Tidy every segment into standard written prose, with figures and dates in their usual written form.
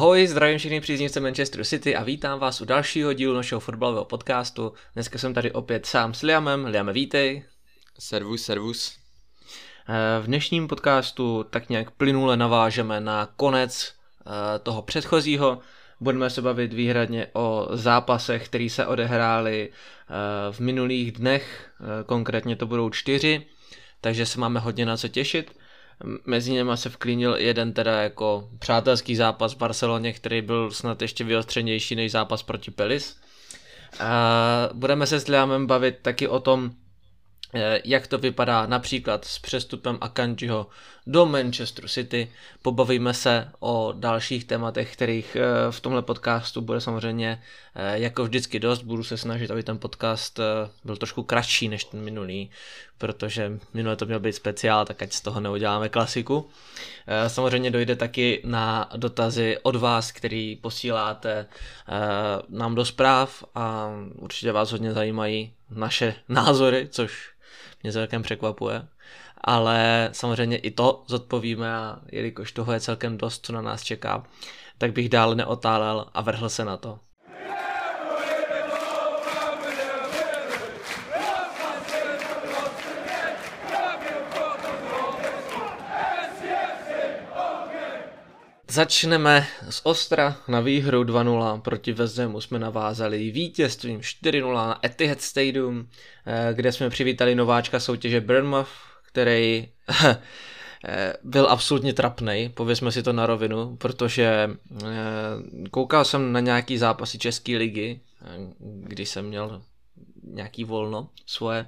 Ahoj, zdravím všechny příznivce Manchesteru City a vítám vás u dalšího dílu našeho fotbalového podcastu. Dneska jsem tady opět sám s Liamem. Liame, vítej. Servus. V dnešním podcastu tak nějak plynule navážeme na konec toho předchozího. Budeme se bavit výhradně o zápasech, které se odehrály v minulých dnech, konkrétně to budou 4, takže se máme hodně na co těšit. Mezi něma se vklínil jeden teda jako přátelský zápas v Barceloně, který byl snad ještě vyostřenější než zápas proti Palace. Budeme se s Liamem bavit taky o tom, jak to vypadá například s přestupem Akanjiho do Manchesteru City. Pobavíme se o dalších tématech, kterých v tomhle podcastu bude samozřejmě jako vždycky dost. Budu se snažit, aby ten podcast byl trošku kratší než ten minulý, protože minule to měl být speciál, tak ať z toho neuděláme klasiku. Samozřejmě dojde taky na dotazy od vás, který posíláte nám do zpráv a určitě vás hodně zajímají naše názory, což mě celkem překvapuje, ale samozřejmě i to zodpovíme a jelikož toho je celkem dost, co na nás čeká, tak bych dále neotálel a vrhl se na to. Začneme z ostra. Na výhru 2-0 proti West Hamu jsme navázali vítězstvím 4-0 na Etihad Stadium, kde jsme přivítali nováčka soutěže Bournemouth, který byl absolutně trapnej, povězme si to na rovinu, protože koukal jsem na nějaký zápasy České ligy, když jsem měl nějaký volno svoje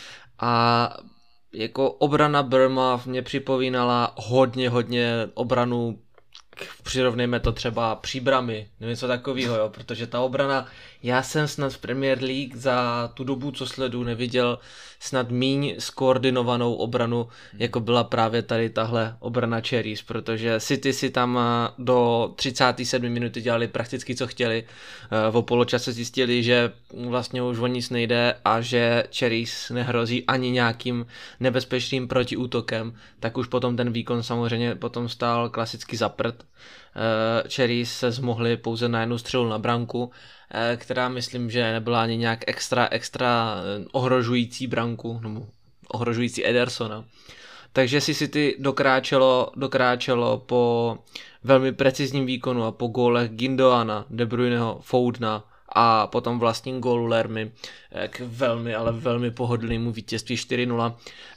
a jako obrana Bournemouth mě připomínala hodně obranu, přirovnejme to třeba Příbrami, nebo něco takového, jo, protože ta obrana, já jsem snad v Premier League za tu dobu, co sledu, neviděl snad míň skoordinovanou obranu, jako byla právě tady tahle obrana Cherries, protože City si tam do 37 minuty dělali prakticky co chtěli, v poločase zjistili, že vlastně už o nic nejde a že Cherries nehrozí ani nějakým nebezpečným protiútokem, tak už potom ten výkon samozřejmě potom stál klasicky za prd. Cherries se zmohli pouze na jednu střelu na branku, která myslím, že nebyla ani nějak extra ohrožující branku, nebo ohrožující Edersona. Takže si City dokráčelo po velmi precizním výkonu a po gólech Gündoğana, De Bruyneho, Foudena a potom vlastním gólu Lermy k velmi pohodlnému vítězství 4-0.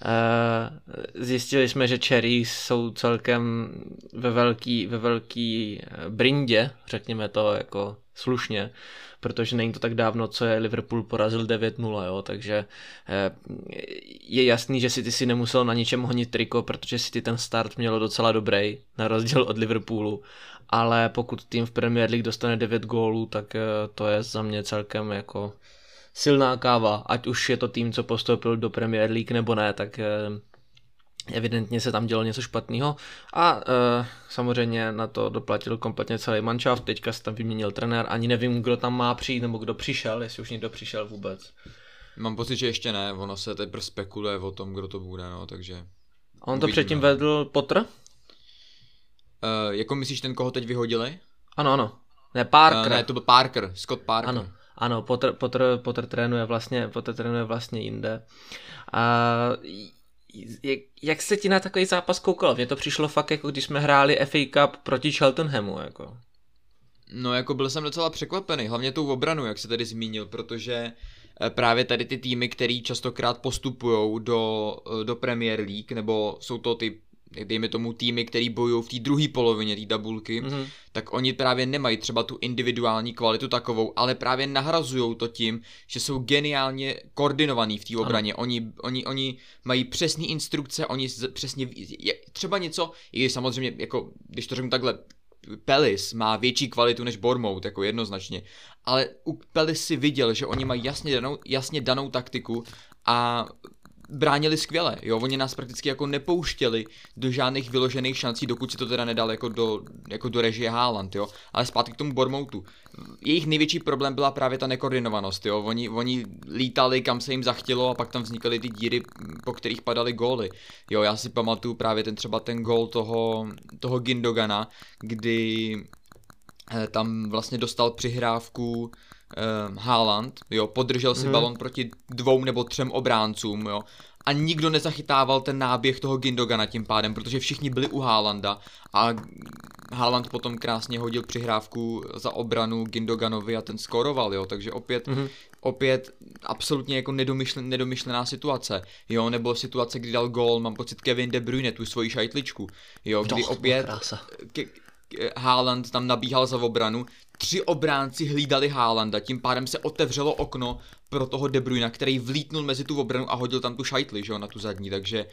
Zjistili jsme, že Cherries jsou celkem ve velký brindě, řekněme to jako slušně, protože není to tak dávno, co je Liverpool porazil 9-0, jo, takže je jasný, že City si nemusel na ničem honit triko, protože City ten start mělo docela dobrý, na rozdíl od Liverpoolu, ale pokud tým v Premier League dostane 9 gólů, tak to je za mě celkem jako silná káva, ať už je to tým, co postoupil do Premier League nebo ne, tak evidentně se tam dělo něco špatného a samozřejmě na to doplatil kompletně celý manšaft, teďka se tam vyměnil trenér, ani nevím, kdo tam má přijít nebo kdo přišel, jestli už někdo přišel vůbec. Mám pocit, že ještě ne, ono se teprve spekuluje o tom, kdo to bude, no, takže A on to předtím vedl Potter? Jako myslíš ten, koho teď vyhodili? Ano. Ne, Parker. Ne, to byl Parker, Scott Parker. Ano, Potter trénuje vlastně jinde. Jak se ti na takový zápas koukal? Mně to přišlo fakt, jako když jsme hráli FA Cup proti Cheltenhamu, jako. No, jako byl jsem docela překvapený, hlavně tou obranu, jak se tady zmínil, protože právě tady ty týmy, který častokrát postupujou do Premier League, nebo jsou to ty, dejme tomu, týmy, který bojují v té druhé polovině té tabulky, tak oni právě nemají třeba tu individuální kvalitu takovou, ale právě nahrazujou to tím, že jsou geniálně koordinovaný v té obraně. Oni mají přesné instrukce, oni přesně třeba něco, i když samozřejmě, jako, když to řeknu takhle, Palace má větší kvalitu než Bournemouth, jako jednoznačně, ale u Palace si viděl, že oni mají jasně danou taktiku a bránili skvěle, jo, oni nás prakticky jako nepouštěli do žádných vyložených šancí, dokud si to teda nedal jako do režie Haaland, jo, ale zpátky k tomu Bournemouthu. Jejich největší problém byla právě ta nekoordinovanost, jo, oni lítali, kam se jim zachtělo a pak tam vznikaly ty díry, po kterých padaly góly, jo, já si pamatuju právě třeba ten gól toho Gündoğana, kdy tam vlastně dostal přihrávku Haaland, jo, podržel si balon proti 2 nebo 3 obráncům, jo, a nikdo nezachytával ten náběh toho Gündogana tím pádem, protože všichni byli u Haalanda a Haaland potom krásně hodil přihrávku za obranu Gündoganovi a ten skóroval, jo, takže opět absolutně jako nedomyšlená situace, jo, nebo situace, kdy dal gól, mám pocit Kevin De Bruyne, tu svoji šajtličku, jo, kdy opět Haaland tam nabíhal za obranu, 3 obránci hlídali Haalanda, tím pádem se otevřelo okno pro toho De Bruyna, který vlítnul mezi tu obranu a hodil tam tu šajtli, že jo, na tu zadní, takže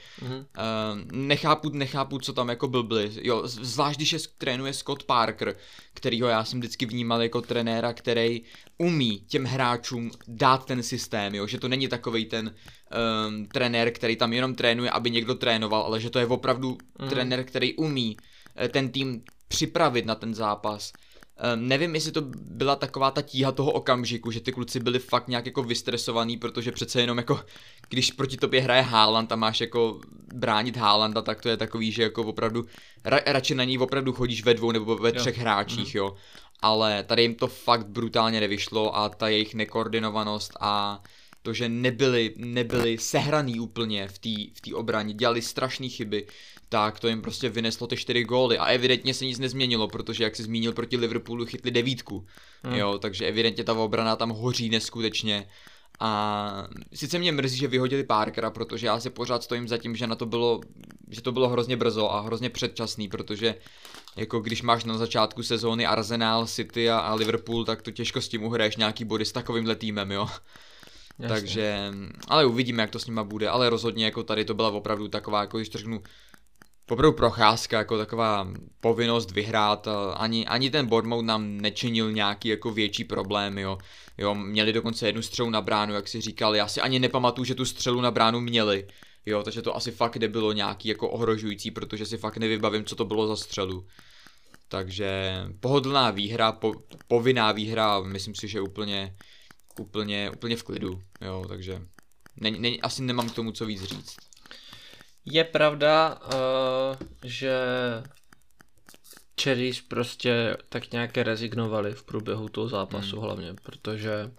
nechápu, co tam jako blbli, jo, zvlášť když trénuje Scott Parker, kterýho já jsem vždycky vnímal jako trenéra, který umí těm hráčům dát ten systém, jo, že to není takovej ten trenér, který tam jenom trénuje, aby někdo trénoval, ale že to je opravdu trenér, který umí ten tým připravit na ten zápas. Nevím, jestli to byla taková ta tíha toho okamžiku, že ty kluci byli fakt nějak jako vystresovaný, protože přece jenom jako, když proti tobě hraje Haaland a máš jako bránit Haalanda, tak to je takový, že jako opravdu, radši na něj opravdu chodíš ve 2 nebo ve 3 hráčích, jo. Ale tady jim to fakt brutálně nevyšlo a ta jejich nekoordinovanost a to, že nebyli sehraný úplně v té obraně, dělali strašné chyby, tak to jim prostě vyneslo ty 4 góly a evidentně se nic nezměnilo, protože jak jsi zmínil, proti Liverpoolu chytli 9, jo, takže evidentně ta obrana tam hoří neskutečně a sice mě mrzí, že vyhodili Parkera, protože já si pořád stojím za tím, že to bylo hrozně brzo a hrozně předčasný, protože jako když máš na začátku sezóny Arsenal, City a Liverpool, tak to těžko s tím uhraješ nějaký body s takovýmhle týmem, jo. Jasně. Takže, ale uvidíme, jak to s nima bude, ale rozhodně jako tady to byla opravdu taková, jako když to řeknu, opravdu procházka, jako taková povinnost vyhrát, ani ten Bournemouth nám nečinil nějaký jako větší problém, jo, měli dokonce 1 střelu na bránu, jak si říkal, já si ani nepamatuju, že tu střelu na bránu měli, jo, takže to asi fakt nebylo nějaký jako ohrožující, protože si fakt nevybavím, co to bylo za střelu. Takže pohodlná výhra, povinná výhra, myslím si, že úplně v klidu, jo, takže asi nemám k tomu co víc říct. Je pravda, že Cherries prostě tak nějak rezignovali v průběhu toho zápasu hlavně, protože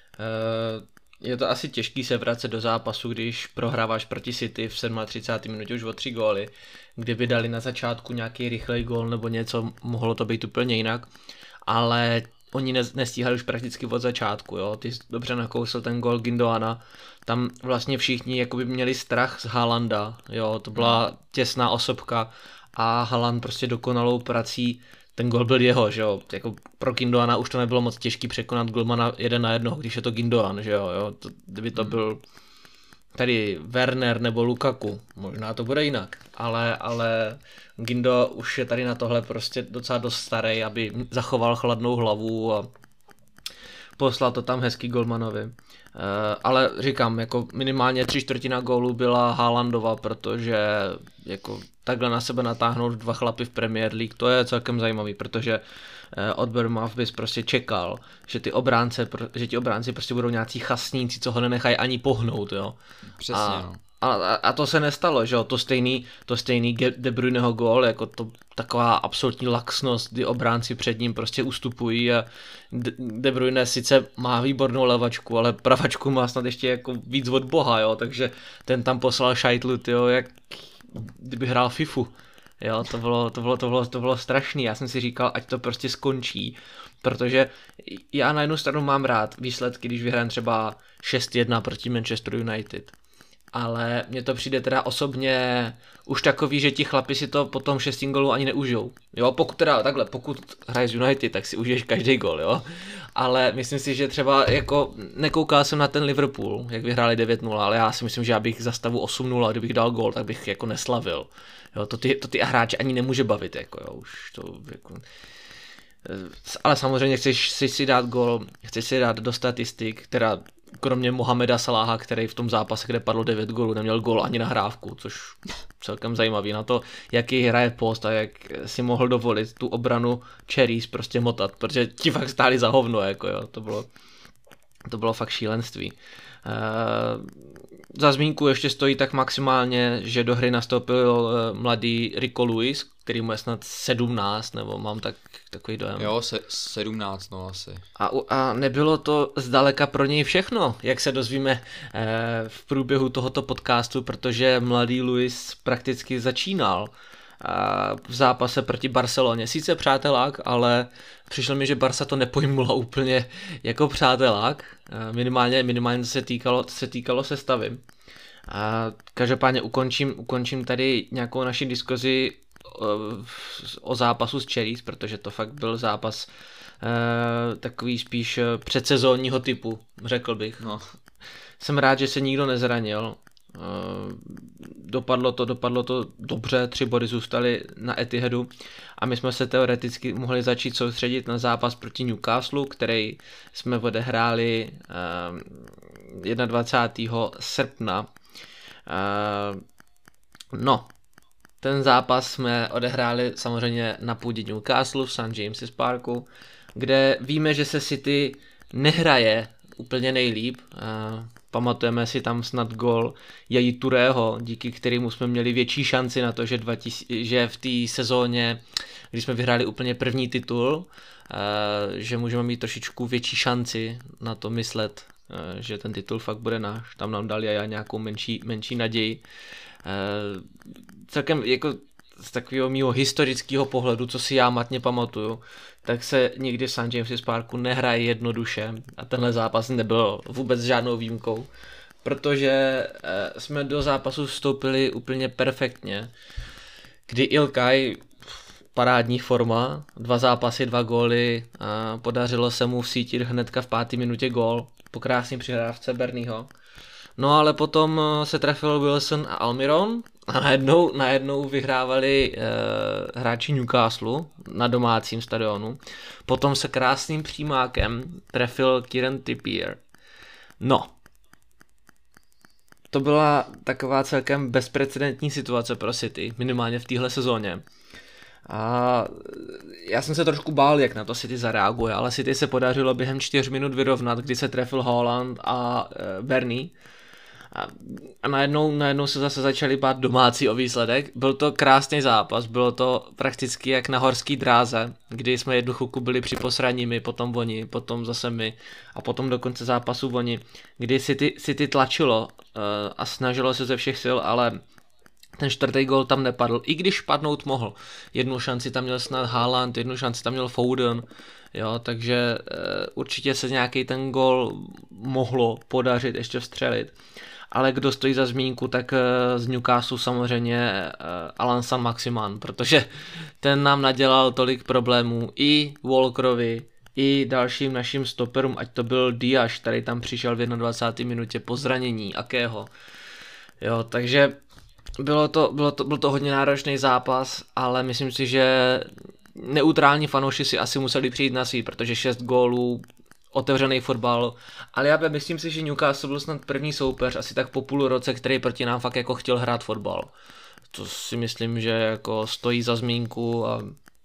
je to asi těžký se vracet do zápasu, když prohráváš proti City v 37. minutě už o 3 góly, kdyby dali na začátku nějaký rychlej gól nebo něco, mohlo to být úplně jinak, ale oni nestíhali už prakticky od začátku, jo, ty dobře nakousl ten gól Gündoğana, tam vlastně všichni jakoby měli strach z Haalanda, jo, to byla těsná osobka a Haaland prostě dokonalou prací, ten gól byl jeho, že jo, jako pro Gündoğana už to nebylo moc těžký překonat golmana 1-1, když je to Gündoğan, že jo, kdyby to byl tady Werner nebo Lukaku, možná to bude jinak, ale Gundo už je tady na tohle prostě docela dost starý, aby zachoval chladnou hlavu a poslal to tam hezky golmanovi. Ale říkám, jako minimálně 3/4 gólu byla Haalandova, protože jako takhle na sebe natáhnout 2 chlapy v Premier League, to je celkem zajímavý, protože od Bournemouth bys prostě čekal, že ti obránci prostě budou nějací chasníci, co ho nenechají ani pohnout, jo. Přesně, no. A to se nestalo, že jo, to stejný De Bruyneho gól, jako to taková absolutní laxnost, kdy obránci před ním prostě ustupují a De Bruyne sice má výbornou levačku, ale pravačku má snad ještě jako víc od boha, jo, takže ten tam poslal šajtlu, jo, jak kdyby hrál FIFU. Jo, to bylo strašný, já jsem si říkal, ať to prostě skončí, protože já na jednu stranu mám rád výsledky, když vyhrám třeba 6-1 proti Manchester United, ale mně to přijde teda osobně už takový, že ti chlapi si to po tom 6. gólu ani neužijou, jo, pokud hraješ z United, tak si užiješ každý gól, jo, ale myslím si, že třeba jako nekoukal jsem na ten Liverpool, jak vyhráli 9-0, ale já si myslím, že já bych za stavu 8-0, kdybych dal gól, tak bych jako neslavil. Jo, to ty hráče ani nemůže bavit, jako jo, už to jako... Ale samozřejmě chceš si dát gól, chceš si dát do statistik, která kromě Mohameda Salaha, který v tom zápase, kde padlo 9 gólů, neměl gól ani nahrávku, což celkem zajímavý na to, jaký hraje post a jak si mohl dovolit tu obranu Cherries prostě motat, protože ti fakt stáli za hovno, jako jo, to bylo fakt šílenství. Za zmínku ještě stojí tak maximálně, že do hry nastoupil mladý Rico Lewis, který mu je snad 17, nebo mám takový dojem. Jo, 17, no asi. A nebylo to zdaleka pro něj všechno, jak se dozvíme v průběhu tohoto podcastu, protože mladý Lewis prakticky začínal v zápase proti Barceloně. Sice přátelák, ale přišlo mi, že Barca to nepojmula úplně jako přátelák. Minimálně se týkalo sestavy. A každopádně ukončím tady nějakou naši diskuzi o zápasu s Cherries, protože to fakt byl zápas takový spíš předsezónního typu, řekl bych. No. Jsem rád, že se nikdo nezranil. Dopadlo to dobře, 3 body zůstaly na Etihadu a my jsme se teoreticky mohli začít soustředit na zápas proti Newcastle, který jsme odehráli 21. srpna. Ten zápas jsme odehráli samozřejmě na půdě Newcastle v St. James's Parku, kde víme, že se City nehraje úplně nejlíp. Pamatujeme si tam snad gól Yaya Tourého, díky kterému jsme měli větší šanci na to, že v té sezóně, kdy jsme vyhráli úplně první titul, že můžeme mít trošičku větší šanci na to myslet, že ten titul fakt bude náš. Tam nám dal Yaya nějakou menší naději. Celkem jako z takového mýho historického pohledu, co si já matně pamatuju, tak se nikdy v St. James's Parku nehraje jednoduše a tenhle zápas nebyl vůbec žádnou výjimkou, protože jsme do zápasu vstoupili úplně perfektně, kdy Ilkay, parádní forma, 2 zápasy, 2 góly, podařilo se mu vsítit hnedka v 5. minutě gól po krásné přihrávce Bernieho. No ale potom se trefil Wilson a Almiron a najednou vyhrávali hráči Newcastle na domácím stadionu. Potom se krásným přímákem trefil Kieran Trippier. No, to byla taková celkem bezprecedentní situace pro City, minimálně v téhle sezóně. A já jsem se trošku bál, jak na to City zareaguje, ale City se podařilo během 4 minut vyrovnat, kdy se trefil Haaland a Bernie. A najednou se zase začali bát domácí o výsledek. Byl to krásný zápas, bylo to prakticky jak na horský dráze, kdy jsme jednu chvilku byli při posraní my, potom oni, potom zase my a potom do konce zápasu oni, kdy City tlačilo a snažilo se ze všech sil, ale ten 4. gól tam nepadl, i když padnout mohl. Jednu šanci tam měl snad Haaland, jednu šanci tam měl Foden, jo, takže určitě se nějaký ten gól mohlo podařit ještě vstřelit. Ale kdo stojí za zmínku, tak z Newcastle samozřejmě Alan Saint-Maximin, protože ten nám nadělal tolik problémů i Walkerovi, i dalším našim stoperům, ať to byl Diaz, který tam přišel v 21. minutě po zranění Akého. Jo, takže byl to hodně náročný zápas, ale myslím si, že neutrální fanoušci si asi museli přijít na svý, protože 6 gólů, otevřený fotbal, ale já myslím si, že Newcastle byl snad první soupeř asi tak po půl roce, který proti nám fakt jako chtěl hrát fotbal. To si myslím, že jako stojí za zmínku a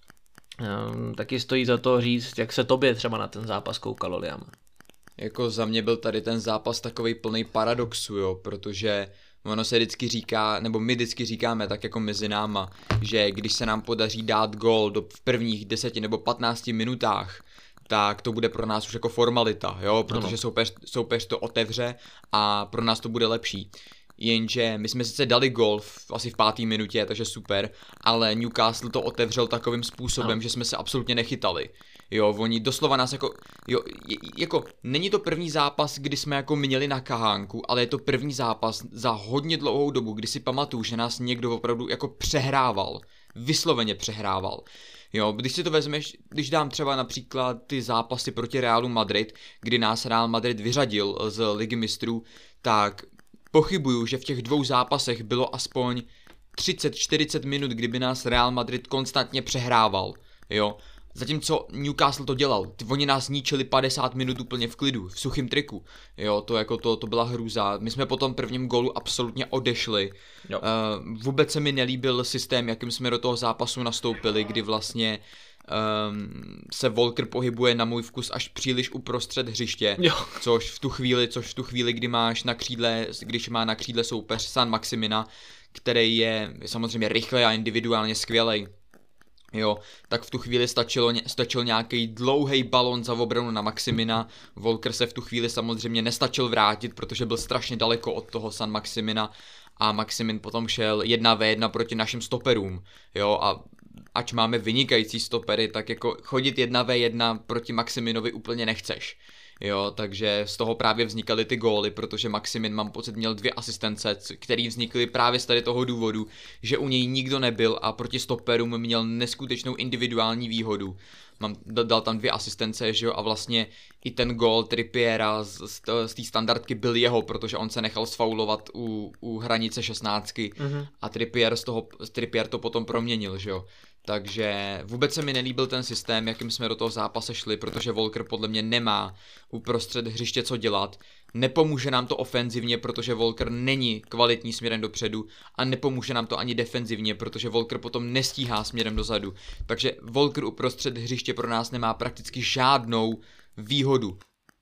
taky stojí za to říct, jak se tobě třeba na ten zápas koukalo, Liam. Jako za mě byl tady ten zápas takovej plný paradoxu, jo, protože ono se vždycky říká, nebo my vždycky říkáme tak jako mezi náma, že když se nám podaří dát gól v prvních 10 nebo 15 minutách, tak to bude pro nás už jako formalita, jo, protože soupeř to otevře a pro nás to bude lepší. Jenže my jsme sice dali gól asi v 5. minutě, takže super, ale Newcastle to otevřel takovým způsobem, že jsme se absolutně nechytali. Jo, oni doslova nás jako není to první zápas, kdy jsme jako měli na kahánku, ale je to první zápas za hodně dlouhou dobu, kdy si pamatuju, že nás někdo opravdu jako přehrával, vysloveně přehrával. Jo, když si to vezmeš, když dám třeba například ty zápasy proti Realu Madrid, kdy nás Real Madrid vyřadil z Ligy mistrů, tak pochybuju, že v těch 2 zápasech bylo aspoň 30-40 minut, kdyby nás Real Madrid konstantně přehrával, jo. Zatímco Newcastle to dělal, oni nás ničili 50 minut úplně v klidu, v suchým triku, jo, to byla hrůza. My jsme po tom prvním gólu absolutně odešli. Vůbec se mi nelíbil systém, jakým jsme do toho zápasu nastoupili, kdy vlastně se Walker pohybuje na můj vkus až příliš uprostřed hřiště, což v tu chvíli, když má na křídle soupeř San Maximina, který je samozřejmě rychlej a individuálně skvělej, jo, tak v tu chvíli stačil nějaký dlouhý balon za obranu na Maximina. Walker se v tu chvíli samozřejmě nestačil vrátit, protože byl strašně daleko od toho San Maximina a Maximin potom šel 1v1 proti našim stoperům, jo, a ač máme vynikající stopery, tak jako chodit 1v1 proti Maximinovi úplně nechceš. Jo, takže z toho právě vznikaly ty góly, protože Maximin, mám pocit, měl 2 asistence, které vznikly právě z tady toho důvodu, že u něj nikdo nebyl a proti stoperům měl neskutečnou individuální výhodu. Dal tam 2 asistence, že jo, a vlastně i ten gól Trippiera z té standardky byl jeho, protože on se nechal sfaulovat u hranice 16 a Trippier to potom proměnil, že jo. Takže vůbec se mi nelíbil ten systém, jakým jsme do toho zápase šli, protože Walker podle mě nemá uprostřed hřiště co dělat. Nepomůže nám to ofenzivně, protože Walker není kvalitní směrem dopředu a nepomůže nám to ani defenzivně, protože Walker potom nestíhá směrem dozadu. Takže Walker uprostřed hřiště pro nás nemá prakticky žádnou výhodu.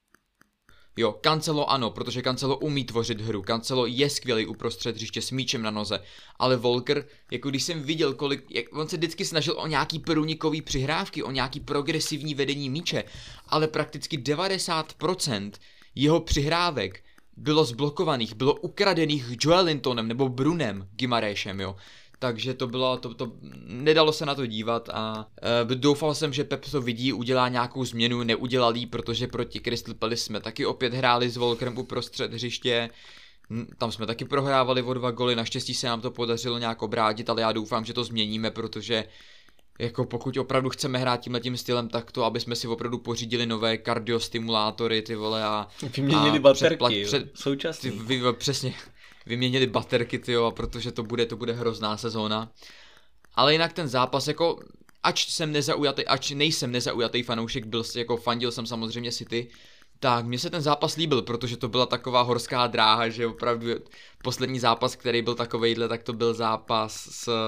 Jo, Cancelo ano, protože Cancelo umí tvořit hru, Cancelo je skvělý uprostřed hřiště s míčem na noze, ale Walker, jako když jsem viděl, on se vždycky snažil o nějaký průnikový přihrávky, o nějaký progresivní vedení míče, ale prakticky 90% jeho přihrávek bylo zblokovaných, bylo ukradených Joelintonem nebo Brunem Guimarãesem, jo. Takže nedalo se na to dívat a doufal jsem, že Pep to vidí, udělá nějakou změnu, neudělal jí, protože proti Crystal Palace jsme taky opět hráli s Walkerem uprostřed hřiště, tam jsme taky prohrávali o 2 góly, naštěstí se nám to podařilo nějak obrátit, ale já doufám, že to změníme, protože jako pokud opravdu chceme hrát tímhletím stylem, tak to, aby jsme si opravdu pořídili nové kardiostimulátory, ty vole, a vyměnili baterky, současně. Přesně. Vyměnili baterky, tyjo, a protože to bude hrozná sezóna. Ale jinak ten zápas, jako, ač nejsem nezaujatý fanoušek, fandil jsem samozřejmě City, tak mně se ten zápas líbil, protože to byla taková horská dráha, že opravdu poslední zápas, který byl takovejhle, tak to byl zápas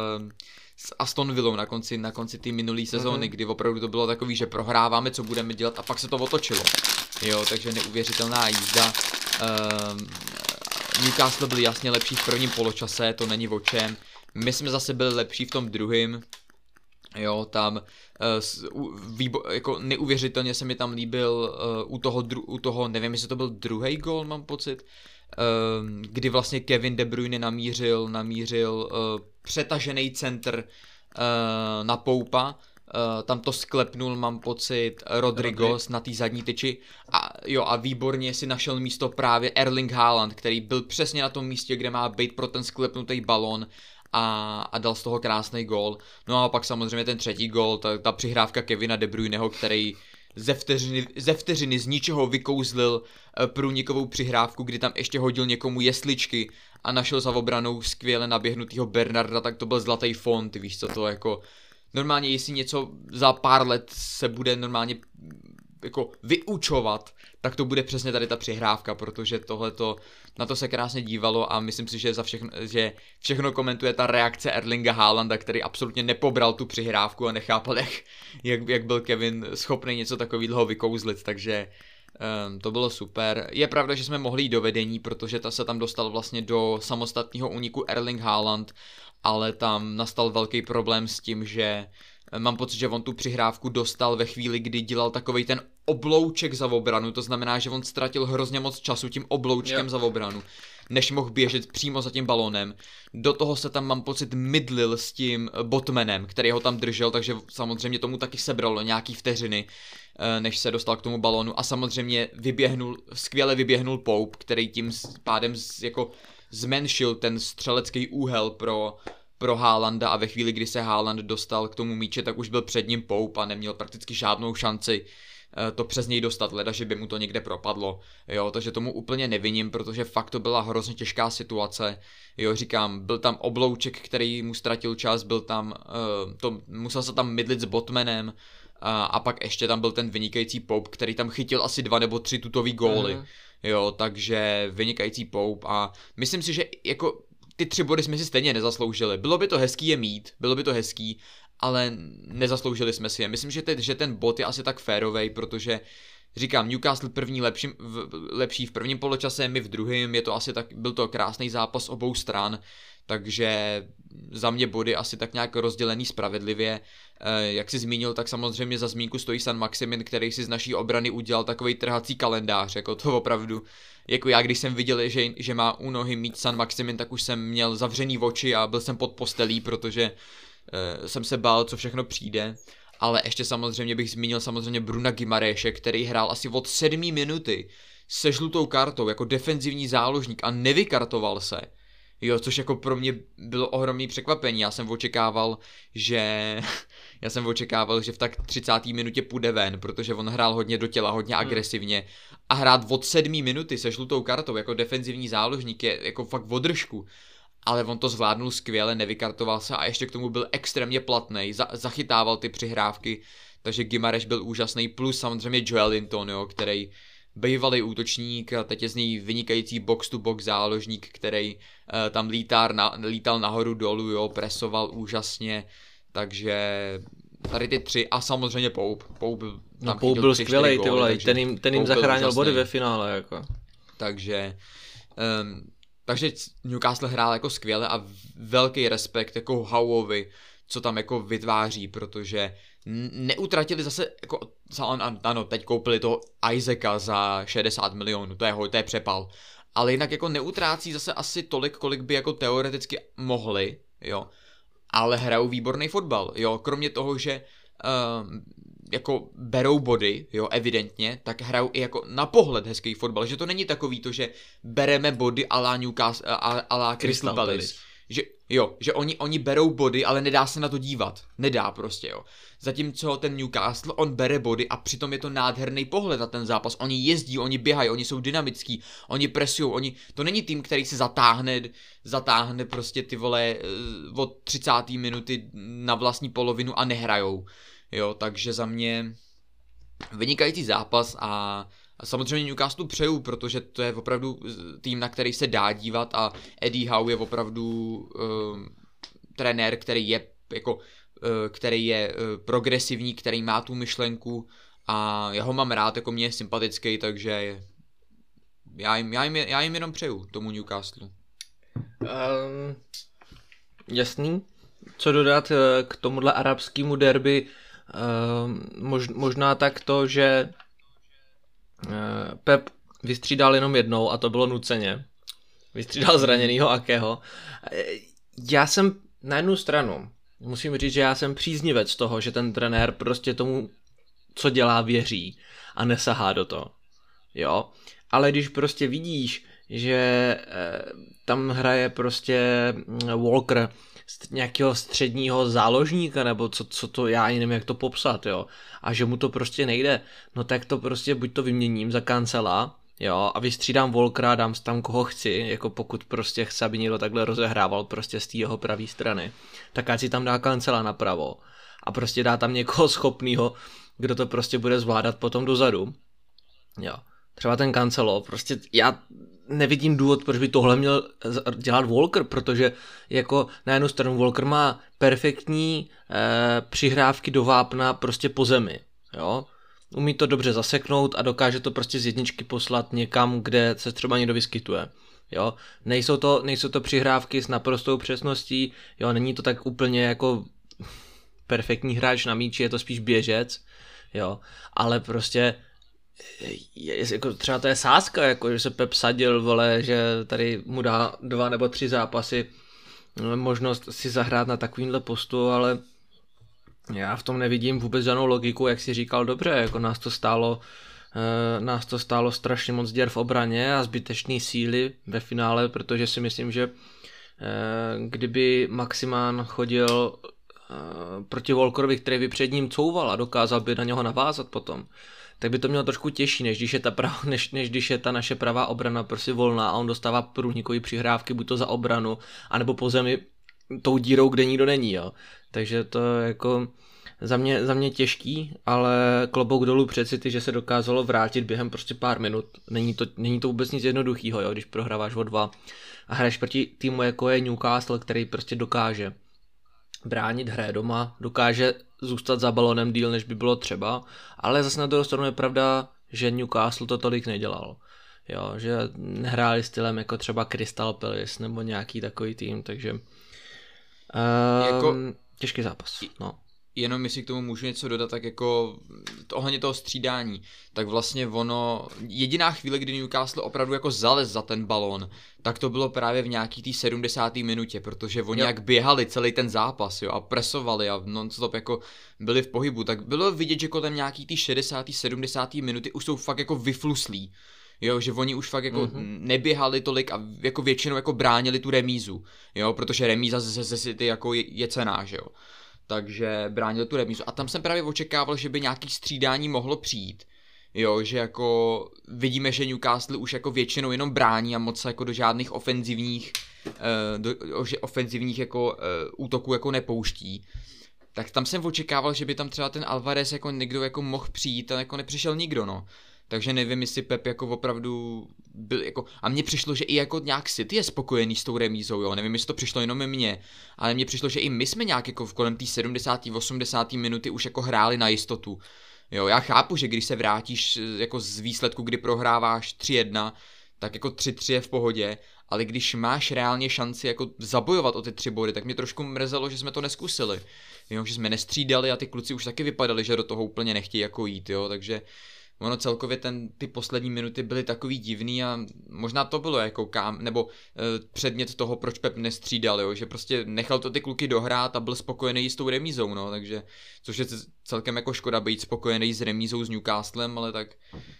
s Aston Villou na konci té minulé sezóny, kdy opravdu to bylo takový, že prohráváme, co budeme dělat, a pak se to otočilo. Jo, takže neuvěřitelná jízda. Newcastle byl jasně lepší v prvním poločase, to není o čem. My jsme zase byli lepší v tom druhém. Jo, tam jako neuvěřitelně se mi tam líbil u toho, nevím, jestli to byl druhý gól, mám pocit, kdy vlastně Kevin De Bruyne namířil přetažený centr na Poupa. Tam to sklepnul, mám pocit, Rodrigo na té zadní tyči a výborně si našel místo právě Erling Haaland, který byl přesně na tom místě, kde má být pro ten sklepnutý balón a dal z toho krásný gól. No a pak samozřejmě ten třetí gól, ta přihrávka Kevina De Bruyneho, který ze vteřiny z ničeho vykouzlil průnikovou přihrávku, kdy tam ještě hodil někomu jesličky a našel za obranou skvěle naběhnutýho Bernarda, tak to byl zlatý fond, víš co, to jako normálně, jestli něco za pár let se bude normálně jako vyučovat, tak to bude přesně tady ta přihrávka, protože na to se krásně dívalo a myslím si, že všechno komentuje ta reakce Erlinga Haalanda, který absolutně nepobral tu přihrávku a nechápal, jak byl Kevin schopný něco takového vykouzlit, takže to bylo super. Je pravda, že jsme mohli jít do vedení, protože se tam dostal vlastně do samostatného úniku Erling Haaland, ale tam nastal velký problém s tím, že mám pocit, že on tu přihrávku dostal ve chvíli, kdy dělal takovej ten oblouček za obranu, to znamená, že on ztratil hrozně moc času tím obloučkem za obranu, než mohl běžet přímo za tím balónem. Do toho se tam, mám pocit, mydlil s tím Botmanem, který ho tam držel, takže samozřejmě tomu taky sebralo nějaký vteřiny, než se dostal k tomu balónu, a samozřejmě skvěle vyběhnul Pope, který tím pádem jako zmenšil ten střelecký úhel pro Haalanda, a ve chvíli, kdy se Haaland dostal k tomu míče, tak už byl před ním Pope a neměl prakticky žádnou šanci to přes něj dostat, leda, že by mu to někde propadlo, jo, takže tomu úplně neviním, protože fakt to byla hrozně těžká situace, jo, říkám, byl tam oblouček, který mu ztratil čas, musel se tam mydlit s Botmanem, a pak ještě tam byl ten vynikající Pope, který tam chytil asi 2 nebo 3 tutový góly, jo, takže vynikající Pope, a myslím si, že jako ty 3 body jsme si stejně nezasloužili, bylo by to hezký je mít, bylo by to hezký, ale nezasloužili jsme si je. Myslím, že ten bod je asi tak férovej, protože říkám, Newcastle lepší v prvním poločase, my v druhém, byl to krásný zápas obou stran, takže za mě body asi tak nějak rozdělený spravedlivě. Jak jsi zmínil, tak samozřejmě za zmínku stojí San Maximin, který si z naší obrany udělal takovej trhací kalendář, jako to opravdu, jako já když jsem viděl, že má u nohy mít San Maximin, tak už jsem měl zavřený oči a byl jsem pod postelí, protože jsem se bál, co všechno přijde. Ale ještě samozřejmě bych zmínil samozřejmě Bruna Guimareše, který hrál asi od 7. minuty se žlutou kartou jako defenzivní záložník a nevykartoval se. Jo, což jako pro mě bylo ohromný překvapení. Já jsem očekával, že v tak 30. minutě půjde ven, protože on hrál hodně do těla, hodně agresivně. A hrát od 7. minuty se žlutou kartou jako defenzivní záložník je jako fakt v održku. Ale on to zvládnul skvěle, nevykartoval se a ještě k tomu byl extrémně platnej, zachytával ty přihrávky, takže Guimarães byl úžasný, plus samozřejmě Joelinton, jo, který bývalý útočník a teď je z něj vynikající box-to-box záložník, který tam lítal nahoru dolů, jo, presoval úžasně, takže tady ty tři a samozřejmě Pope byl skvělej, ty vole, ten jim zachránil body ve finále, jako. Takže Newcastle hrál jako skvěle a velký respekt jako Howeovi, co tam jako vytváří, protože neutratili zase, jako, ano, teď koupili toho Isaaca za 60 milionů, to je přepal, ale jinak jako neutrácí zase asi tolik, kolik by jako teoreticky mohli, jo, ale hrajou výborný fotbal, jo, kromě toho, že jako berou body, jo, evidentně, tak hrajou i jako na pohled hezký fotbal, že to není takový to, že bereme body a la Newcastle, a la Crystal Palace. Že oni berou body, ale nedá se na to dívat. Nedá prostě, jo. Zatímco ten Newcastle, on bere body a přitom je to nádherný pohled na ten zápas. Oni jezdí, oni běhají, oni jsou dynamický, oni presujou, to není tým, který se zatáhne prostě ty vole od 30. minuty na vlastní polovinu a nehrajou. Jo, takže za mě vynikající zápas a samozřejmě Newcastle přeju, protože to je opravdu tým, na který se dá dívat a Eddie Howe je opravdu trenér, který je progresivní, který má tu myšlenku a já ho mám rád, jako mě je sympatický, takže já jim jenom přeju, tomu Newcastle. Jasný. Co dodat k tomuhle arabskému derby? Možná tak to, že Pep vystřídal jenom jednou a to bylo nuceně. Vystřídal zraněnýho Akeho. Já jsem na jednu stranu, musím říct, že já jsem příznivec toho, že ten trenér prostě tomu, co dělá, věří a nesahá do toho. Jo? Ale když prostě vidíš, že tam hraje prostě Walker nějakého středního záložníka, nebo co to, já ani nevím, jak to popsat, jo, a že mu to prostě nejde, no tak to prostě buď to vyměním za Cancela, jo, a vystřídám Walkera, dám tam koho chci, jako pokud prostě chce, aby někdo takhle rozehrával prostě z té jeho pravé strany, tak ať si tam dá Cancela napravo a prostě dá tam někoho schopného, kdo to prostě bude zvládat potom dozadu, jo. Třeba ten Cancelo, prostě já nevidím důvod, proč by tohle měl dělat Walker, protože jako na jednu stranu Walker má perfektní přihrávky do vápna prostě po zemi, jo. Umí to dobře zaseknout a dokáže to prostě z jedničky poslat někam, kde se třeba někdo vyskytuje, jo. Nejsou to přihrávky s naprostou přesností, jo, není to tak úplně jako perfektní hráč na míči, je to spíš běžec, jo, ale prostě jako třeba to je sázka, jako že se Pep sadil, vole, že tady mu dá 2 nebo 3 zápasy možnost si zahrát na takovýmhle postu, ale já v tom nevidím vůbec žádnou logiku, jak si říkal dobře, jako nás to stálo strašně moc děr v obraně a zbytečný síly ve finále, protože si myslím, že kdyby Maximán chodil proti Walkerovi, který by před ním couval a dokázal by na něho navázat potom, tak by to mělo trošku těžší, než když je ta naše pravá obrana prostě volná a on dostává průnikový přihrávky, buď to za obranu, anebo po zemi tou dírou, kde nikdo není, jo. Takže to je jako za mě těžký, ale klobouk dolů před City, že se dokázalo vrátit během prostě pár minut. Není to vůbec nic jednoduchýho, jo, když prohráváš o 2 a hraješ proti týmu, jako je Newcastle, který prostě dokáže bránit, hraje doma, dokáže zůstat za balonem díl, než by bylo třeba, ale zase na druhou stranu je pravda, že Newcastle to tolik nedělal. Jo, že nehráli stylem jako třeba Crystal Palace nebo nějaký takový tým, takže těžký zápas. No. Jenom jestli k tomu můžu něco dodat, tak jako ohledně toho střídání, tak vlastně jediná chvíle, kdy Newcastle opravdu jako zalez za ten balón, tak to bylo právě v nějaký té 70. minutě, protože oni jak běhali celý ten zápas, jo, a presovali a non-stop jako byli v pohybu, tak bylo vidět, že kolem nějaký té 60. 70. minuty už jsou fakt jako vyfluslí. Jo, že oni už fakt jako neběhali tolik a jako většinou jako bránili tu remízu, jo, protože remíza ze City jako je cenná, že jo. Takže bránil tu remízu a tam jsem právě očekával, že by nějaký střídání mohlo přijít. Jo, že jako vidíme, že Newcastle už jako většinou jenom brání a moc jako do žádných ofenzivních jako útoků jako nepouští. Tak tam jsem očekával, že by tam třeba ten Alvarez jako někdo jako mohl přijít a jako nepřišel nikdo, no. Takže nevím, jestli Pep jako opravdu byl jako, a mně přišlo, že i jako nějak City je spokojený s tou remízou, jo, nevím, jestli to přišlo jenom mně, ale mně přišlo, že i my jsme nějak jako v kolem té 70. 80. minuty už jako hráli na jistotu. Jo, já chápu, že když se vrátíš jako z výsledku, kdy prohráváš 3-1, tak jako 3-3 je v pohodě, ale když máš reálně šanci jako zabojovat o ty 3 body, tak mě trošku mrzelo, že jsme to neskusili. Jo, že jsme nestřídali a ty kluci už taky vypadali, že do toho úplně nechtějí jako jít, jo, takže ono celkově ty poslední minuty byly takový divný a možná to bylo jako předmět toho, proč Pep nestřídal, jo? Že prostě nechal to ty kluky dohrát a byl spokojený s tou remízou, no, takže, což je celkem jako škoda být spokojený s remízou s Newcastlem, ale tak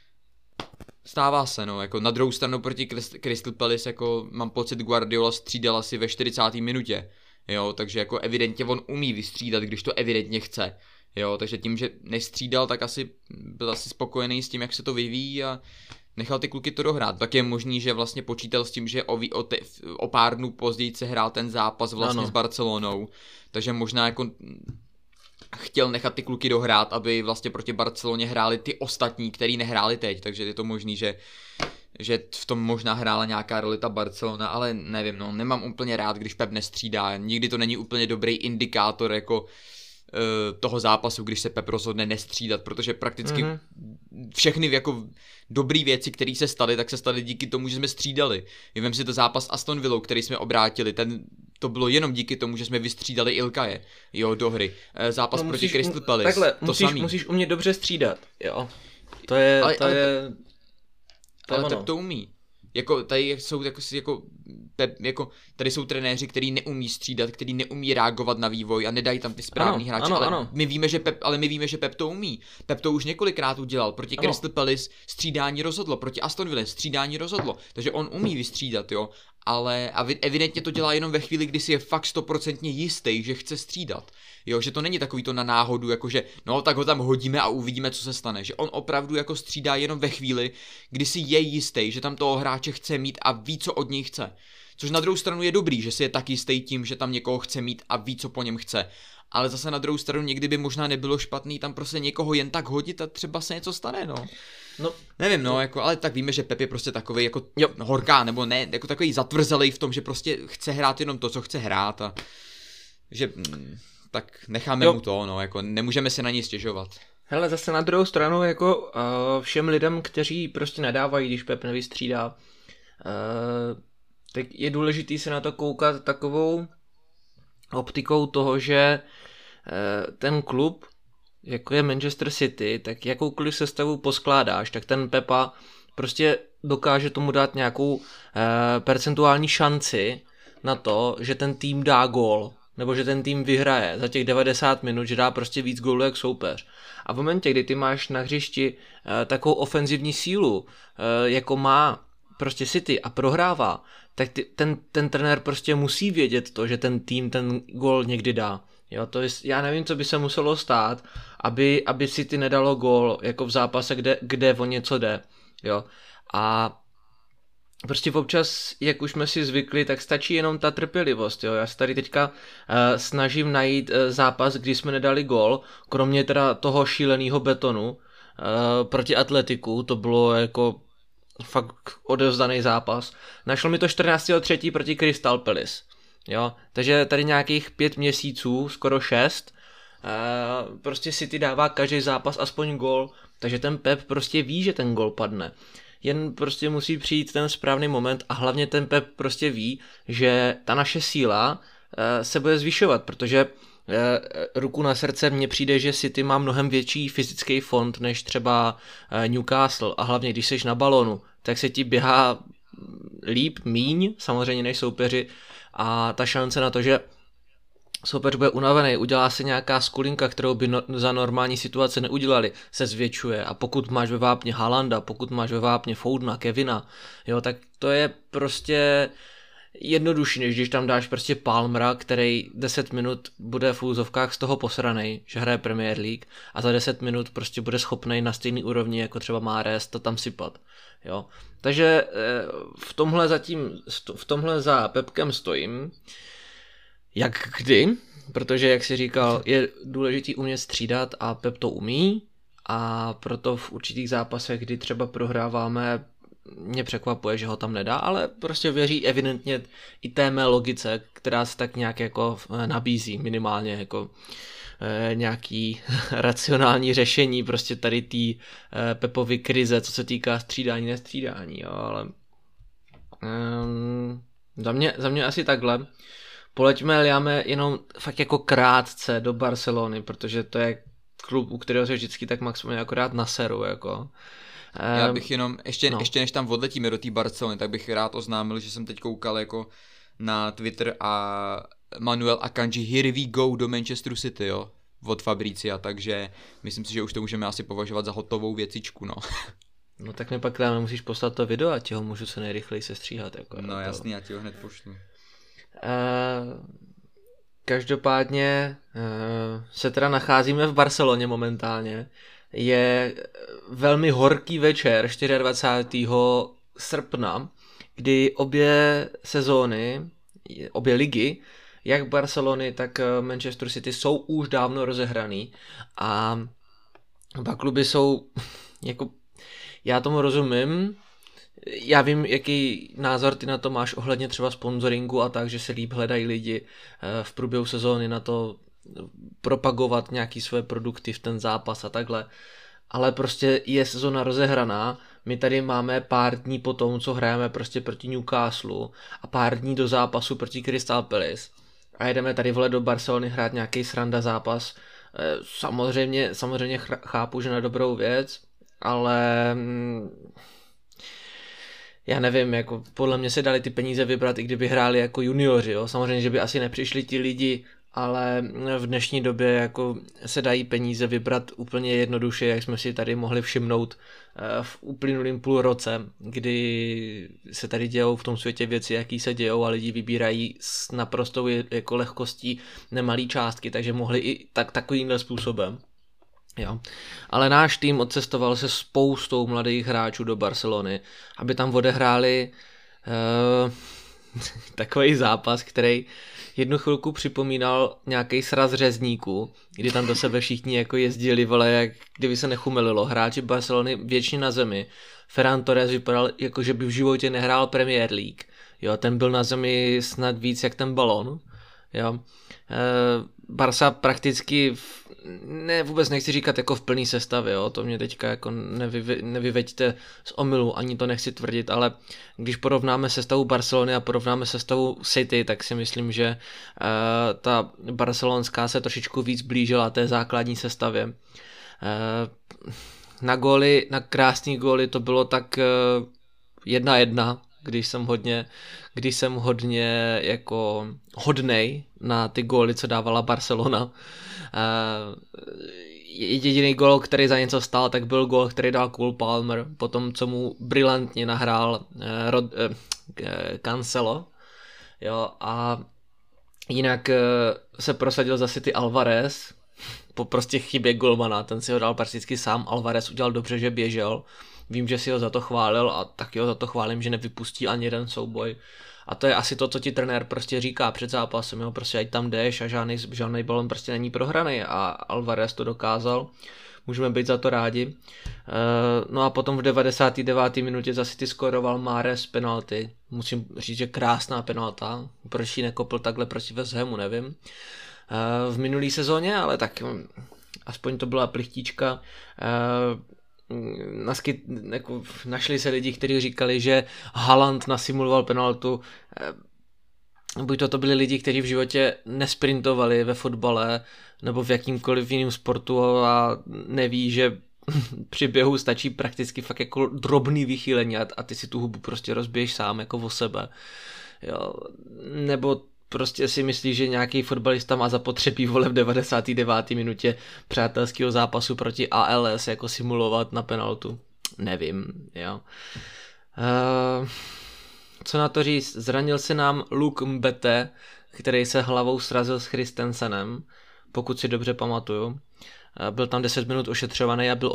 stává se, no, jako na druhou stranu proti Crystal Palace, jako mám pocit Guardiola střídal asi ve 40. minutě, jo, takže jako evidentně on umí vystřídat, když to evidentně chce. Jo, takže tím, že nestřídal, tak byl asi spokojený s tím, jak se to vyvíjí a nechal ty kluky to dohrát. Tak je možný, že vlastně počítal s tím, že o pár dnů později se hrál ten zápas vlastně s Barcelonou, takže možná jako chtěl nechat ty kluky dohrát, aby vlastně proti Barceloně hráli ty ostatní, který nehráli teď, takže je to možný, že v tom možná hrála nějaká roli ta Barcelona, ale nevím, no, nemám úplně rád, když Pep nestřídá, nikdy to není úplně dobrý indikátor jako toho zápasu, když se Pep rozhodne nestřídat, protože prakticky všechny jako dobrý věci, které se staly, tak se staly díky tomu, že jsme střídali. Vem si to zápas Aston Villou, který jsme obrátili, to bylo jenom díky tomu, že jsme vystřídali Ilkaje, jo, do hry. Zápas proti Crystal Palace, takhle, samý. Musíš umět dobře střídat, jo. To je ale Pep to umí. Jako tady jsou tady jsou trenéři, kteří neumí střídat, kteří neumí reagovat na vývoj a nedají tam ty správný hráče, ale my víme, že Pep to umí. Pep to už několikrát udělal, proti Crystal Palace střídání rozhodlo, proti Aston Villa střídání rozhodlo, takže on umí vystřídat, jo, ale evidentně to dělá jenom ve chvíli, kdy si je fakt 100% jistý, že chce střídat. Jo, že to není takový to na náhodu, jakože no tak ho tam hodíme a uvidíme, co se stane, že on opravdu jako střídá jenom ve chvíli, kdy si je jistý, že tam toho hráče chce mít a ví, co od něj chce. Což na druhou stranu je dobrý, že si je tak jistý tím, že tam někoho chce mít a ví, co po něm chce. Ale zase na druhou stranu někdy by možná nebylo špatný tam prostě někoho jen tak hodit a třeba se něco stane, no. No, nevím, no, jako, ale tak víme, že Pep je prostě takovej jako horká, nebo ne, jako takový zatvrzelej v tom, že prostě chce hrát jenom to, co chce hrát a že tak necháme mu to, no, jako nemůžeme se na něj stěžovat. Hele, zase na druhou stranu, jako všem lidem, kteří prostě nadávají, když Pep nevystřídá, tak je důležitý se na to koukat takovou optikou toho, že ten klub, jako je Manchester City, tak jakoukoliv sestavu poskládáš, tak ten Pepa prostě dokáže tomu dát nějakou percentuální šanci na to, že ten tým dá gól, nebo že ten tým vyhraje za těch 90 minut, že dá prostě víc gólů jak soupeř. A v momentě, kdy ty máš na hřišti takovou ofenzivní sílu, jako má prostě City a prohrává, tak ten trenér prostě musí vědět to, že ten tým ten gól někdy dá. Jo, to je, já nevím, co by se muselo stát, aby City nedalo gól jako v zápase, kde o něco jde. Jo. A prostě občas, jak už jsme si zvykli, tak stačí jenom ta trpělivost. Jo. Já se tady teďka snažím najít zápas, kdy jsme nedali gól, kromě teda toho šíleného betonu proti Atletiku, to bylo jako fakt odevzdaný zápas. Našlo mi to 14.3. proti Crystal Palace. Jo, takže tady nějakých 5 měsíců, skoro 6, prostě City dává každý zápas aspoň gól, takže ten Pep prostě ví, že ten gól padne. Jen prostě musí přijít ten správný moment a hlavně ten Pep prostě ví, že ta naše síla se bude zvyšovat, protože ruku na srdce mně přijde, že City má mnohem větší fyzický fond než třeba Newcastle a hlavně když seš na balonu, tak se ti běhá líp, míň, samozřejmě než soupeři a ta šance na to, že soupeř bude unavený, udělá se nějaká skulinka, kterou by za normální situace neudělali, se zvětšuje a pokud máš ve vápně Haalanda, pokud máš ve vápně Foudena, Kevina, jo, tak to je prostě jednodušší, než když tam dáš prostě Palmera, který 10 minut bude v úzovkách z toho posranej, že hraje Premier League a za 10 minut prostě bude schopnej na stejný úrovni jako třeba Mahrez to tam sypat. Jo. Takže v tomhle za Pepkem stojím. Jak kdy, protože jak si říkal, je důležitý umět střídat a Pep to umí a proto v určitých zápasech, kdy třeba prohráváme, mě překvapuje, že ho tam nedá, ale prostě věří evidentně i té mé logice, která se tak nějak jako nabízí minimálně jako nějaký racionální řešení prostě tady té Pepovy krize, co se týká střídání, nestřídání, jo, ale za mě asi takhle. Poleďme, Liame, jenom fakt jako krátce do Barcelony, protože to je klub, u kterého se vždycky tak maximálně akorát naseru, jako. Já bych jenom, ještě než tam odletíme do té Barcelony, tak bych rád oznámil, že jsem teď koukal jako na Twitter a Manuel Akanji here we go do Manchesteru City, jo, od Fabricia, takže myslím si, že už to můžeme asi považovat za hotovou věcičku, no. No tak mi pak dáme, musíš poslat to video a ti ho můžu co nejrychleji sestříhat, jako. No jasný, já ti ho hned pošlu. Každopádně se teda nacházíme v Barceloně momentálně. Je velmi horký večer 24. srpna, kdy obě sezóny, obě ligy, jak Barcelony, tak Manchester City jsou už dávno rozehraný a oba kluby jsou, jako já tomu rozumím, já vím, jaký názor ty na to máš ohledně třeba sponsoringu a tak, že se líp hledají lidi v průběhu sezóny na to propagovat nějaký své produkty v ten zápas a takhle. Ale prostě je sezóna rozehraná, my tady máme pár dní po tom, co hrajeme prostě proti Newcastle a pár dní do zápasu proti Crystal Palace a jedeme tady vole do Barcelony hrát nějaký sranda zápas. Samozřejmě chápu, že na dobrou věc, ale já nevím, jako podle mě se dali ty peníze vybrat, i kdyby hráli jako junioři, jo. Samozřejmě, že by asi nepřišli ti lidi, ale v dnešní době jako se dají peníze vybrat úplně jednoduše, jak jsme si tady mohli všimnout v uplynulém půl roce, kdy se tady dějou v tom světě věci, jaký se dějou a lidi vybírají s naprostou jako lehkostí nemalý částky, takže mohli i takovýmhle způsobem. Jo. Ale náš tým odcestoval se spoustou mladých hráčů do Barcelony, aby tam odehráli takový zápas, který jednu chvilku připomínal nějaký sraz řezníků, kdy tam do sebe všichni jako jezdili, vole, jak kdyby se nechumelilo. Hráči Barcelony většině na zemi. Ferran Torres vypadal jako, že by v životě nehrál Premier League. Jo, ten byl na zemi snad víc jak ten balón. Jo. Barca prakticky vůbec nechci říkat jako v plný sestavě, jo, to mě teďka jako nevyveďte z omylu, ani to nechci tvrdit, ale když porovnáme sestavu Barcelony a porovnáme sestavu City, tak si myslím, že ta barcelonská se trošičku víc blížila té základní sestavě. Na krásný góly to bylo tak 1-1, když jsem hodně jako hodnej na ty góly, co dávala Barcelona. Jediný gól, který za něco stál, tak byl gól, který dal Cole Palmer, potom co mu brilantně nahrál Cancelo. Jo, a jinak se prosadil za City Alvarez, po prostě chybě golmana, ten si ho dal prakticky sám, Alvarez udělal dobře, že běžel. Vím, že si ho za to chválil a taky ho za to chválím, že nevypustí ani jeden souboj. A to je asi to, co ti trenér prostě říká před zápasem, jo, prostě ať tam jdeš a žádný balon prostě není prohraný a Alvarez to dokázal. můžeme být za to rádi. No a potom v 99. minutě zase ty skoroval Mahrez penalty. Musím říct, že krásná penalta. Proč ji nekopl takhle proti West Hamu, nevím. V minulý sezóně, ale tak aspoň to byla plichtíčka. Našli se lidi, kteří říkali, že Haaland nasimuloval penaltu. Buď to byli lidi, kteří v životě nesprintovali ve fotbale nebo v jakýmkoliv jiném sportu a neví, že při běhu stačí prakticky fakt jako drobný vychýlení a ty si tu hubu prostě rozbiješ sám jako o sebe. Jo. Nebo prostě si myslíš, že nějaký fotbalista má zapotřebí v 99. minutě přátelského zápasu proti ALS jako simulovat na penaltu. Nevím, jo. Co na to říct? Zranil se nám Luke Mbete, který se hlavou srazil s Christensenem, pokud si dobře pamatuju. Byl tam 10 minut ošetřovaný a byl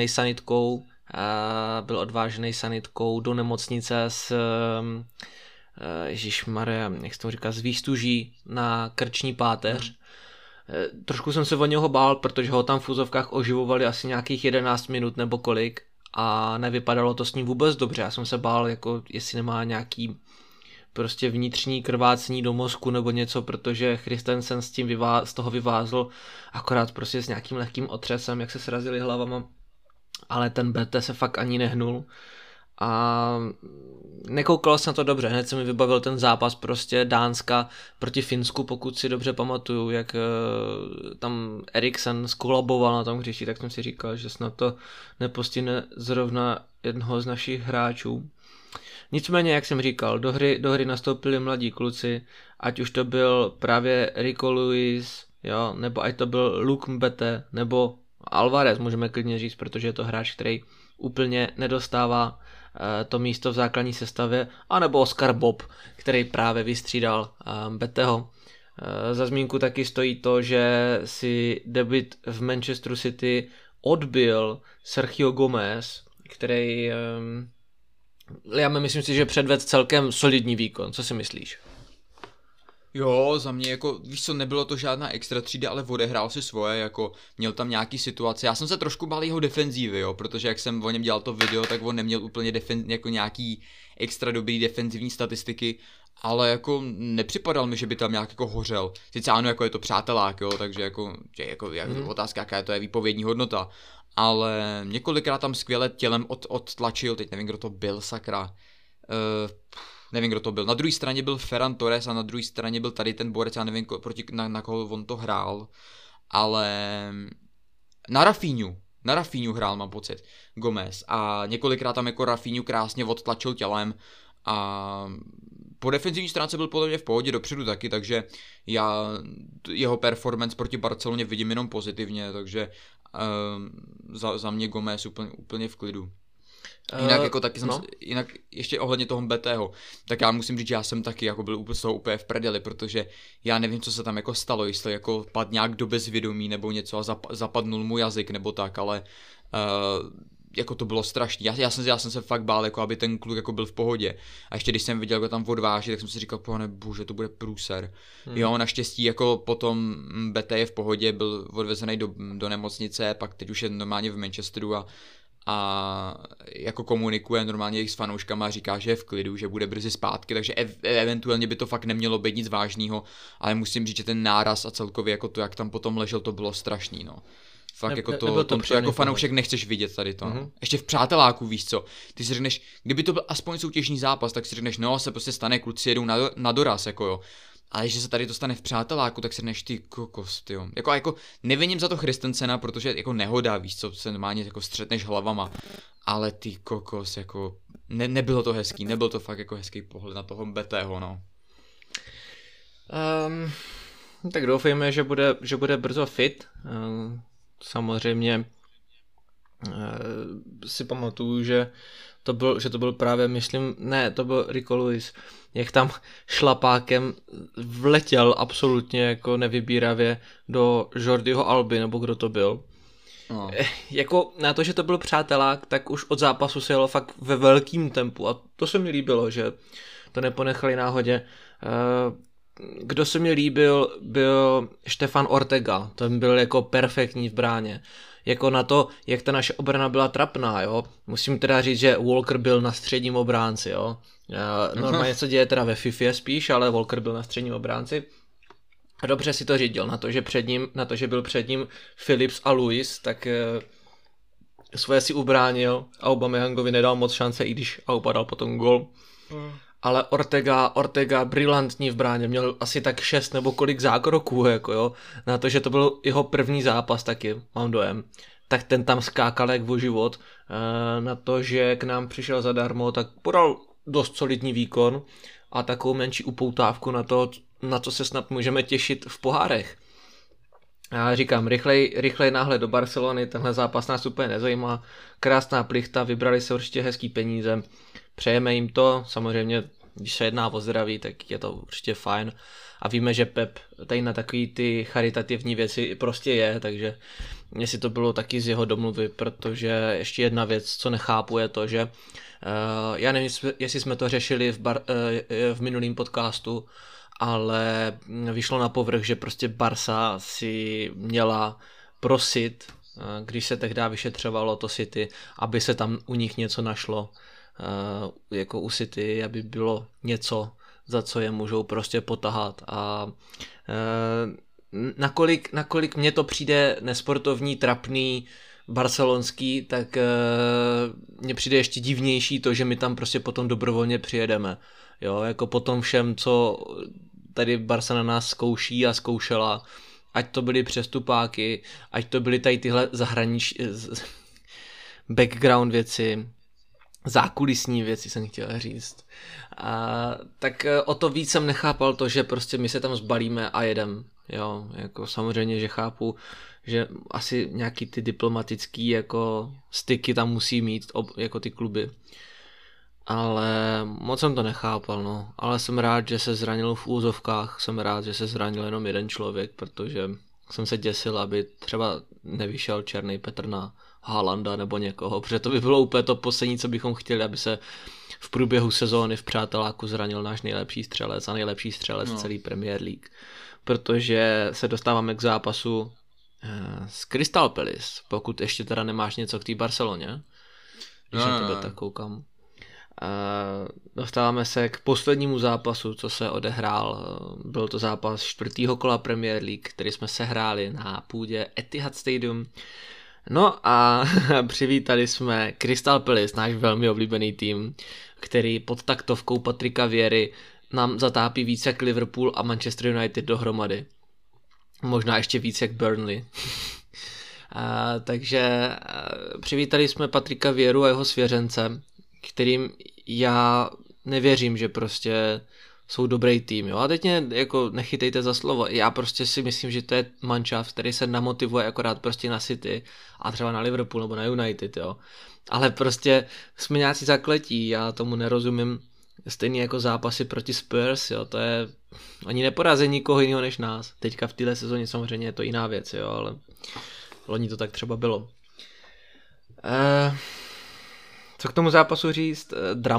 odvážený sanitkou do nemocnice s ježišmarja, jak se to říká, s výstuží na krční páteř. Trošku jsem se o něho bál, protože ho tam v úzovkách oživovali asi nějakých 11 minut nebo kolik a nevypadalo to s ním vůbec dobře. Já jsem se bál, jako jestli nemá nějaký prostě vnitřní krvácení do mozku nebo něco, protože Christensen s tím z toho vyvázl akorát prostě s nějakým lehkým otřesem, jak se srazili hlavama, ale ten BT se fakt ani nehnul a nekoukalo se na to dobře. Hned se mi vybavil ten zápas prostě Dánska proti Finsku, pokud si dobře pamatuju, jak tam Eriksen skolaboval na tom hřišti, tak jsem si říkal, že snad to nepostihne zrovna jednoho z našich hráčů. Nicméně, jak jsem říkal, do hry nastoupili mladí kluci, ať už to byl právě Rico Lewis, jo, nebo ať to byl Luke Mbete, nebo Alvarez, můžeme klidně říct, protože je to hráč, který úplně nedostává to místo v základní sestavě, anebo Oscar Bob, který právě vystřídal Mbeteho. Za zmínku taky stojí to, že si debut v Manchesteru City odbil Sergio Gomez, který já myslím si, že předvedl celkem solidní výkon. Co si myslíš? Jo, za mě jako, víš co, nebylo to žádná extra třída, ale odehrál si svoje, jako měl tam nějaký situace. Já jsem se trošku bál jeho defenzívy, jo, protože jak jsem o něm dělal to video, tak on neměl úplně jako nějaký extra dobrý defenzivní statistiky, ale jako nepřipadal mi, že by tam nějak jako hořel. Sice ano, jako je to přátelák, jo, takže jako otázka, jaká to je výpovědní hodnota. Ale několikrát tam skvěle tělem odtlačil, teď nevím, kdo to byl, sakra. Nevím, kdo to byl. Na druhé straně byl Ferran Torres a na druhé straně byl tady ten borec, já nevím, na koho on to hrál. Ale na Rafinhu hrál, mám pocit, Gomez. A několikrát tam jako Rafinhu krásně odtlačil tělem a po defenzivní stránce byl podle mě v pohodě dopředu taky, takže já jeho performance proti Barceloně vidím jenom pozitivně, takže za mě Gomez úplně v klidu. Jinak jako taky jinak ještě ohledně toho BTho, tak já musím říct, že já jsem taky jako byl úplně v prdeli, protože já nevím, co se tam jako stalo, jestli jako padl nějak do bezvědomí nebo něco a zapadnul mu jazyk nebo tak, ale jako to bylo strašný. Já jsem se fakt bál, jako aby ten kluk jako byl v pohodě. A ještě když jsem viděl, jak ho tam odváží, tak jsem si říkal, pane bože, to bude průser. Jo, naštěstí jako potom BT je v pohodě, byl odvezený do nemocnice, pak teď už je normálně v Manchesteru a jako komunikuje normálně i s fanouškama a říká, že je v klidu, že bude brzy zpátky, takže eventuálně by to fakt nemělo být nic vážného, ale musím říct, že ten náraz a celkově jako to, jak tam potom ležel, to bylo strašný, no. Fakt jako to jako fanoušek nechceš vidět tady to. No. Ještě v přáteláku, víš co, ty si řekneš, kdyby to byl aspoň soutěžní zápas, tak si řekneš, no se prostě stane, kluci jedou na doraz, jako jo. Ale když se tady to stane v přáteláku, tak si řekneš, ty kokos, tyjo. Jako neviním za to Christensena, protože jako nehoda, víš co, se normálně jako střetneš hlavama. Ale ty kokos, jako nebylo to hezký, nebyl to fakt jako hezký pohled na toho BTho, no. Tak doufejme, že bude brzo fit. Samozřejmě si pamatuju, že to byl právě, to byl Rico Lewis, jak tam šlapákem vletěl absolutně jako nevybíravě do Jordiho Alby, nebo kdo to byl. No. Jako na to, že to byl přátelák, tak už od zápasu se jelo fakt ve velkým tempu a to se mi líbilo, že to neponechali náhodě. Kdo se mi líbil, byl Stefan Ortega, ten byl jako perfektní v bráně. jako na to, jak ta naše obrana byla trapná, jo. Musím teda říct, že Walker byl na středním obránci, jo. Normálně se děje teda ve FIFA spíš, ale Walker byl na středním obránci. Dobře si to řídil, na to, že byl před ním Phillips a Lewis, tak svoje si ubránil a Aubameyangovi nedal moc šance, i když Auba dal potom gol. Ale Ortega brilantní v bráně, měl asi tak 6 nebo kolik zákroků, jako jo, na to, že to byl jeho první zápas taky, mám dojem. Tak ten tam skákal jak o život, na to, že k nám přišel zadarmo, tak podal dost solidní výkon a takovou menší upoutávku na co se snad můžeme těšit v pohárech. Já říkám, rychlej náhle do Barcelony, tenhle zápas nás úplně nezajímá, krásná plichta, vybrali se určitě hezký peníze, přejeme jim to, samozřejmě, když se jedná o zdraví, tak je to určitě fajn a víme, že Pep tady na takový ty charitativní věci prostě je, takže jestli to bylo taky z jeho domluvy, protože ještě jedna věc, co nechápu, je to, že já nevím, jestli jsme to řešili v minulém podcastu, ale vyšlo na povrch, že prostě Barsa si měla prosit, když se tehdy vyšetřovalo to City, aby se tam u nich něco našlo, jako u City, aby bylo něco, za co je můžou prostě potahat a nakolik mně to přijde nesportovní, trapný, barcelonský, tak mně přijde ještě divnější to, že my tam prostě potom dobrovolně přijedeme. Jo, jako po tom všem, co tady Barca na nás zkouší a zkoušela, ať to byly přestupáky, ať to byly tady tyhle background věci, zákulisní věci jsem chtěl říct. Tak o to víc jsem nechápal to, že prostě my se tam zbalíme a jedem. Jo, jako samozřejmě, že chápu, že asi nějaký ty diplomatický jako styky tam musí mít jako ty kluby. Ale moc jsem to nechápal, no. Ale jsem rád, že se zranil v úzovkách, jsem rád, že se zranil jenom jeden člověk, protože jsem se děsil, aby třeba nevyšel černý Petr na Haalanda nebo někoho, protože to by bylo úplně to poslední, co bychom chtěli, aby se v průběhu sezóny v přáteláku zranil náš nejlepší střelec a nejlepší střelec celý Premier League. Protože se dostáváme k zápasu s Crystal Palace, pokud ještě teda nemáš něco k té Barceloně, když na tebe tak koukám. Dostáváme se k poslednímu zápasu, co se odehrál. Byl to zápas 4. kola Premier League, který jsme sehráli na půdě Etihad Stadium. No a přivítali jsme Crystal Palace, náš velmi oblíbený tým, který pod taktovkou Patrika Viery nám zatápí víc jak Liverpool a Manchester United dohromady. Možná ještě víc jak Burnley. Takže přivítali jsme Patrika Vieru a jeho svěřence, kterým já nevěřím, že prostě jsou dobrý tým, jo. A teď mě jako nechytejte za slovo, já prostě si myslím, že to je manšaft, který se namotivuje akorát prostě na City a třeba na Liverpool nebo na United, jo. Ale prostě jsme nějací zakletí, já tomu nerozumím, stejně jako zápasy proti Spurs, jo, to je, oni neporazí nikoho jiného než nás. Teďka v téhle sezóně samozřejmě je to jiná věc, jo, ale loni to tak třeba bylo. Co k tomu zápasu říct?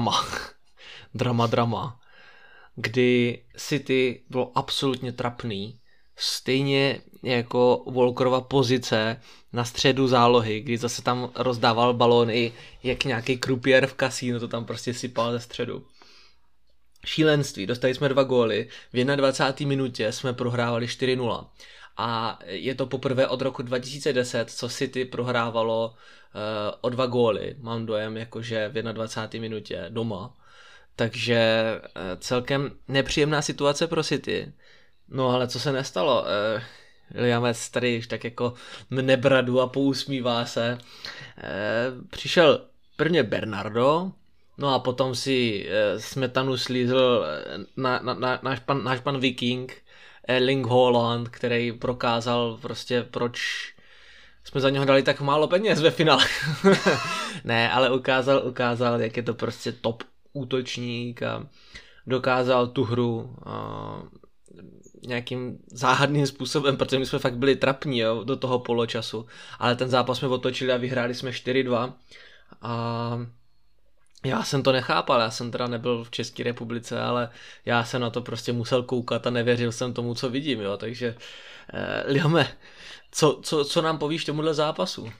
Drama. Kdy City bylo absolutně trapný, stejně jako Walkerova pozice na středu zálohy, kdy zase tam rozdával balóny jak nějaký krupiér v kasínu, to tam prostě sypal ze středu. Šílenství, dostali jsme 2 góly, v 21. minutě jsme prohrávali 4-0 a je to poprvé od roku 2010, co City prohrávalo o 2 góly, mám dojem, jakože v 21. minutě doma. Takže celkem nepříjemná situace pro City. No ale co se nestalo? Liamec tady tak jako mne bradu a pousmívá se. Přišel prvně Bernardo, no a potom si smetanu slízl náš pan Viking, Erling Haaland, který prokázal prostě proč jsme za něho dali tak málo peněz ve finále. Ne, ale ukázal, jak je to prostě top útočník a dokázal tu hru nějakým záhadným způsobem, protože my jsme fakt byli trapní, jo, do toho poločasu, ale ten zápas jsme otočili a vyhráli jsme 4-2 a Já jsem to nechápal, já jsem teda nebyl v České republice, ale já jsem na to prostě musel koukat a nevěřil jsem tomu, co vidím, jo, takže Liame, co nám povíš tomuhle zápasu?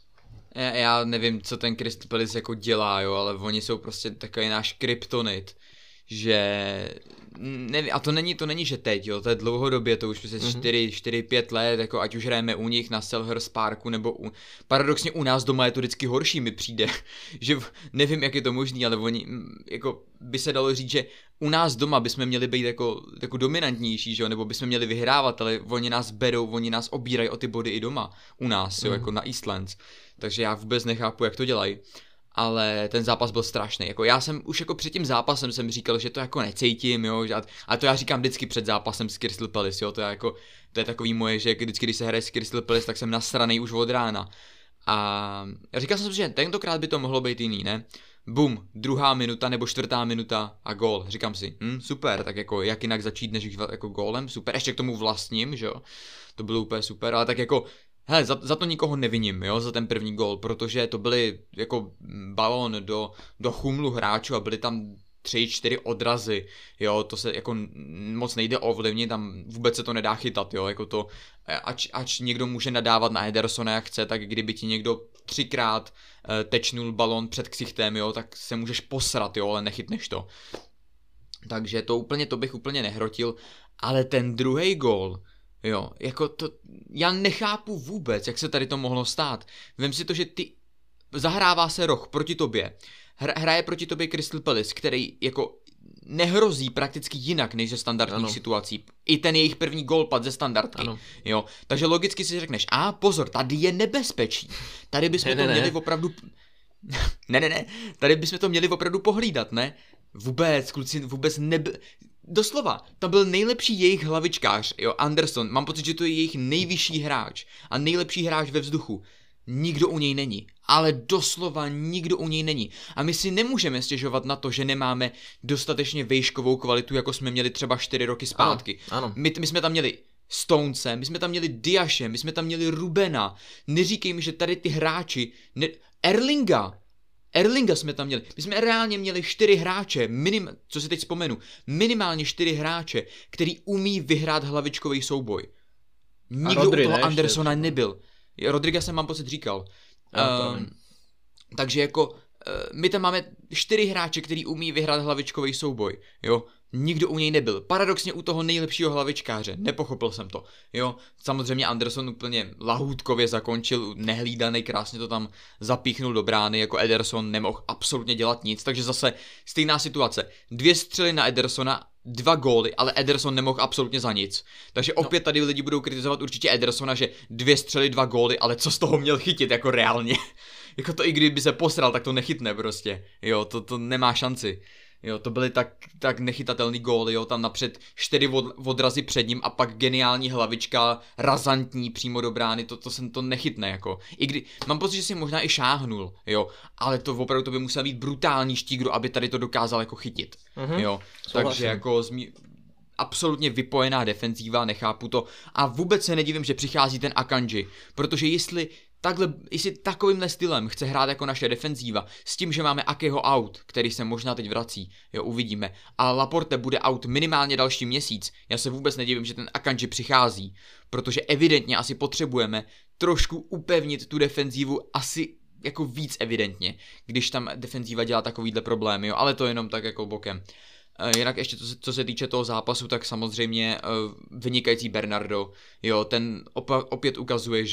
Já nevím, co ten Crystal Palace jako dělá, jo, ale oni jsou prostě takový náš kryptonit, že nevím, a to není, že teď, jo, to je dlouhodobě, to už prostě 4-5 let, jako ať už hrajeme u nich na Selhurst Parku, nebo paradoxně u nás doma je to vždycky horší, mi přijde, že nevím, jak je to možný, ale oni, jako by se dalo říct, že u nás doma bychom měli být jako dominantnější, že jo, nebo bychom měli vyhrávat, ale oni nás berou, oni nás obírají o ty body i doma, u nás, jo, jako na Eastlands, takže já vůbec nechápu, jak to dělají. Ale ten zápas byl strašný. Jako já jsem už jako před tím zápasem jsem říkal, že to jako necítím, jo, a to já říkám vždycky před zápasem s Crystal Palace, jo, to je takový moje, že vždycky, když se hraje s Crystal Palace, tak jsem nasranej už od rána. A říkal jsem si, že tentokrát by to mohlo být jiný, ne? Bum, 2. minuta nebo 4. minuta a gól. Říkám si, super, tak jako jak jinak začít než jako gólem, super, ještě k tomu vlastním, že jo. To bylo úplně super, ale tak jako hele, za to nikoho neviním, jo, za ten první gól, protože to byly jako balón do chumlu hráčů a byly tam 3-4 odrazy, jo, to se jako moc nejde ovlivnit, tam vůbec se to nedá chytat, jo, jako to, ač někdo může nadávat na Edersona jak chce, tak kdyby ti někdo 3krát tečnul balón před ksichtem, jo, tak se můžeš posrat, jo, ale nechytneš to. Takže to bych úplně nehrotil, ale ten druhý gól, jo, jako to, já nechápu vůbec, jak se tady to mohlo stát. Vem si to, že zahrává se roh proti tobě, hraje proti tobě Crystal Palace, který jako nehrozí prakticky jinak než ze standardních situací. I ten jejich první gól padl ze standardky, jo. Takže logicky si řekneš, pozor, tady je nebezpečí, tady bychom to měli opravdu... ne, tady bychom to měli opravdu pohlídat, ne? Vůbec, kluci, vůbec doslova, tam byl nejlepší jejich hlavičkář, jo, Anderson, mám pocit, že to je jejich nejvyšší hráč a nejlepší hráč ve vzduchu. Nikdo u něj není, ale doslova nikdo u něj není. A my si nemůžeme stěžovat na to, že nemáme dostatečně vejškovou kvalitu, jako jsme měli třeba 4 roky zpátky. Ano. My jsme tam měli Stonese, my jsme tam měli Diashe, my jsme tam měli Rubena. Neříkej mi, že tady ty hráči, Erlinga jsme tam měli. My jsme reálně měli 4 hráče, co si teď vzpomenu, minimálně 4 hráče, který umí vyhrát hlavičkový souboj. Nikdo u toho Andersona nebyl. Rodriga jsem mám pocit říkal. Takže jako my tam máme 4 hráče, který umí vyhrát hlavičkový souboj, jo. Nikdo u něj nebyl. Paradoxně u toho nejlepšího hlavičkáře. Nepochopil jsem to. Jo, samozřejmě Anderson úplně lahůdkově zakončil, nehlídaný, krásně to tam zapíchnul do brány, jako Ederson nemohl absolutně dělat nic, takže zase stejná situace. 2 střely na Edersona, 2 góly, ale Ederson nemohl absolutně za nic. Takže opět tady lidi budou kritizovat určitě Edersona, že 2 střely, 2 góly, ale co z toho měl chytit jako reálně. Jako to i kdyby se posral, tak to nechytne prostě. Jo, to nemá šanci. Jo, to byly tak nechytatelný góly, jo, tam napřed 4 odrazy před ním a pak geniální hlavička, razantní přímo do brány, to nechytne, jako. Mám pocit, že si možná i šáhnul, jo, ale to opravdu to by musel být brutální štígru, aby tady to dokázal jako chytit, jo. Takže jako absolutně vypojená defenzíva, nechápu to a vůbec se nedivím, že přichází ten Akanji, protože jestli takovýmhle stylem chce hrát jako naše defenzíva, s tím, že máme Akeho out, který se možná teď vrací, jo, uvidíme, a Laporte bude out minimálně další měsíc, já se vůbec nedivím, že ten Akanji přichází, protože evidentně asi potřebujeme trošku upevnit tu defenzívu, asi jako víc evidentně, když tam defenzíva dělá takovýhle problémy, jo, ale to jenom tak jako bokem. Jinak ještě co se týče toho zápasu, tak samozřejmě vynikající Bernardo, jo, ten opět ukazuje,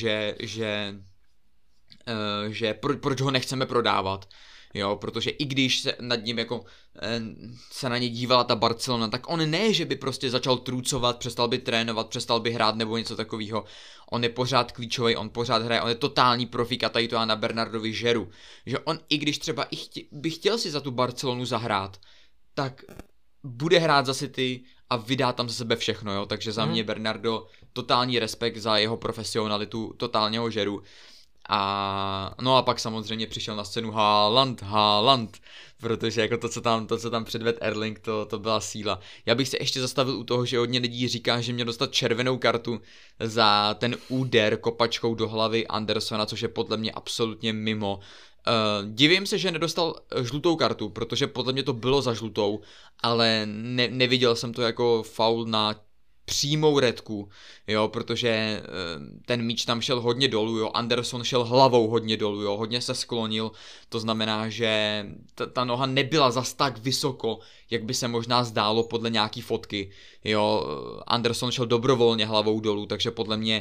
že proč ho nechceme prodávat, jo, protože i když se nad ním jako se na ně dívala ta Barcelona, tak on ne, že by prostě začal trucovat, přestal by trénovat, přestal by hrát nebo něco takového. On je pořád klíčový, on pořád hraje, on je totální profík a tady to já na Bernardovi žeru, že on i když třeba by chtěl si za tu Barcelonu zahrát, tak bude hrát za City a vydá tam za sebe všechno, jo, takže za mě Bernardo totální respekt za jeho profesionalitu, totálně ho žeru. A no a pak samozřejmě přišel na scénu Haaland, protože jako to, co tam předvedl Erling, to byla síla. Já bych se ještě zastavil u toho, že hodně lidí říká, že měl dostat červenou kartu za ten úder kopačkou do hlavy Andersona, což je podle mě absolutně mimo. Divím se, že nedostal žlutou kartu, protože podle mě to bylo za žlutou, ale neviděl jsem to jako faul na přímou redku, jo, protože ten míč tam šel hodně dolů, jo, Anderson šel hlavou hodně dolů, jo, hodně se sklonil, to znamená, že ta noha nebyla zas tak vysoko, jak by se možná zdálo podle nějaký fotky, jo, Anderson šel dobrovolně hlavou dolů, takže podle mě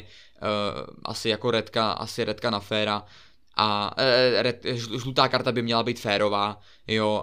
asi jako redka na féra. A žlutá karta by měla být férová, jo,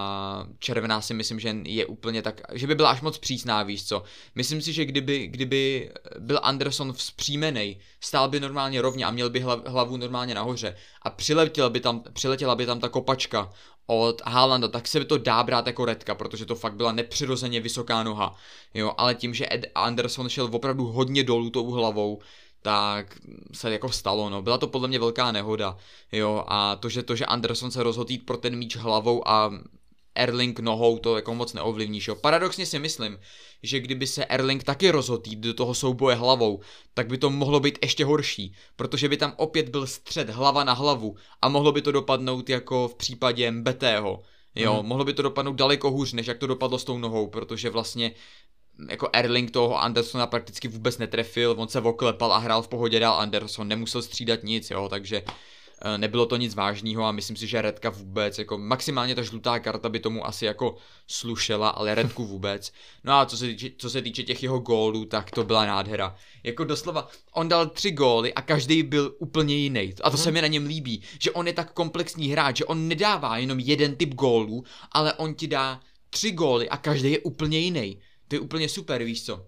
a červená si myslím, že je úplně tak, že by byla až moc přísná, víš co. Myslím si, že kdyby byl Anderson vzpřímenej, stál by normálně rovně a měl by hlavu normálně nahoře a přiletěla by tam ta kopačka od Haalanda, tak se by to dá brát jako redka, protože to fakt byla nepřirozeně vysoká noha, jo, ale tím, že Anderson šel opravdu hodně dolů tou hlavou, tak se jako stalo, no. Byla to podle mě velká nehoda, jo, a to, že Anderson se rozhodl jít pro ten míč hlavou a Erling nohou, to jako moc neovlivníš, jo. Paradoxně si myslím, že kdyby se Erling taky rozhodl jít do toho souboje hlavou, tak by to mohlo být ještě horší, protože by tam opět byl střet hlava na hlavu a mohlo by to dopadnout jako v případě Mbetého, jo, mohlo by to dopadnout daleko hůř, než jak to dopadlo s tou nohou, protože vlastně jako Erling toho Andersona prakticky vůbec netrefil, on se oklepal a hrál v pohodě dál, Anderson nemusel střídat nic, jo, takže nebylo to nic vážného a myslím si, že redka vůbec, jako maximálně ta žlutá karta by tomu asi jako slušela, ale redku vůbec. No a co se týče těch jeho gólů, tak to byla nádhera. Jako doslova, on dal 3 góly a každý byl úplně jiný. A to se mi na něm líbí, že on je tak komplexní hráč, že on nedává jenom jeden typ gólů, ale on ti dá 3 góly a každý je úplně jiný. To je úplně super, víš co?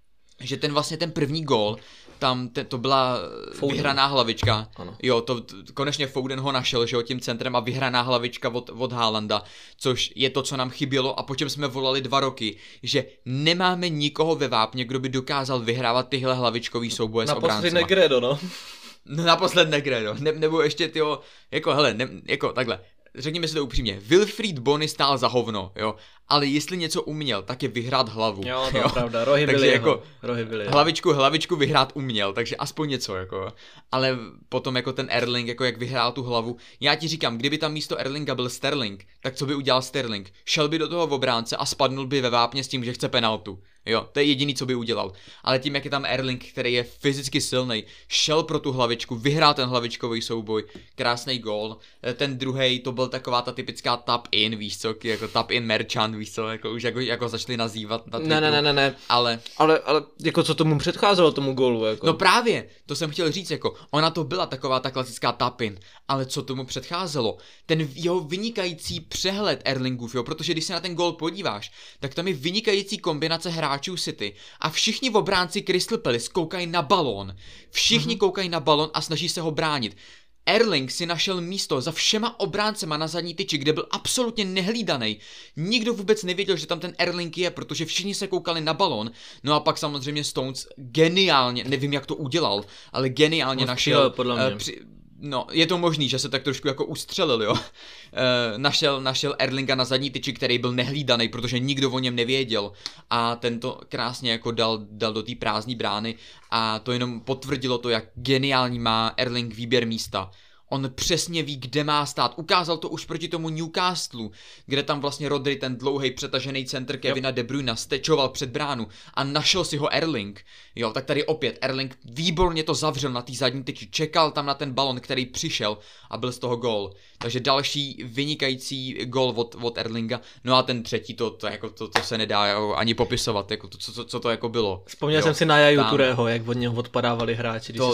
Že ten první gól, tam to byla Foden. Vyhraná hlavička. Ano. Jo, konečně Foden ho našel, že jo, tím centrem a vyhraná hlavička od Haalanda, což je to, co nám chybělo a po čem jsme volali 2 roky, že nemáme nikoho ve vápně, kdo by dokázal vyhrávat tyhle hlavičkový souboje s obráncema. Naposled Negredo, no. Naposled Negredo, nebo ještě tyjo, jako hele, jako takhle. Řekněme si to upřímně, Wilfried Bony stál za hovno, jo, ale jestli něco uměl, tak je vyhrát hlavu. Jo, to je pravda, rohy byly jako jeho. Hlavičku vyhrát uměl, takže aspoň něco, jako, ale potom jako ten Erling, jako jak vyhrál tu hlavu, já ti říkám, kdyby tam místo Erlinga byl Sterling, tak co by udělal Sterling? Šel by do toho obránce a spadnul by ve vápně s tím, že chce penaltu. Jo, to je jediný, co by udělal. Ale tím, jak je tam Erling, který je fyzicky silný, šel pro tu hlavičku, vyhrál ten hlavičkový souboj, krásný gól. Ten druhý to byl taková ta typická tap in, víš co, jako tap in merchant, víš co, jako už jako začali nazývat na Twitteru. Ne. Ale jako co tomu předcházelo tomu gólu, jako. No právě, to jsem chtěl říct, jako ona to byla taková ta klasická tap in, ale co tomu předcházelo? Ten jeho vynikající přehled Erlingův, jo, protože když se na ten gól podíváš, tak tam je vynikající kombinace hráčů City a všichni v obránci Crystal Palace koukají na balón. Všichni koukají na balón a snaží se ho bránit. Erling si našel místo za všema obráncema na zadní tyči, kde byl absolutně nehlídaný. Nikdo vůbec nevěděl, že tam ten Erling je, protože všichni se koukali na balón. No a pak samozřejmě Stones geniálně, nevím jak to udělal, ale geniálně našel... podle mě. No, je to možný, že se tak trošku jako ustřelil, jo. Našel Erlinga na zadní tyči, který byl nehlídaný, protože nikdo o něm nevěděl. A tento krásně jako dal do té prázdné brány a to jenom potvrdilo to, jak geniální má Erling výběr místa. On přesně ví, kde má stát. Ukázal to už proti tomu Newcastlu, kde tam vlastně Rodri, ten dlouhej přetažený centr Kevina De Bruyna, stečoval před bránu a našel si ho Erling. Jo, tak tady opět Erling výborně to zavřel na té zadní tyči, čekal tam na ten balon, který přišel a byl z toho gól. Takže další vynikající gól od Erlinga. No a ten třetí, to se nedá jako ani popisovat, jako co to jako bylo. Vzpomněl jsem si na Jaju Turého, jak od něho odpadávali hráči, když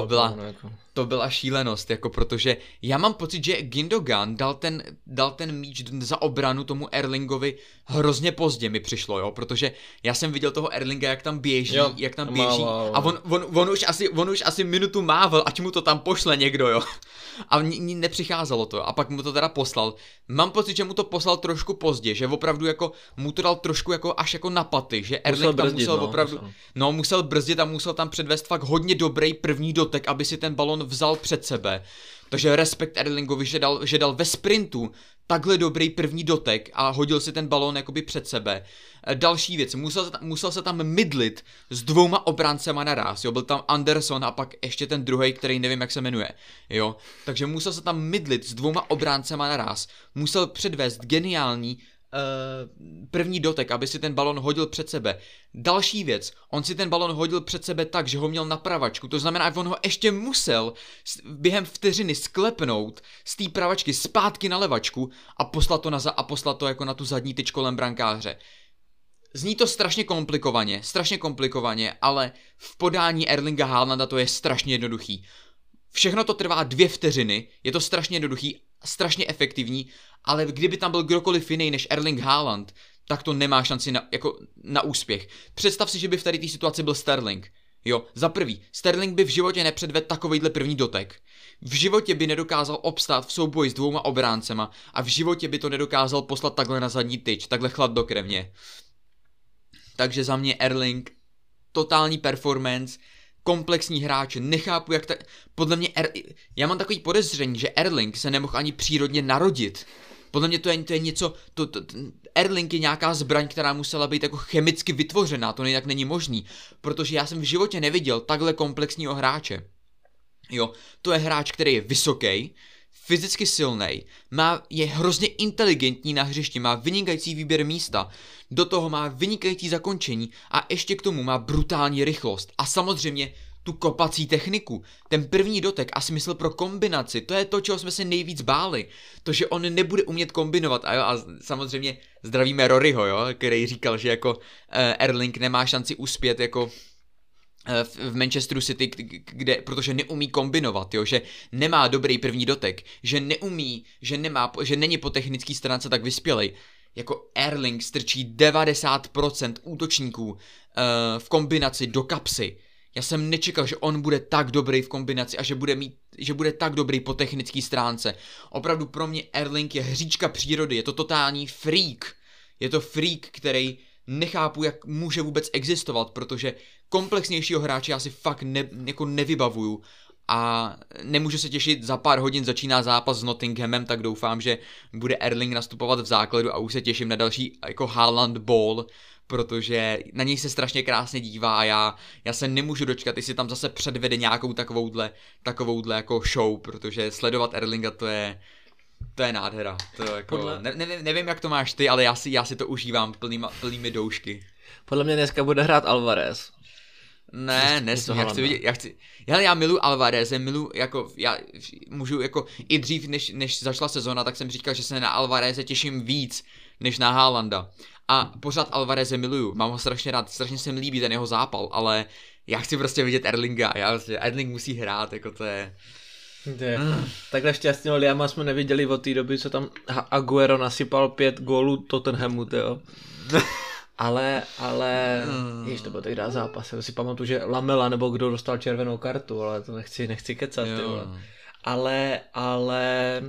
to byla šílenost, jako protože já mám pocit, že Gündogan dal ten míč za obranu tomu Erlingovi hrozně pozdě mi přišlo, jo, protože já jsem viděl toho Erlinga, jak tam běží, a on už asi minutu mával, ať mu to tam pošle někdo, jo. A nepřicházelo to a pak mu to teda poslal. Mám pocit, že mu to poslal trošku pozdě, že opravdu jako mu to dal trošku jako až jako na paty, že Erling tam musel opravdu musel brzdit a musel tam předvést fakt hodně dobrý první dotek, aby si ten balon vzal před sebe. Takže respekt Erlingovi, že dal ve sprintu takhle dobrý první dotek a hodil si ten balón jakoby před sebe. Další věc, musel se tam mydlit s 2 obráncema naráz, jo, byl tam Anderson a pak ještě ten druhej, který nevím, jak se jmenuje, jo, takže musel se tam mydlit s 2 obráncema naráz, musel předvést geniální první dotek, aby si ten balon hodil před sebe. Další věc, on si ten balon hodil před sebe tak, že ho měl na pravačku, to znamená, že on ho ještě musel během vteřiny sklepnout z té pravačky zpátky na levačku a poslat to jako na tu zadní tyč kolem brankáře. Zní to strašně komplikovaně, ale v podání Erlinga Haalanda to je strašně jednoduchý. Všechno to trvá 2 vteřiny, je to strašně jednoduchý, strašně efektivní, ale kdyby tam byl kdokoliv jiný než Erling Haaland, tak to nemá šanci na úspěch. Představ si, že by v tady té situaci byl Sterling. Jo, za prvý, Sterling by v životě nepředvedl takovejhle první dotek. V životě by nedokázal obstát v souboji s 2 obráncema a v životě by to nedokázal poslat takhle na zadní tyč, takhle chladnokrevně. Takže za mě Erling, totální performance, komplexní hráč, nechápu jak podle mě, já mám takový podezření, že Erling se nemohl ani přírodně narodit. Podle mě to je něco, Erling je nějaká zbraň, která musela být jako chemicky vytvořená, to jinak není možný, protože já jsem v životě neviděl takhle komplexního hráče. Jo, to je hráč, který je vysoký, fyzicky silnej, je hrozně inteligentní na hřišti, má vynikající výběr místa, do toho má vynikající zakončení a ještě k tomu má brutální rychlost a samozřejmě tu kopací techniku. Ten první dotek a smysl pro kombinaci, to je to, čeho jsme se nejvíc báli. To, že on nebude umět kombinovat a samozřejmě zdravíme Roryho, jo, který říkal, že jako Erling nemá šanci uspět jako v Manchesteru City, protože neumí kombinovat, jo, že nemá dobrý první dotek, že neumí, že není po technické stránce tak vyspělej. Jako Erling strčí 90% útočníků v kombinaci do kapsy. Já jsem nečekal, že on bude tak dobrý v kombinaci a že bude tak dobrý po technické stránce. Opravdu pro mě Erling je hříčka přírody, je to totální freak. Je to freak, který nechápu, jak může vůbec existovat, protože komplexnějšího hráče já si fakt nevybavuju. A nemůžu se těšit, za pár hodin začíná zápas s Nottinghamem, tak doufám, že bude Erling nastupovat v základu a už se těším na další jako Haaland ball, protože na něj se strašně krásně dívá a já se nemůžu dočkat, jestli tam zase předvede nějakou takovouhle jako show, protože sledovat Erlinga to je nádhera. To jako, nevím, jak to máš ty, ale já si to užívám plnými doušky. Podle mě dneska bude hrát Alvarez. Ne, já miluji Alvareze, i dřív, než začala sezona, tak jsem říkal, že se na Alvareze těším víc, než na Haalanda. A pořád Alvareze miluju, mám ho strašně rád, strašně se mi líbí ten jeho zápal, ale já chci prostě vidět Erlinga, Erling musí hrát, jako to je... Takhle šťastného Liama jsme neviděli od té doby, co tam Aguero nasypal 5 gólů Tottenhamu, jo. Ale jež to byl tehdy zápas, já si pamatuju, že Lamela nebo kdo dostal červenou kartu, ale to nechci kecat, ty vole. Ale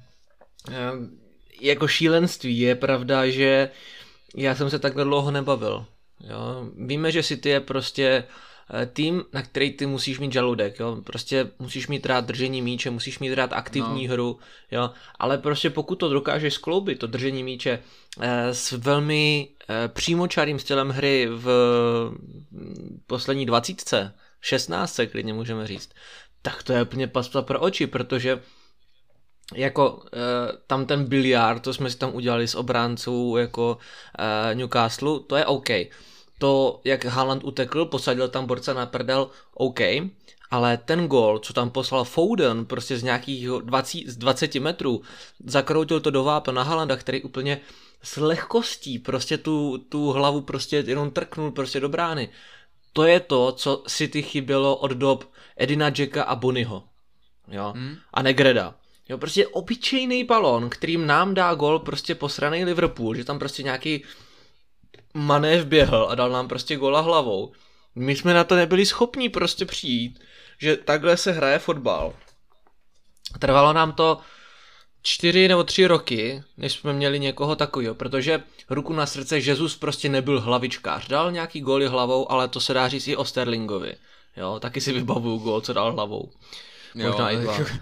jako šílenství je pravda, že já jsem se takhle dlouho nebavil. Jo. Víme, že City je prostě tým, na který ty musíš mít žaludek, jo. Prostě musíš mít rád držení míče, musíš mít rád aktivní hru, jo. Ale prostě pokud to dokážeš skloubit, to držení míče s velmi přímočarým stylem hry v poslední 20, 16 klidně můžeme říct, tak to je úplně pasta pro oči, protože jako tam ten biliard, to jsme si tam udělali s obránců jako Newcastle, to je OK. To, jak Haaland utekl, posadil tam borca na prdel, OK, ale ten gól, co tam poslal Foden, prostě z nějakých 20 metrů, zakroutil to do vápna na Haalanda, který úplně s lehkostí prostě tu hlavu prostě jenom trknul prostě do brány. To je to, co City chybělo od dob Edina Dzeka a Bonyho, jo, a Negreda. Jo, prostě obyčejný balón, kterým nám dá gól prostě posraný Liverpool, že tam prostě nějaký Mané vběhl a dal nám prostě góla hlavou. My jsme na to nebyli schopni prostě přijít, že takhle se hraje fotbal. Trvalo nám to 4 nebo 3 roky, než jsme měli někoho takového, protože ruku na srdce Jesus prostě nebyl hlavičkář. Dal nějaký góly hlavou, ale to se dá říct i o Sterlingovi. Jo, taky si vybavuju gól, co dal hlavou. Možná i dva.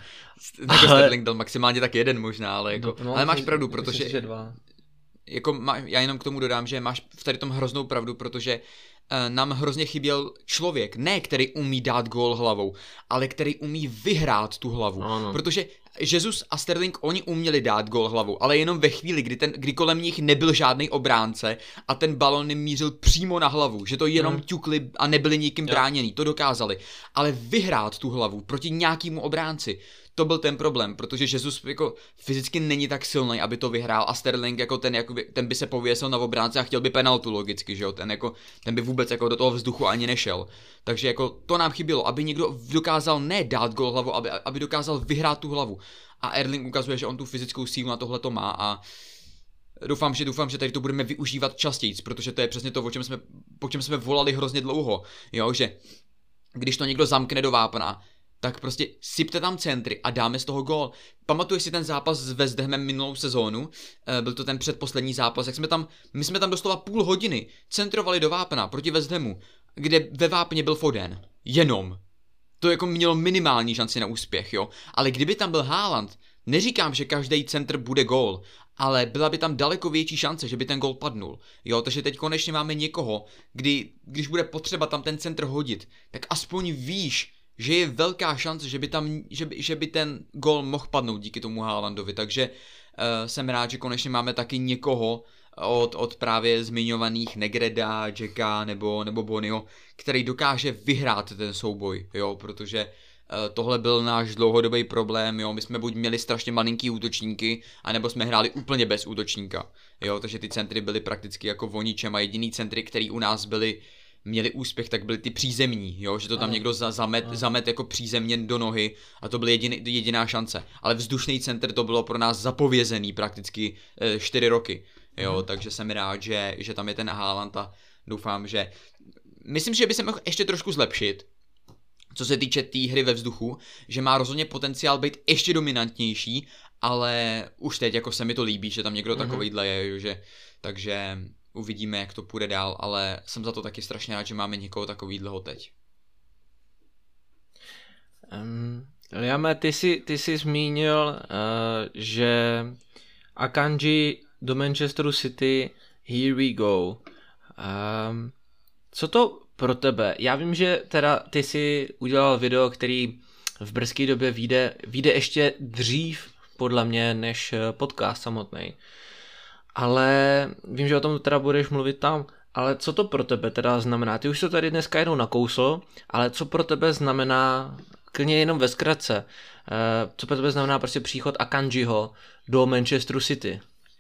Jako Sterling dal maximálně tak jeden možná, ale jako, ale máš pravdu, protože myslím, že 2. Jako já jenom k tomu dodám, že máš v tady tom hroznou pravdu, protože nám hrozně chyběl člověk, ne který umí dát gól hlavou, ale který umí vyhrát tu hlavu, protože Jesus a Sterling, oni uměli dát gól hlavou, ale jenom ve chvíli, kdy kolem nich nebyl žádný obránce a ten balon jim mířil přímo na hlavu, že to jenom ťukli a nebyli nikým bráněný, to dokázali, ale vyhrát tu hlavu proti nějakému obránci, to byl ten problém, protože Jesus jako fyzicky není tak silný, aby to vyhrál a Sterling jako ten by se pověsil na obránce a chtěl by penaltu logicky, že jo, ten by vůbec jako do toho vzduchu ani nešel. Takže jako to nám chybělo, aby někdo dokázal ne dát gól hlavu, aby dokázal vyhrát tu hlavu. A Erling ukazuje, že on tu fyzickou sílu na tohle to má a doufám, že tady to budeme využívat častěji, protože to je přesně to, po čem jsme volali hrozně dlouho, jo, že když to někdo zamkne do vápna, tak prostě sypte tam centry a dáme z toho gól. Pamatuješ si ten zápas s West Hamem minulou sezónu? Byl to ten předposlední zápas, my jsme tam doslova půl hodiny centrovali do vápna proti West Hamu, kde ve vápně byl Foden. Jenom. To jako mělo minimální šanci na úspěch, jo. Ale kdyby tam byl Haaland, neříkám, že každý centr bude gól, ale byla by tam daleko větší šance, že by ten gól padnul. Jo, takže teď konečně máme někoho, když bude potřeba tam ten centr hodit, tak aspoň víš, že je velká šance, že by ten gól mohl padnout díky tomu Haalandovi, takže jsem rád, že konečně máme taky někoho od právě zmiňovaných Negreda, Jacka nebo Bonnyho, který dokáže vyhrát ten souboj, jo, protože tohle byl náš dlouhodobý problém, jo, my jsme buď měli strašně malinký útočníky, anebo jsme hráli úplně bez útočníka, jo, takže ty centry byly prakticky jako o ničem a jediný centry, který u nás měli úspěch, tak byly ty přízemní, jo, že to tam někdo zamet jako přízemně do nohy a to byla jediná šance. Ale vzdušný center to bylo pro nás zapovězený prakticky 4 roky, jo, takže jsem rád, že tam je ten Haaland a doufám, že myslím, že by se mohl ještě trošku zlepšit, co se týče té hry ve vzduchu, že má rozhodně potenciál být ještě dominantnější, ale už teď jako se mi to líbí, že tam někdo takovejhle je, že takže uvidíme, jak to půjde dál, ale jsem za to taky strašně rád, že máme někoho takovýhleho teď. Liame, ty jsi zmínil, že Akanji do Manchesteru City, here we go. Co to pro tebe? Já vím, že teda ty jsi udělal video, který v brzké době vyjde ještě dřív, podle mě, než podcast samotný. Ale vím, že o tom teda budeš mluvit tam, ale co to pro tebe teda znamená? Ty už to tady dneska jednou nakousl, ale co pro tebe znamená, klidně jenom ve zkratce, co pro tebe znamená prostě příchod Akanjiho do Manchesteru City?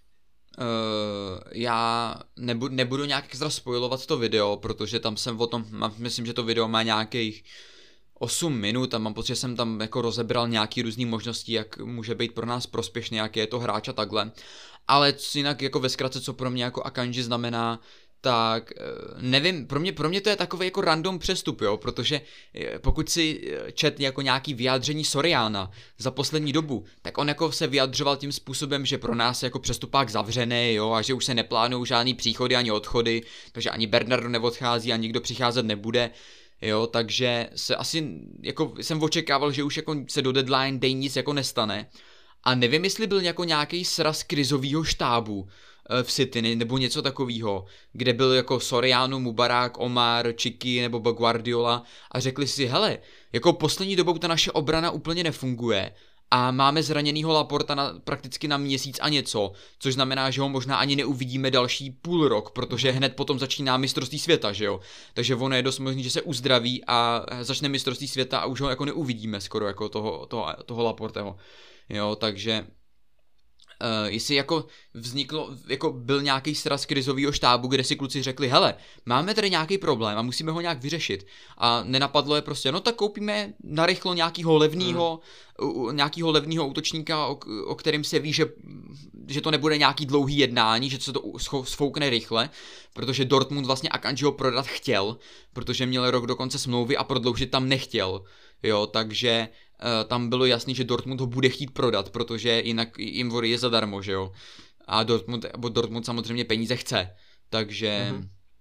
Já nebudu nějak extra spojovat to video, protože tam jsem o tom, myslím, že to video má nějakých 8 minut a mám pocit, že jsem tam jako rozebral nějaký různý možnosti, jak může být pro nás prospěšný, jaký je to hráč a takhle. Ale jinak jako ve zkratce, co pro mě jako Akanji znamená, tak nevím, pro mě to je takový jako random přestup, jo, protože pokud si čet jako nějaký vyjádření Soriana za poslední dobu, tak on jako se vyjadřoval tím způsobem, že pro nás je jako přestupák zavřený, jo, a že už se neplánují žádný příchody ani odchody, takže ani Bernardo neodchází a nikdo přicházet nebude. Jo, takže se asi, jako jsem očekával, že už jako se do deadline day nic jako nestane. A nevím, jestli byl jako nějaký sraz krizového štábu v City nebo něco takového, kde byl jako Soriano, Mubarak, Omar, Čiki nebo Guardiola a řekli si, hele, jako poslední dobou ta naše obrana úplně nefunguje a máme zraněnýho Laporta prakticky na měsíc a něco, což znamená, že ho možná ani neuvidíme další půl rok, protože hned potom začíná mistrovství světa, že jo. Takže ono je dost možný, že se uzdraví a začne mistrovství světa a už ho jako neuvidíme skoro jako toho Laporteho. Jo, takže jestli jako byl nějaký sraz krizového štábu, kde si kluci řekli, hele, máme tady nějaký problém a musíme ho nějak vyřešit. A nenapadlo je prostě, no tak koupíme narychlo nějakýho levného útočníka, o kterém se ví, že to nebude nějaký dlouhý jednání, že se to sfoukne rychle, protože Dortmund vlastně Akanjiho prodat chtěl, protože měl rok do konce smlouvy a prodloužit tam nechtěl. Jo, takže tam bylo jasný, že Dortmund ho bude chtít prodat, protože jinak jim vory je zadarmo, že jo. A Dortmund samozřejmě peníze chce, takže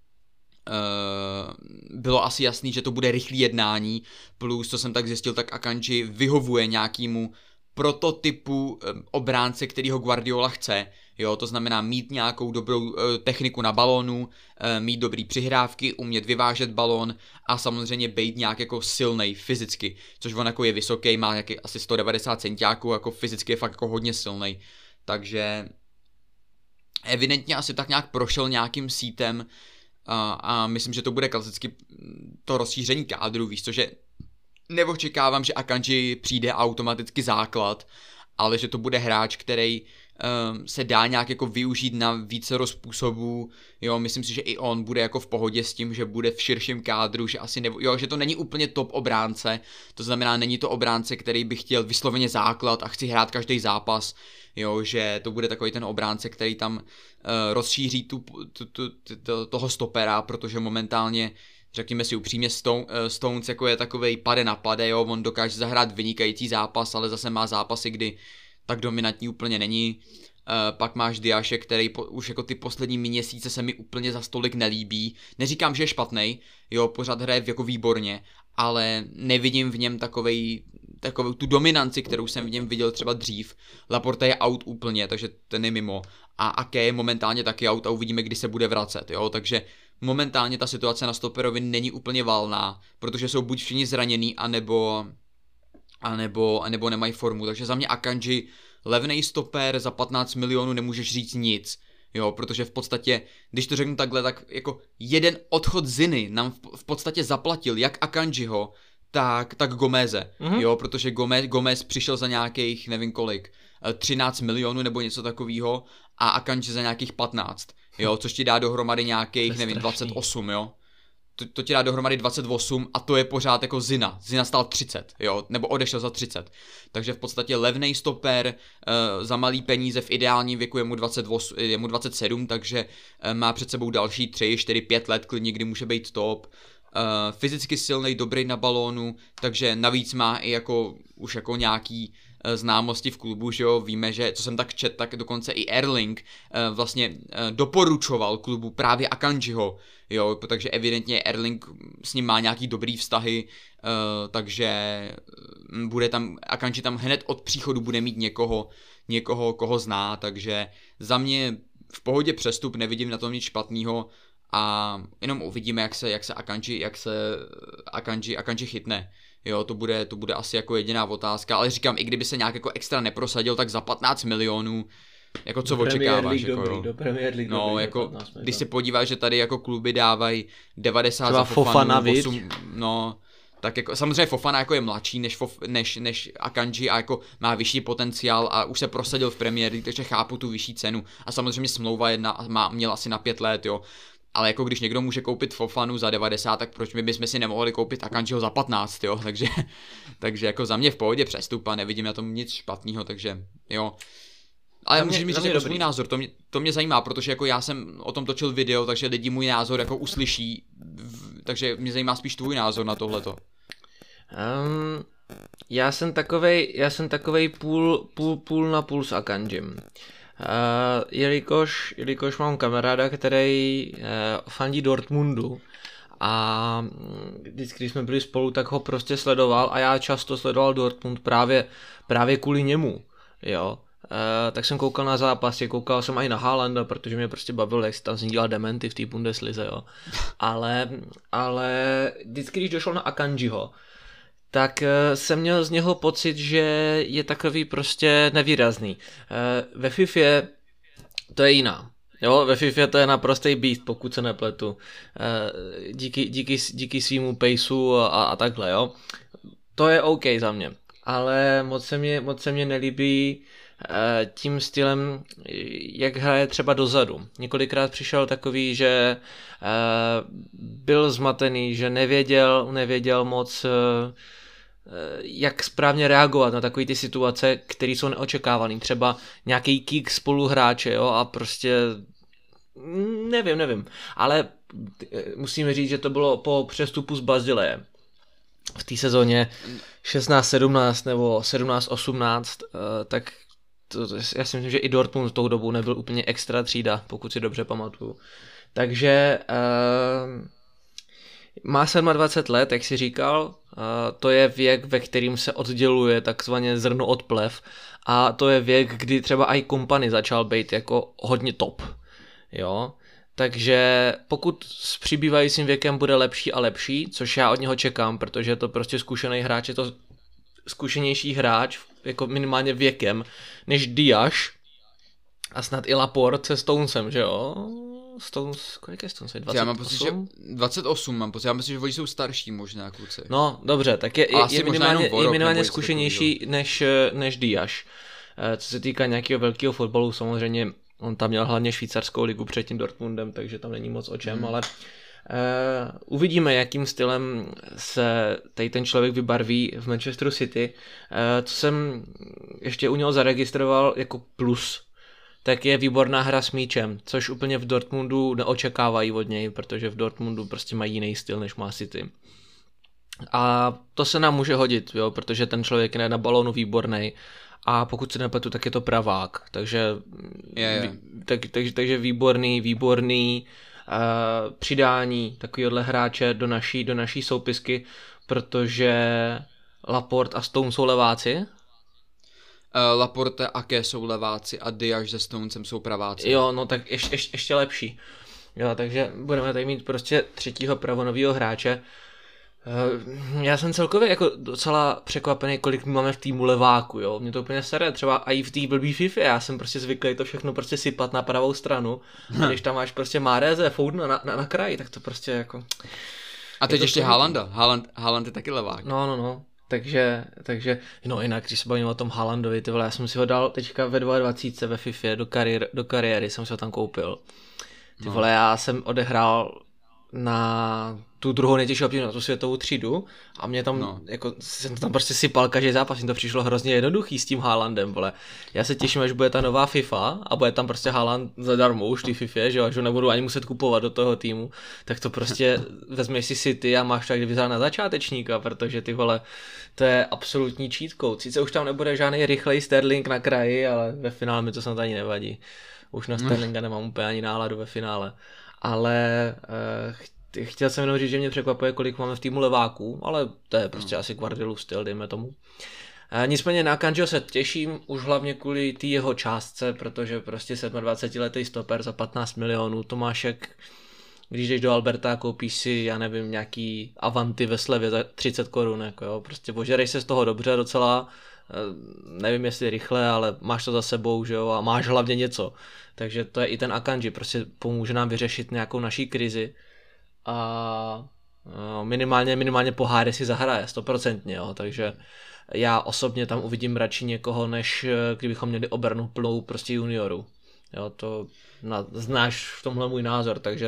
bylo asi jasný, že to bude rychlý jednání, plus co jsem tak zjistil, tak Akanji vyhovuje nějakému prototypu obránce, kterýho Guardiola chce. Jo, to znamená mít nějakou dobrou techniku na balónu, mít dobrý přihrávky, umět vyvážet balón a samozřejmě být nějak jako silnej fyzicky, což on jako je vysoký, má nějaký asi 190 centiáků, jako fyzicky je fakt jako hodně silnej. Takže evidentně asi tak nějak prošel nějakým sítem a myslím, že to bude klasicky to rozšíření kádru, víš co, že neočekávám, že Akanji přijde automaticky základ, ale že to bude hráč, který se dá nějak jako využít na vícero způsobů, jo, myslím si, že i on bude jako v pohodě s tím, že bude v širším kádru, že asi že to není úplně top obránce, to znamená, není to obránce, který by chtěl vysloveně základ a chci hrát každý zápas, jo, že to bude takový ten obránce, který tam rozšíří toho stopera, protože momentálně, řekněme si upřímně, Stones jako je takovej pade na pade, jo, on dokáže zahrát vynikající zápas, ale zase má zápasy, kdy tak dominantní úplně není. Pak máš Diashe, který už jako ty poslední měsíce se mi úplně za stolik nelíbí. Neříkám, že je špatnej, jo, pořád hraje jako výborně, ale nevidím v něm takovou tu dominanci, kterou jsem v něm viděl třeba dřív. Laporte je out úplně, takže ten je mimo. A Ake je momentálně taky out a uvidíme, kdy se bude vracet, jo, takže momentálně ta situace na stoperovi není úplně valná, protože jsou buď všichni zraněný, anebo nemají formu, takže za mě Akanji levnej stoper za 15 milionů nemůžeš říct nic, jo, protože v podstatě, když to řeknu takhle, tak jako jeden odchod Ziny nám v podstatě zaplatil jak Akanjiho, tak Gomeze, jo, protože Gomez přišel za nějakých, nevím kolik, 13 milionů nebo něco takového a Akanji za nějakých 15, jo, což ti dá dohromady nějakých, nevím, 28, jo. To ti dá dohromady 28 a to je pořád jako Zina. Zina stál 30, jo, nebo odešel za 30. Takže v podstatě levnej stoper, za malý peníze v ideálním věku je mu 27, takže má před sebou další 3, 4, 5 let, klidně kdy může být top. Fyzicky silnej, dobrý na balónu, takže navíc má i jako už jako nějaký známosti v klubu, že jo, víme, že co jsem tak čet, tak dokonce i Erling vlastně doporučoval klubu právě Akanjiho, jo, takže evidentně Erling s ním má nějaký dobrý vztahy, takže bude tam, Akanji tam hned od příchodu bude mít někoho, koho zná, takže za mě v pohodě přestup, nevidím na tom nic špatného a jenom uvidíme, jak se Akanji chytne. Jo, to bude asi jako jediná otázka, ale říkám, i kdyby se nějak jako extra neprosadil, tak za 15 milionů, jako co očekáváš, jako do Premier League no, dobrý, jako, když se podíváš, že tady jako kluby dávají 90 třeba za Fofana, 8, no, tak jako, samozřejmě Fofana jako je mladší než Akanji a jako má vyšší potenciál a už se prosadil v Premier League, takže chápu tu vyšší cenu a samozřejmě smlouva měl asi na 5 let, jo. Ale jako když někdo může koupit Fofanu za 90, tak proč my bychom si nemohli koupit Akanjiho za 15, jo, takže jako za mě v pohodě přestup a nevidím na tom nic špatného, takže jo. Ale můžeš mi říct jako svůj názor, to mě zajímá, protože jako já jsem o tom točil video, takže lidi můj názor jako uslyší, takže mě zajímá spíš tvůj názor na tohleto. Já jsem takovej půl na půl s Akanjim. Jelikož mám kamaráda, který fandí Dortmundu a vždycky, když jsme byli spolu, tak ho prostě sledoval a já často sledoval Dortmund právě kvůli němu, jo. Tak jsem koukal na zápasy, koukal jsem i na Haalanda, protože mě prostě bavilo, jak se tam dělal dementy v té Bundeslize, jo. Ale vždycky, když došlo na Akanjiho, tak jsem měl z něho pocit, že je takový prostě nevýrazný. Ve FIFA to je jiná. Jo, ve FIFA to je naprostý beast, pokud se nepletu. Díky svýmu paceu a takhle, jo. To je OK za mě. Ale moc se mě nelíbí tím stylem, jak hraje třeba dozadu. Několikrát přišel takový, že byl zmatený, že nevěděl moc, jak správně reagovat na takové ty situace, které jsou neočekávané. Třeba nějaký kick spoluhráče, jo, a prostě nevím. Ale musíme říct, že to bylo po přestupu z Bazileje. V té sezóně 16-17 nebo 17-18, tak já si myslím, že i Dortmund tou dobou nebyl úplně extra třída, pokud si dobře pamatuju. Takže Má 27 let, jak jsi říkal, to je věk, ve kterým se odděluje takzvaně zrno od plev a to je věk, kdy třeba i Kompany začal být jako hodně top, jo. Takže pokud s přibývajícím věkem bude lepší a lepší, což já od něho čekám, protože je to prostě zkušený hráč, je to zkušenější hráč, jako minimálně věkem, než Diaz a snad i Laporte se Stonesem, že jo? Stones, kolik je Stones? 28? Já mám pocit, že 28 mám pocit, já myslím, že oni jsou starší možná kluci. No, dobře, tak je minimálně zkušenější než Diaz. Co se týká nějakého velkého fotbalu, samozřejmě on tam měl hlavně švýcarskou ligu před tím Dortmundem, takže tam není moc o čem, ale uvidíme, jakým stylem se tady ten člověk vybarví v Manchesteru City. Co jsem ještě u něho zaregistroval jako plus, tak je výborná hra s míčem, což úplně v Dortmundu neočekávají od něj, protože v Dortmundu prostě mají jiný styl, než má City. A to se nám může hodit, jo, protože ten člověk je na balónu výborný a pokud se nepletu, tak je to pravák, takže výborný přidání takovýhle hráče do naší soupisky, protože Laporte a Stone jsou leváci. Laporte a Ake jsou leváci a Diaz se Stonesem jsou praváci. Jo, no tak ještě lepší. Jo, takže budeme tady mít prostě třetího pravonovýho hráče. Já jsem celkově jako docela překvapený, kolik máme v týmu leváku, jo. Mě to úplně sere, třeba i v té blbý FIFA, já jsem prostě zvyklý to všechno prostě sypat na pravou stranu. A když tam máš prostě Mahreze, Foudna na kraji, tak to prostě jako... A teď ještě Haalanda. Haaland je taky levák. No. Takže, no jinak, když se bavím o tom Haalandovi, ty vole, já jsem si ho dal teďka ve 22 ve FIFA do kariéry jsem si ho tam koupil. Ty vole, já jsem odehrál na tu druhou nejtěžší obtíž, na tu světovou třídu a mě tam, jako, jsem tam prostě sypal každý zápas, mi to přišlo hrozně jednoduchý s tím Haalandem, vole. Já se těším, až bude ta nová FIFA a bude tam prostě Haaland zadarmo už v FIFA, že jo, až ho nebudu ani muset kupovat do toho týmu, tak to prostě vezmeš si City a máš tak vyzrát na začátečníka, protože ty vole, to je absolutní cheat code. Sice už tam nebude žádný rychlej Sterling na kraji, ale ve finále mi to snad ani nevadí. Už na Sterlinga nemám úplně ani náladu ve finále. Ale chtěl jsem jenom říct, že mě překvapuje, kolik máme v týmu leváků, ale to je prostě asi Guardiolův styl, dejme tomu. Nicméně na Akanjiho se těším, už hlavně kvůli té jeho částce, protože prostě 27letý stoper za 15 milionů, Tomášek, když jdeš do Alberta a koupíš si, já nevím, nějaký Avanty ve slevě za 30 korun, jako jo, prostě požerej se z toho dobře docela, nevím jestli rychle, ale máš to za sebou, že jo, a máš hlavně něco. Takže to je i ten Akanji, prostě pomůže nám vyřešit nějakou naší krizi a minimálně poháry si zahraje, 100%, jo, takže já osobně tam uvidím radši někoho, než kdybychom měli obrnu plnou prostě juniorů. Jo, to znáš v tomhle můj názor, takže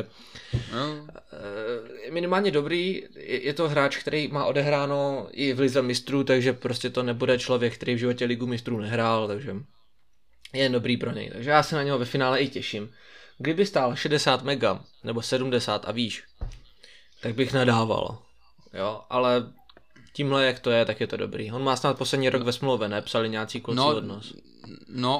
minimálně dobrý, je to hráč, který má odehráno i v lize mistrů, takže prostě to nebude člověk, který v životě ligu mistrů nehrál, takže je dobrý pro něj, takže já se na něho ve finále i těším. Kdyby stál 60 mega nebo 70 a výš, tak bych nadával, jo, ale tímhle jak to je, tak je to dobrý. On má snad poslední rok ve smlouvě, ne? Psali nějací kluci od nás. No,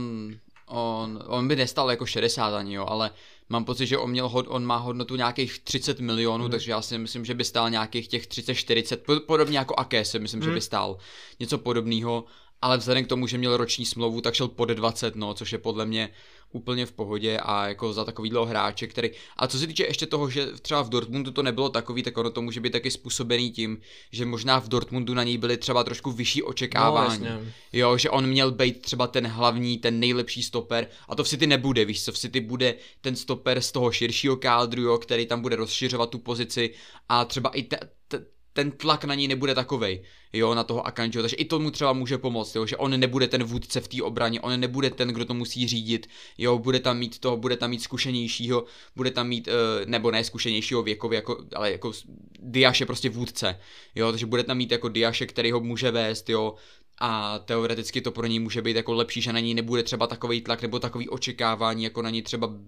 on by nestal jako 60 ani, jo, ale mám pocit, že on má hodnotu nějakých 30 milionů, takže já si myslím, že by stál nějakých těch 30-40, podobně jako Ake si myslím, že by stál něco podobného, ale vzhledem k tomu, že měl roční smlouvu, tak šel pod 20, no, což je podle mě úplně v pohodě a jako za takovýhle hráče, který... A co se týče ještě toho, že třeba v Dortmundu to nebylo takový, tak ono to může být taky způsobený tím, že možná v Dortmundu na něj byly třeba trošku vyšší očekávání. No, jo, že on měl být třeba ten hlavní, ten nejlepší stoper a to v City nebude, víš co, v City bude ten stoper z toho širšího kádru, jo, který tam bude rozšiřovat tu pozici a třeba i ten tlak na něj nebude takovej, jo, na toho Akanjiho, takže i tomu třeba může pomoct, jo, že on nebude ten vůdce v té obraně, on nebude ten, kdo to musí řídit, jo, bude tam mít zkušenějšího, bude tam mít, nebo ne zkušenějšího věkově, jako, ale jako Diaz je prostě vůdce, jo, takže bude tam mít jako Diaz, který ho může vést, jo, a teoreticky to pro něj může být jako lepší, že na něj nebude třeba takový tlak nebo takový očekávání, jako na něj třeba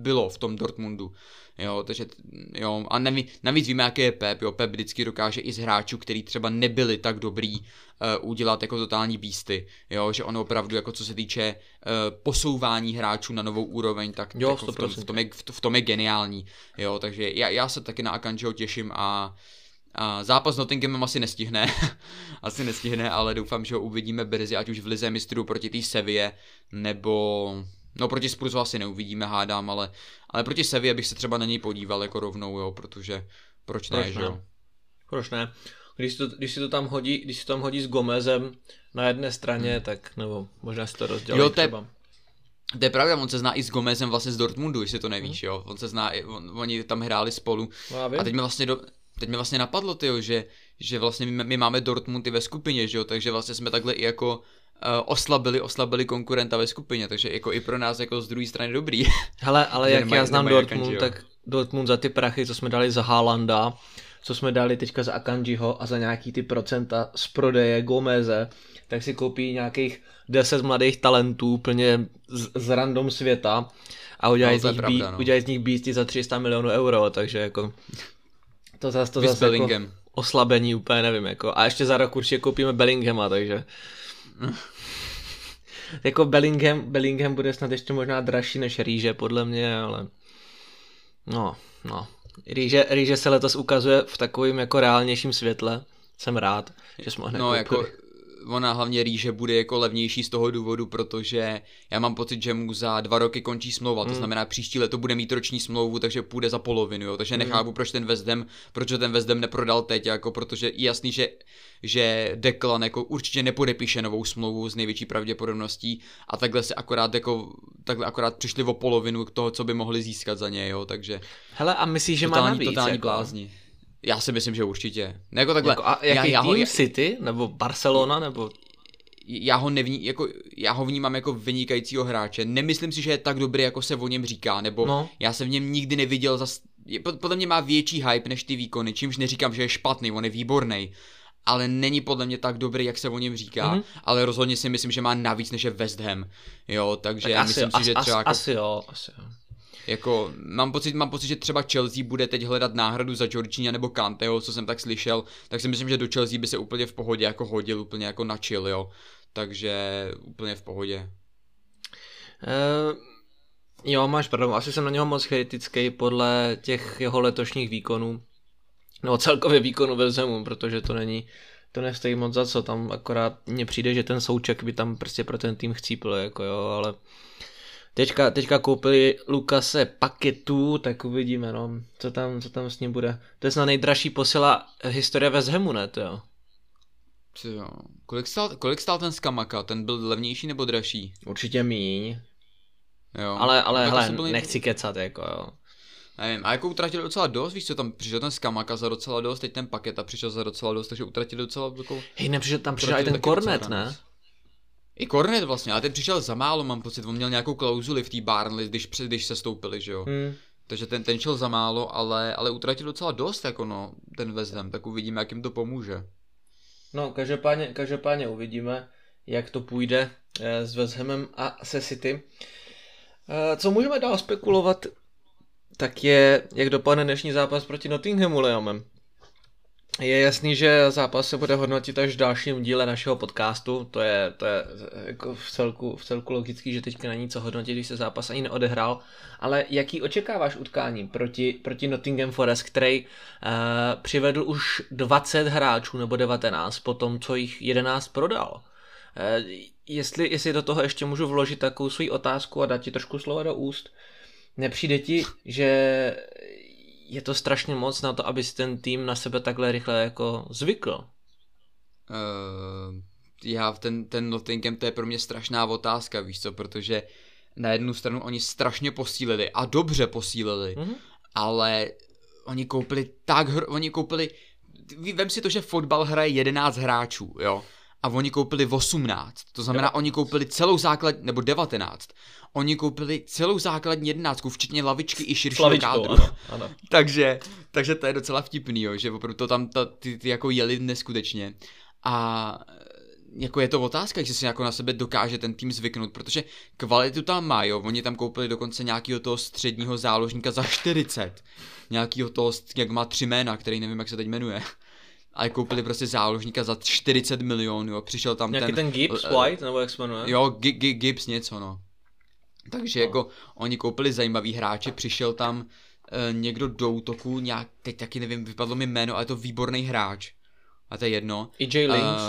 bylo v tom Dortmundu. Jo, takže jo, a navíc víme, jaký je Pep, jo, Pep vždycky dokáže i z hráčů, který třeba nebyli tak dobrý, udělat jako totální beasty, jo, že on opravdu, jako co se týče posouvání hráčů na novou úroveň, tak jo, jako v tom je geniální, jo, takže já se taky na Akanjiho těším a zápas s Nottinghamem asi nestihne, ale doufám, že ho uvidíme brzy, ať už v lize mistrů proti té Seville, nebo no proti Spursu asi neuvidíme, hádám, ale proti Seville bych se třeba na něj podíval jako rovnou, jo, protože proč ne, že jo? Proč ne? Když si to tam hodí s Gomezem na jedné straně, tak nebo možná si to rozdělí třeba. To je pravda, on se zná i s Gomezem vlastně z Dortmundu, jestli to nevíš, jo. On se zná, oni tam hráli spolu. A teď mi vlastně napadlo, tyjo, že vlastně my máme Dortmund i ve skupině, že jo, takže vlastně jsme takhle i jako oslabili konkurenta ve skupině, takže jako i pro nás jako z druhé strany dobrý. Hele, ale jak já znám Dortmund, tak Dortmund za ty prachy, co jsme dali za Haalanda, co jsme dali teďka za Akanjiho a za nějaký ty procenta z prodeje Gomeze, tak si koupí nějakých 10 mladých talentů úplně z random světa a udělají z nich beasty za 300 milionů euro, takže jako to zase jako oslabení úplně nevím, jako a ještě za rok určitě koupíme Bellinghama, takže jako Bellingham bude snad ještě možná dražší než Rýže podle mě, ale no. Rýže se letos ukazuje v takovým jako reálnějším světle, jsem rád, že jsme ho nekoupili. No jako ona hlavně Rýže bude jako levnější z toho důvodu, protože já mám pocit, že mu za 2 roky končí smlouva, to znamená příští leto bude mít roční smlouvu, takže půjde za polovinu, jo, takže nechápu, proč ten West Ham neprodal teď, jako protože je jasný, že Declan jako určitě nepodepíše novou smlouvu s největší pravděpodobností a takhle se akorát přišli o polovinu toho, co by mohli získat za něj, jo, takže hele, a myslíš, že má navíc? Totální blázni. Já si myslím, že určitě. Jako takhle. Jako, a jaký tým? City? Nebo Barcelona? Nebo... Já ho vnímám jako vynikajícího hráče. Nemyslím si, že je tak dobrý, jako se o něm říká. Nebo já jsem v něm nikdy neviděl podle mě má větší hype než ty výkony. Čímž neříkám, že je špatný, on je výborný. Ale není podle mě tak dobrý, jak se o něm říká. Ale rozhodně si myslím, že má navíc než je West Ham. Jo, takže tak myslím si, že třeba... Asi jo. Jako, mám pocit, že třeba Chelsea bude teď hledat náhradu za Jorginha nebo Kanteho, co jsem tak slyšel, tak si myslím, že do Chelsea by se úplně v pohodě jako hodil, úplně jako na chill, jo. Takže úplně v pohodě. Jo, máš pravdu, asi jsem na něho moc kritický podle těch jeho letošních výkonů, no celkově výkonu West Hamu, protože to nestojí moc za co, tam akorát mně přijde, že ten Souček by tam prostě pro ten tým chcípl, jako jo, ale teďka koupili Lukase Paketu, tak uvidíme, no, co tam s ním bude. To je snad nejdražší posila historie West Hamu, ne, to jo? Jo. Kolik stál ten Skamaka? Ten byl levnější nebo dražší? Určitě míň. Jo. Ale hele, nechci kecat, jako jo. Nevím, a jako utratili docela dost, víš co, tam přišel ten Skamaka za docela dost, teď ten Paketa přišel za docela dost, takže utratili docela jako... Hej, tam přišel i ten Cornet, ne? I Cornet vlastně, ale ten přišel za málo, mám pocit, on měl nějakou klauzuli v té Burnley, když se stoupili, že jo. Takže ten šel za málo, ale utratil docela dost, jako no, ten West Ham, tak uvidíme, jak jim to pomůže. No, každopádně uvidíme, jak to půjde s West Hamem a se City. Co můžeme dál spekulovat, tak je, jak dopadne dnešní zápas proti Nottinghamu, Liamem. Je jasný, že zápas se bude hodnotit až v dalším díle našeho podcastu, to je jako v celku logický, že teďka není co hodnotit, když se zápas ani neodehrál, ale jaký očekáváš utkání proti Nottingham Forest, který přivedl už 20 hráčů nebo 19 po tom, co jich 11 prodal. Jestli do toho ještě můžu vložit takovou svou otázku a dát ti trošku slova do úst, nepřijde ti, že je to strašně moc na to, aby si ten tým na sebe takhle rychle jako zvykl? Ten Nottingham, to je pro mě strašná otázka, víš co, protože na jednu stranu oni strašně posílili a dobře posílili, ale oni koupili, vem si to, že fotbal hraje 11 hráčů, jo, a oni koupili 18, to znamená, oni koupili celou základní, nebo 19, oni koupili celou základní 11, včetně lavičky i širšího kádru. Ano. takže to je docela vtipný, jo, že opravdu to tam ty jako jeli neskutečně. A jako je to otázka, že si jako na sebe dokáže ten tým zvyknout, protože kvalitu tam má, jo, oni tam koupili dokonce nějakého toho středního záložníka za 40, nějakého toho, jak má 3 jména, který nevím, jak se teď jmenuje. A koupili prostě záložníka za 40 milionů, jo. Přišel tam nějaký ten Gibbs White, nebo jak se jmenuje? Jo, Gibbs něco, no. Takže jako oni koupili zajímavý hráče, přišel tam někdo do útoku, nějak, teď taky nevím, vypadlo mi jméno, ale je to výborný hráč. A to je jedno. I Jay Links.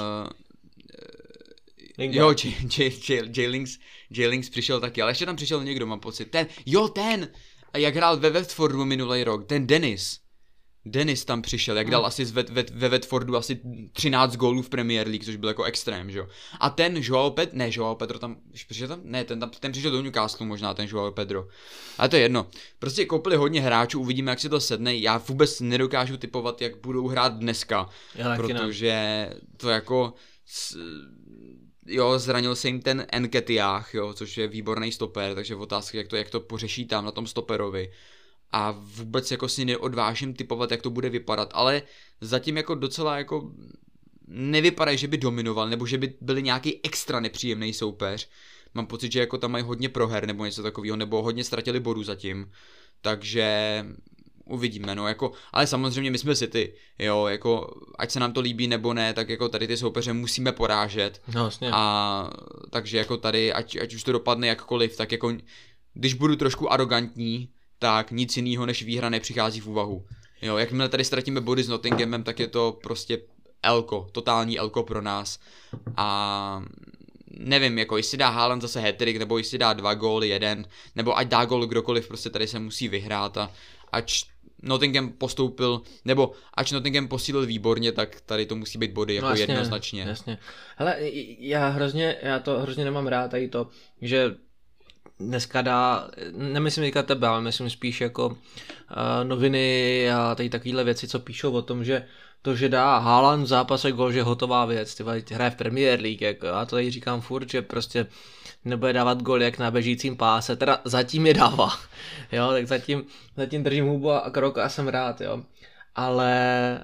Jo, Jay Links přišel taky, ale ještě tam přišel někdo, mám pocit. Ten, jak hrál ve Watfordu minulý rok, ten Dennis tam přišel, jak dal asi ve Watfordu asi 13 gólů v Premier League, což byl jako extrém, že jo. A ten Joao Pedro tam přišel tam? Ne, ten přišel do Newcastle možná, ten Joao Pedro. Ale to je jedno. Prostě koupili hodně hráčů, uvidíme, jak se to sedne. Já vůbec nedokážu typovat, jak budou hrát dneska, protože to jako... Jo, zranil se jim ten Nketiah, jo, což je výborný stoper, takže otázka, jak to pořeší tam na tom stoperovi. A vůbec jako si neodvážím typovat, jak to bude vypadat, ale zatím jako docela jako nevypadají, že by dominoval, nebo že by byli nějaký extra nepříjemný soupeř. Mám pocit, že jako tam mají hodně proher, nebo něco takového, nebo hodně ztratili bodů zatím. Takže uvidíme, no, jako, ale samozřejmě my jsme City, jo, jako, ať se nám to líbí nebo ne, tak jako tady ty soupeře musíme porážet. No, vlastně. A takže jako tady, ať už to dopadne jakkoliv, tak jako, když budu trošku arrogantní, tak nic jiného než výhra nepřichází v úvahu. Jo, jakmile tady ztratíme body s Nottinghamem, tak je to prostě elko, totální elko pro nás. A nevím, jako jestli dá Haaland zase hat-trick, nebo jestli dá 2 góly, 1, nebo ať dá gól kdokoliv, prostě tady se musí vyhrát a ať Nottingham postoupil, nebo ač Nottingham posílil výborně, tak tady to musí být body jako jasně, jednoznačně. Jasně. Hele, já to hrozně nemám rád tady to, že dneska nemyslím teďka tebe, ale myslím spíš jako noviny a tady takovýhle věci, co píšou o tom, že to, že dá Haaland v zápase gol, že je hotová věc, ty hraje v Premier League, jako já to tady říkám furt, že prostě nebude dávat gol jak na běžícím páse, teda zatím je dává, jo, tak zatím držím hubu a krok a jsem rád, jo, ale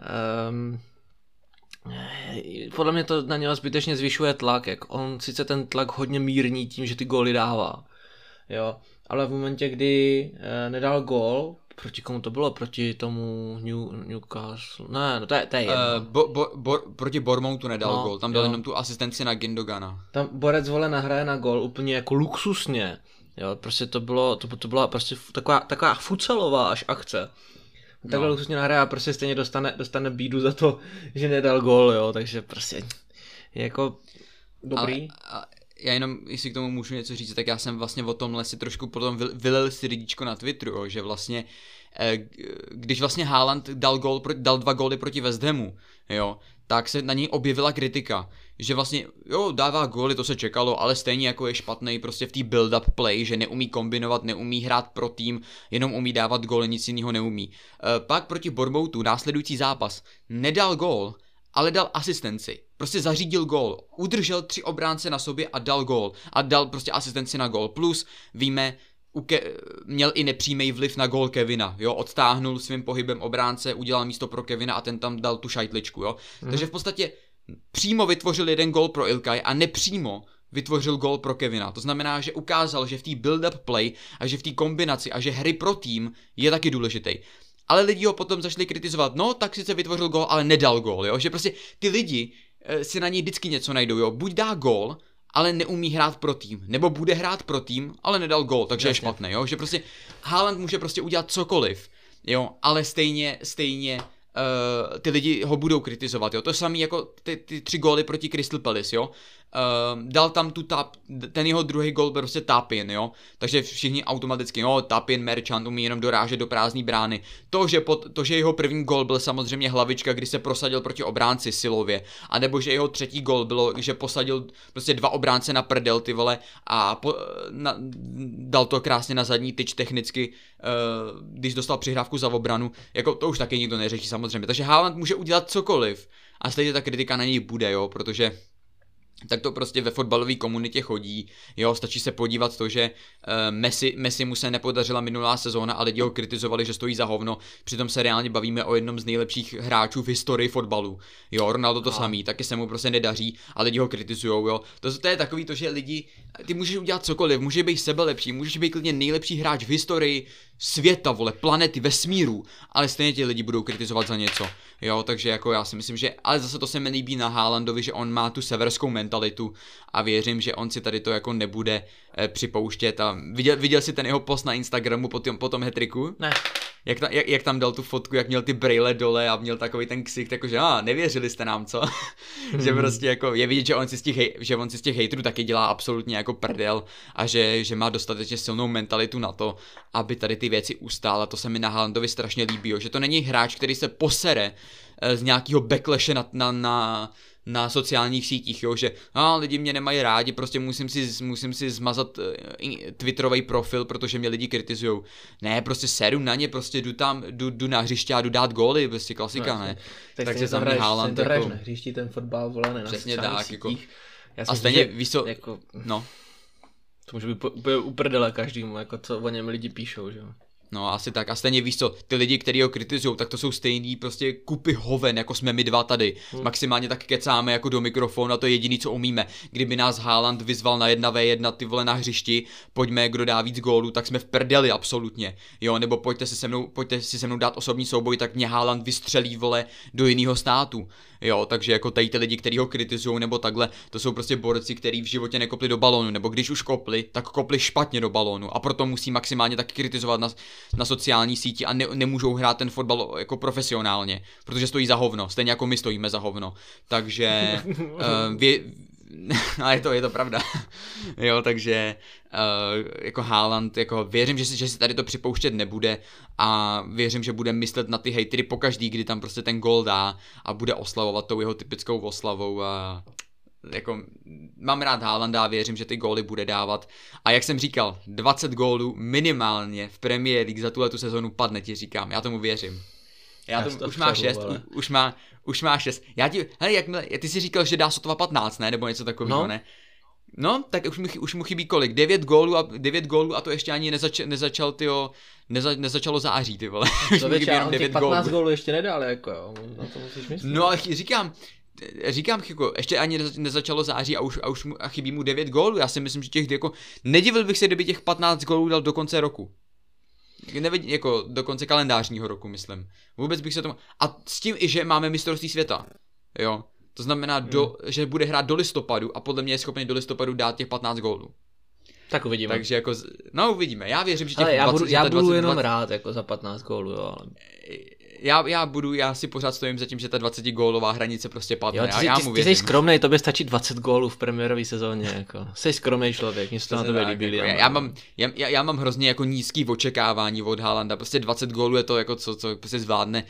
podle mě to na něho zbytečně zvyšuje tlak, jak on sice ten tlak hodně mírní tím, že ty góly dává, jo, ale v momentě, kdy nedal gól, proti komu to bylo? Proti tomu Newcastle? Ne, no to je jedno. Proti Bournemouthu nedal gól, tam dal jenom tu asistenci na Gündogana. Tam borec vole nahraje na gól úplně jako luxusně, jo, prostě to byla prostě taková futsalová až akce. Takhle luxusně nahraje a prostě stejně dostane bídu za to, že nedal gól, jo, takže prostě je jako dobrý. Já jenom, jestli k tomu můžu něco říct, tak já jsem vlastně o tomhle si trošku potom vylil srdíčko na Twitteru, jo, že vlastně, když vlastně Haaland dal 2 góly proti West Hamu, jo, tak se na něj objevila kritika, že vlastně, jo, dává góly, to se čekalo, ale stejně jako je špatný prostě v té build-up play, že neumí kombinovat, neumí hrát pro tým, jenom umí dávat góly, nic jiného neumí. Pak proti Bournemouthu následující zápas nedal gól, ale dal asistenci. Prostě zařídil gól. Udržel 3 obránce na sobě a dal gól. A dal prostě asistenci na gól. Plus, víme, měl i nepřímý vliv na gól Kevina. Jo, odtáhnul svým pohybem obránce, udělal místo pro Kevina a ten tam dal tu šajtličku, jo. Takže v podstatě přímo vytvořil 1 gól pro Ilkay a nepřímo vytvořil gól pro Kevina. To znamená, že ukázal, že v té build-up play a že v té kombinaci a že hry pro tým je taky důležitý. Ale lidi ho potom začali kritizovat, no tak sice vytvořil gól, ale nedal gól, jo, že prostě ty lidi si na něj vždycky něco najdou, jo, buď dá gól, ale neumí hrát pro tým, nebo bude hrát pro tým, ale nedal gól, takže je špatný, jo, že prostě Haaland může prostě udělat cokoliv, jo, ale stejně ty lidi ho budou kritizovat, jo, to samý jako ty 3 góly proti Crystal Palace, jo, dal tam ten jeho druhý gól byl prostě tap-in, jo, takže všichni automaticky, jo, tap-in, Merchant umí jenom dorážet do prázdné brány, to, že jeho první gól byl samozřejmě hlavička, kdy se prosadil proti obránci silově, anebo že jeho třetí gól bylo, že posadil prostě 2 obránce na prdel, ty vole, a dal to krásně na zadní tyč technicky, když dostal přihrávku za obranu, jako to už taky nikdo neřeší samozřejmě, takže Haaland může udělat cokoliv a stejně ta kritika na něj bude, jo, protože tak to prostě ve fotbalové komunitě chodí, jo, stačí se podívat to, že Messi mu se nepodařila minulá sezóna a lidi ho kritizovali, že stojí za hovno, přitom se reálně bavíme o jednom z nejlepších hráčů v historii fotbalu, jo, Ronaldo to samý, taky se mu prostě nedaří a lidi ho kritizujou, jo, to je takový to, že lidi, ty můžeš udělat cokoliv, můžeš být sebelepší, můžeš být klidně nejlepší hráč v historii světa, vole, planety, vesmíru, ale stejně ti lidi budou kritizovat za něco, jo, takže jako já si myslím, že, ale zase to se mi líbí na Haalandovi, že on má tu severskou mentalitu a věřím, že on si tady to jako nebude připouštět a viděl jsi ten jeho post na Instagramu po tom hat-tricku? Ne. Jak tam dal tu fotku, jak měl ty brejle dole a měl takový ten ksicht, jakože nevěřili jste nám, co? Že prostě jako je vidět, že on si z těch hejtrů taky dělá absolutně jako prdel a že má dostatečně silnou mentalitu na to, aby tady ty věci ustál a to se mi na Haalandovi strašně líbí, jo? Že to není hráč, který se posere z nějakého backlashe na sociálních sítích, jo, že lidi mě nemají rádi, prostě musím si zmazat twitterový profil, protože mě lidi kritizujou. Ne, prostě seru na ně, prostě jdu na hřiště a jdu dát góly, prostě klasika, ne. Takže za mě Haaland jako na hřišti ten fotbal, vole, ne na sociálních sítích. Jako, a stejně víš co, jako, no. To může být úplně uprdele každému, jako co o něm lidi píšou, že jo. No asi tak a stejně víš co, ty lidi, kteří ho kritizujou, tak to jsou stejný prostě kupy hoven, jako jsme my dva tady. Maximálně tak kecáme jako do mikrofonu a to je jediný, co umíme. Kdyby nás Haaland vyzval na 1v1 ty vole na hřišti, pojďme, kdo dá víc gólů, tak jsme v prdeli absolutně. Jo, nebo pojďte si se mnou dát osobní souboj, tak mě Haaland vystřelí, vole, do jiného státu. Jo, takže jako tady ty lidi, kteří ho kritizují nebo takhle, to jsou prostě borci, kteří v životě nekopli do balónu, nebo když už kopli, tak kopli špatně do balónu a proto musí maximálně taky kritizovat na sociální síti a nemůžou hrát ten fotbal jako profesionálně, protože stojí za hovno, stejně jako my stojíme za hovno. Takže a je to pravda. Jo, takže jako Haaland, jako věřím, že si tady to připouštět nebude a věřím, že bude myslet na ty hejtery pokaždý, kdy tam prostě ten gól dá a bude oslavovat tou jeho typickou oslavou a jako mám rád Haalanda a věřím, že ty góly bude dávat. A jak jsem říkal, 20 gólů minimálně v Premier League za tuhletu sezonu padne, ti říkám, já tomu věřím. Už má 6, už má 6. Ty jsi říkal, že dá sotva 15, ne? Nebo něco takového, ne? No, tak už mu chybí kolik? 9 gólů a to ještě ani nezačalo září, ty vole. To většinou, on těch 15 gólů ještě nedal, jako jo, na to musíš myslet. No, ale říkám, jako, ještě ani nezačalo září a chybí mu 9 gólů. Já si myslím, že jako, nedivil bych se, kdyby těch 15 gólů dal do konce roku. Jako do konce kalendářního roku, myslím. Vůbec bych se tomu... A s tím i, že máme mistrovství světa. Jo. To znamená, že bude hrát do listopadu a podle mě je schopný do listopadu dát těch 15 gólů. Tak uvidíme. Takže jako, uvidíme. Já věřím, že těch já budu jenom rád jako za 15 gólů, jo, ale... Já si pořád stojím za tím, že ta 20 gólová hranice prostě padne. Jo, ty jsi skromnej, tobě stačí 20 gólů v premiérové sezóně, jako. Jsi skromnej člověk, mě se to na tebe líbí. Jako, já mám hrozně jako nízký očekávání od Haalanda, prostě 20 gólů je to jako co prostě zvládne.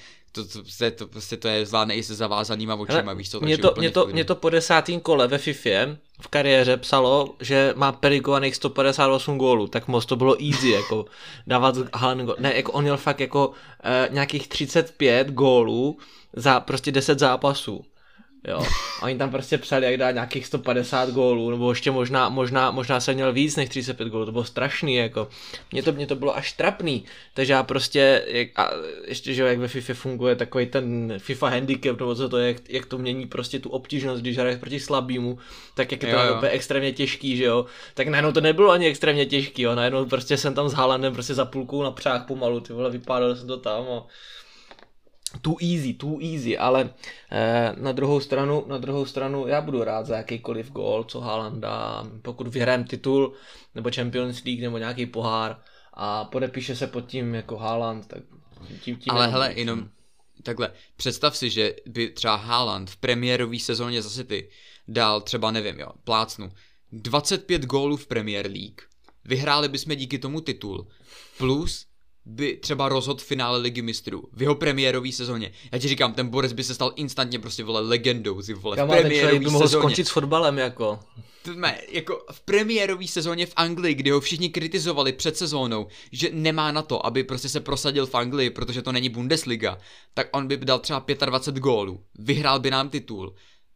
To je zvládne i se zavázanýma očima, víš co? Mě to po 10. kole ve FIFA v kariéře psalo, že má predikovaných 158 gólů, tak moc to bylo easy, jako dávat Haaland, ne, jako on měl fakt jako nějakých 35 gólů za prostě 10 zápasů. Jo. A oni tam prostě psali, jak dá nějakých 150 gólů, nebo ještě možná se měl víc než 35 gólů, to bylo strašný, jako. Mně to bylo až trapný, takže já prostě, ještě, že jak ve FIFA funguje takový ten FIFA handicap, nebo co to je, jak to mění prostě tu obtížnost, když hraješ proti slabýmu, tak jak je to úplně extrémně těžký, že jo, tak najednou to nebylo ani extrémně těžký, jo, najednou prostě jsem tam s Haalandem prostě za půlkou na přách pomalu, ty vole, vypadal jsem to tam a... Too easy, ale na druhou stranu já budu rád za jakýkoliv gól, co Haaland dá, pokud vyhrajeme titul, nebo Champions League, nebo nějaký pohár a podepíše se pod tím jako Haaland, tak tím ale hele, jenom takhle, představ si, že by třeba Haaland v premiérové sezóně za City dal třeba, nevím, jo, plácnu, 25 gólů v Premier League, vyhráli bychom díky tomu titul, plus by třeba rozhodl finále Ligy mistrů v jeho premiérové sezóně. Já ti říkám, ten borec by se stal instantně prostě, vole, legendou, v premiérové by mohl skončit s fotbalem, jako. Jako v premiérové sezóně v Anglii, kdy ho všichni kritizovali před sezónou, že nemá na to, aby prostě se prosadil v Anglii, protože to není Bundesliga, tak on by dal třeba 25 gólů, vyhrál by nám titul.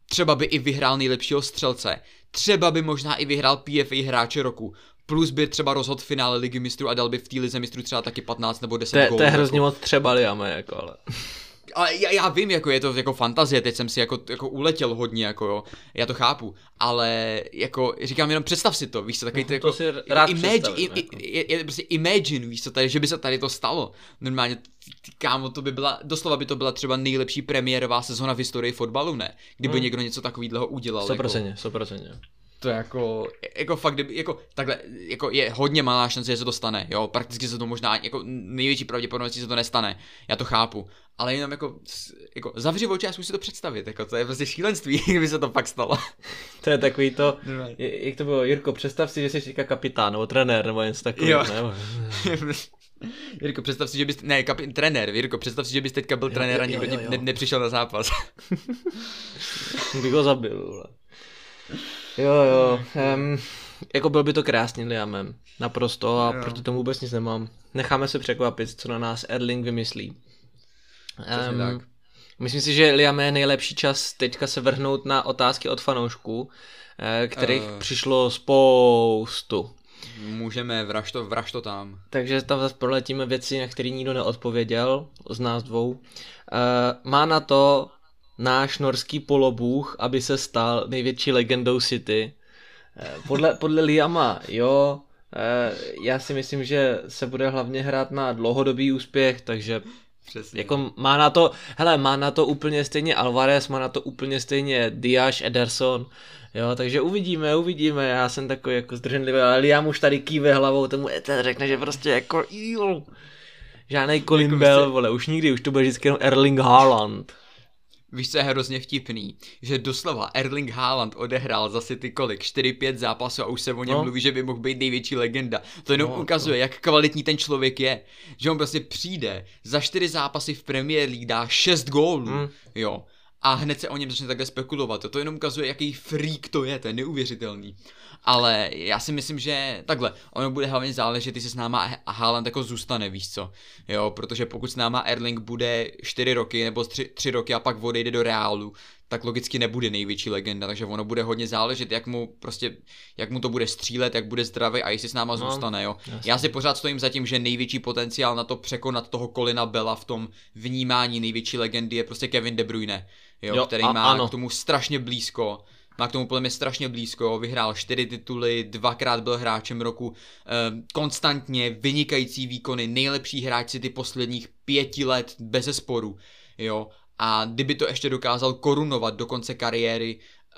třeba by i vyhrál nejlepšího střelce, třeba by možná i vyhrál PFA hráče roku, plus by třeba rozhodl finále Ligy mistrů a dal by v té lize mistrů třeba taky 15 nebo 10 gólů. To je hrozně moc třeba Liame, jako ale. Ale já vím, jako je to jako fantazie, teď jsem si jako uletěl hodně, jako jo, já to chápu, ale jako říkám jenom představ si to, víš co, takový to jako, si rád je prostě imagine, víš co, tady, že by se tady to stalo, normálně, kámo, to by byla, doslova by to byla třeba nejlepší premiérová sezona v historii fotbalu, ne, kdyby někdo něco takového udělal. 100%. To jako fakt, jako takhle, jako je hodně malá šance, že se to stane, jo, prakticky se to možná, jako největší pravděpodobností se to nestane, já to chápu, ale jenom jako zavři oči a zkus si to představit, jako to je prostě šílenství, kdyby se to fakt stalo. To je takový to, jak to bylo, Jirko, představ si, že jsi říká kapitán, nebo trenér, nebo něco takového, ne? Jirko, představ si, že bys, trenér, Jirko, představ si, že bys teďka byl trenér a nikdo nepřišel na zápas. Bych ho zabil, Jo, jako byl by to krásný Liamem, naprosto a proti tomu vůbec nic nemám. Necháme se překvapit, co na nás Erling vymyslí. Myslím si, že Liame je nejlepší čas teďka se vrhnout na otázky od fanoušků, kterých přišlo spoustu. Můžeme, vraž to tam. Takže tam zase proletíme věci, na které nikdo neodpověděl, z nás dvou. Má na to náš norský polobůh, aby se stal největší legendou City. Podle Liama, jo, já si myslím, že se bude hlavně hrát na dlouhodobý úspěch, takže přesně. Jako má na to úplně stejně Alvarez, má na to úplně stejně Diaz, Ederson, jo, takže uvidíme, já jsem takový jako zdrženlivý, ale Liam už tady kýve hlavou, tomu ten řekne, že prostě jako žádnej Colin Bell, vole, už nikdy, už to bude vždycky jenom Erling Haaland. Víš, co je hrozně vtipný? Že doslova Erling Haaland odehrál zase ty kolik? 4-5 zápasů a už se o něm mluví, že by mohl být největší legenda. To jenom ukazuje, jak kvalitní ten člověk je. Že on prostě přijde, za 4 zápasy v Premier League dá 6 gólů, jo. A hned se o něm začne takhle spekulovat. To jenom ukazuje, jaký freak to je neuvěřitelný. Ale já si myslím, že takhle, ono bude hlavně záležet, jestli s náma Haaland jako zůstane, víš co. Jo, protože pokud s náma Erling bude 4 roky nebo 3 roky a pak odejde do Reálu, tak logicky nebude největší legenda, takže ono bude hodně záležet, jak mu to bude střílet, jak bude zdravý a jestli s náma zůstane, jo. Jasně. Já si pořád stojím za tím, že největší potenciál na to překonat toho Colina Bella v tom vnímání největší legendy je prostě Kevin De Bruyne, jo, který má k tomu strašně blízko. Má k tomu podle mě strašně blízko, vyhrál 4 tituly, 2krát byl hráčem roku, konstantně vynikající výkony, nejlepší hráč si ty posledních 5 let bezesporu, jo. A kdyby to ještě dokázal korunovat do konce kariéry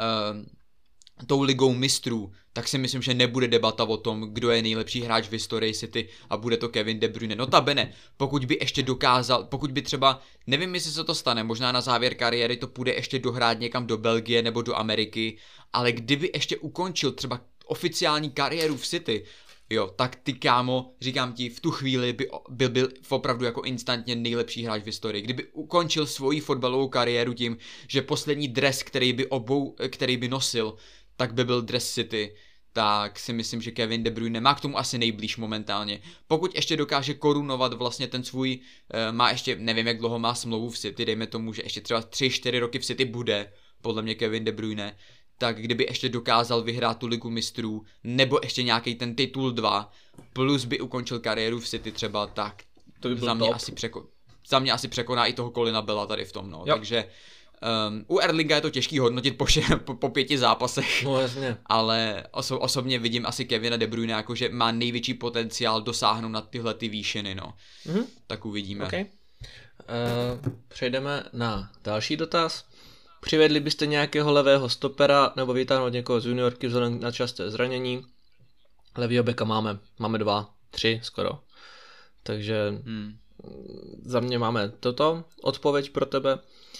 tou ligou mistrů, tak si myslím, že nebude debata o tom, kdo je nejlepší hráč v historii City a bude to Kevin De Bruyne. Notabene, pokud by ještě dokázal, pokud by třeba, nevím, jestli se to stane, možná na závěr kariéry to půjde ještě dohrát někam do Belgie nebo do Ameriky, ale kdyby ještě ukončil třeba oficiální kariéru v City, jo, tak ty kámo, říkám ti, v tu chvíli by byl opravdu jako instantně nejlepší hráč v historii. Kdyby ukončil svoji fotbalovou kariéru tím, že poslední dres, který by nosil, tak by byl dres City, tak si myslím, že Kevin De Bruyne má k tomu asi nejblíž momentálně. Pokud ještě dokáže korunovat vlastně ten svůj, má ještě, nevím jak dlouho má smlouvu v City, dejme tomu, že ještě třeba 3-4 roky v City bude, podle mě Kevin De Bruyne, tak kdyby ještě dokázal vyhrát tu ligu mistrů, nebo ještě nějaký ten titul 2, plus by ukončil kariéru v City třeba, tak to by za mě asi překoná i toho Colina Bella tady v tom, no. Takže u Erlinga je to těžký hodnotit po 5 zápasech, no, jasně. Ale osobně vidím asi Kevina De Bruyne jako, že má největší potenciál dosáhnout na tyhle ty výšiny, no. Tak uvidíme. Okay. Přejdeme na další dotaz. Přivedli byste nějakého levého stopera nebo vytáhnout někoho z juniorky vzhledem na časté zranění? Levýho beka máme 2, 3 skoro. Takže za mě máme toto. Odpověď pro tebe.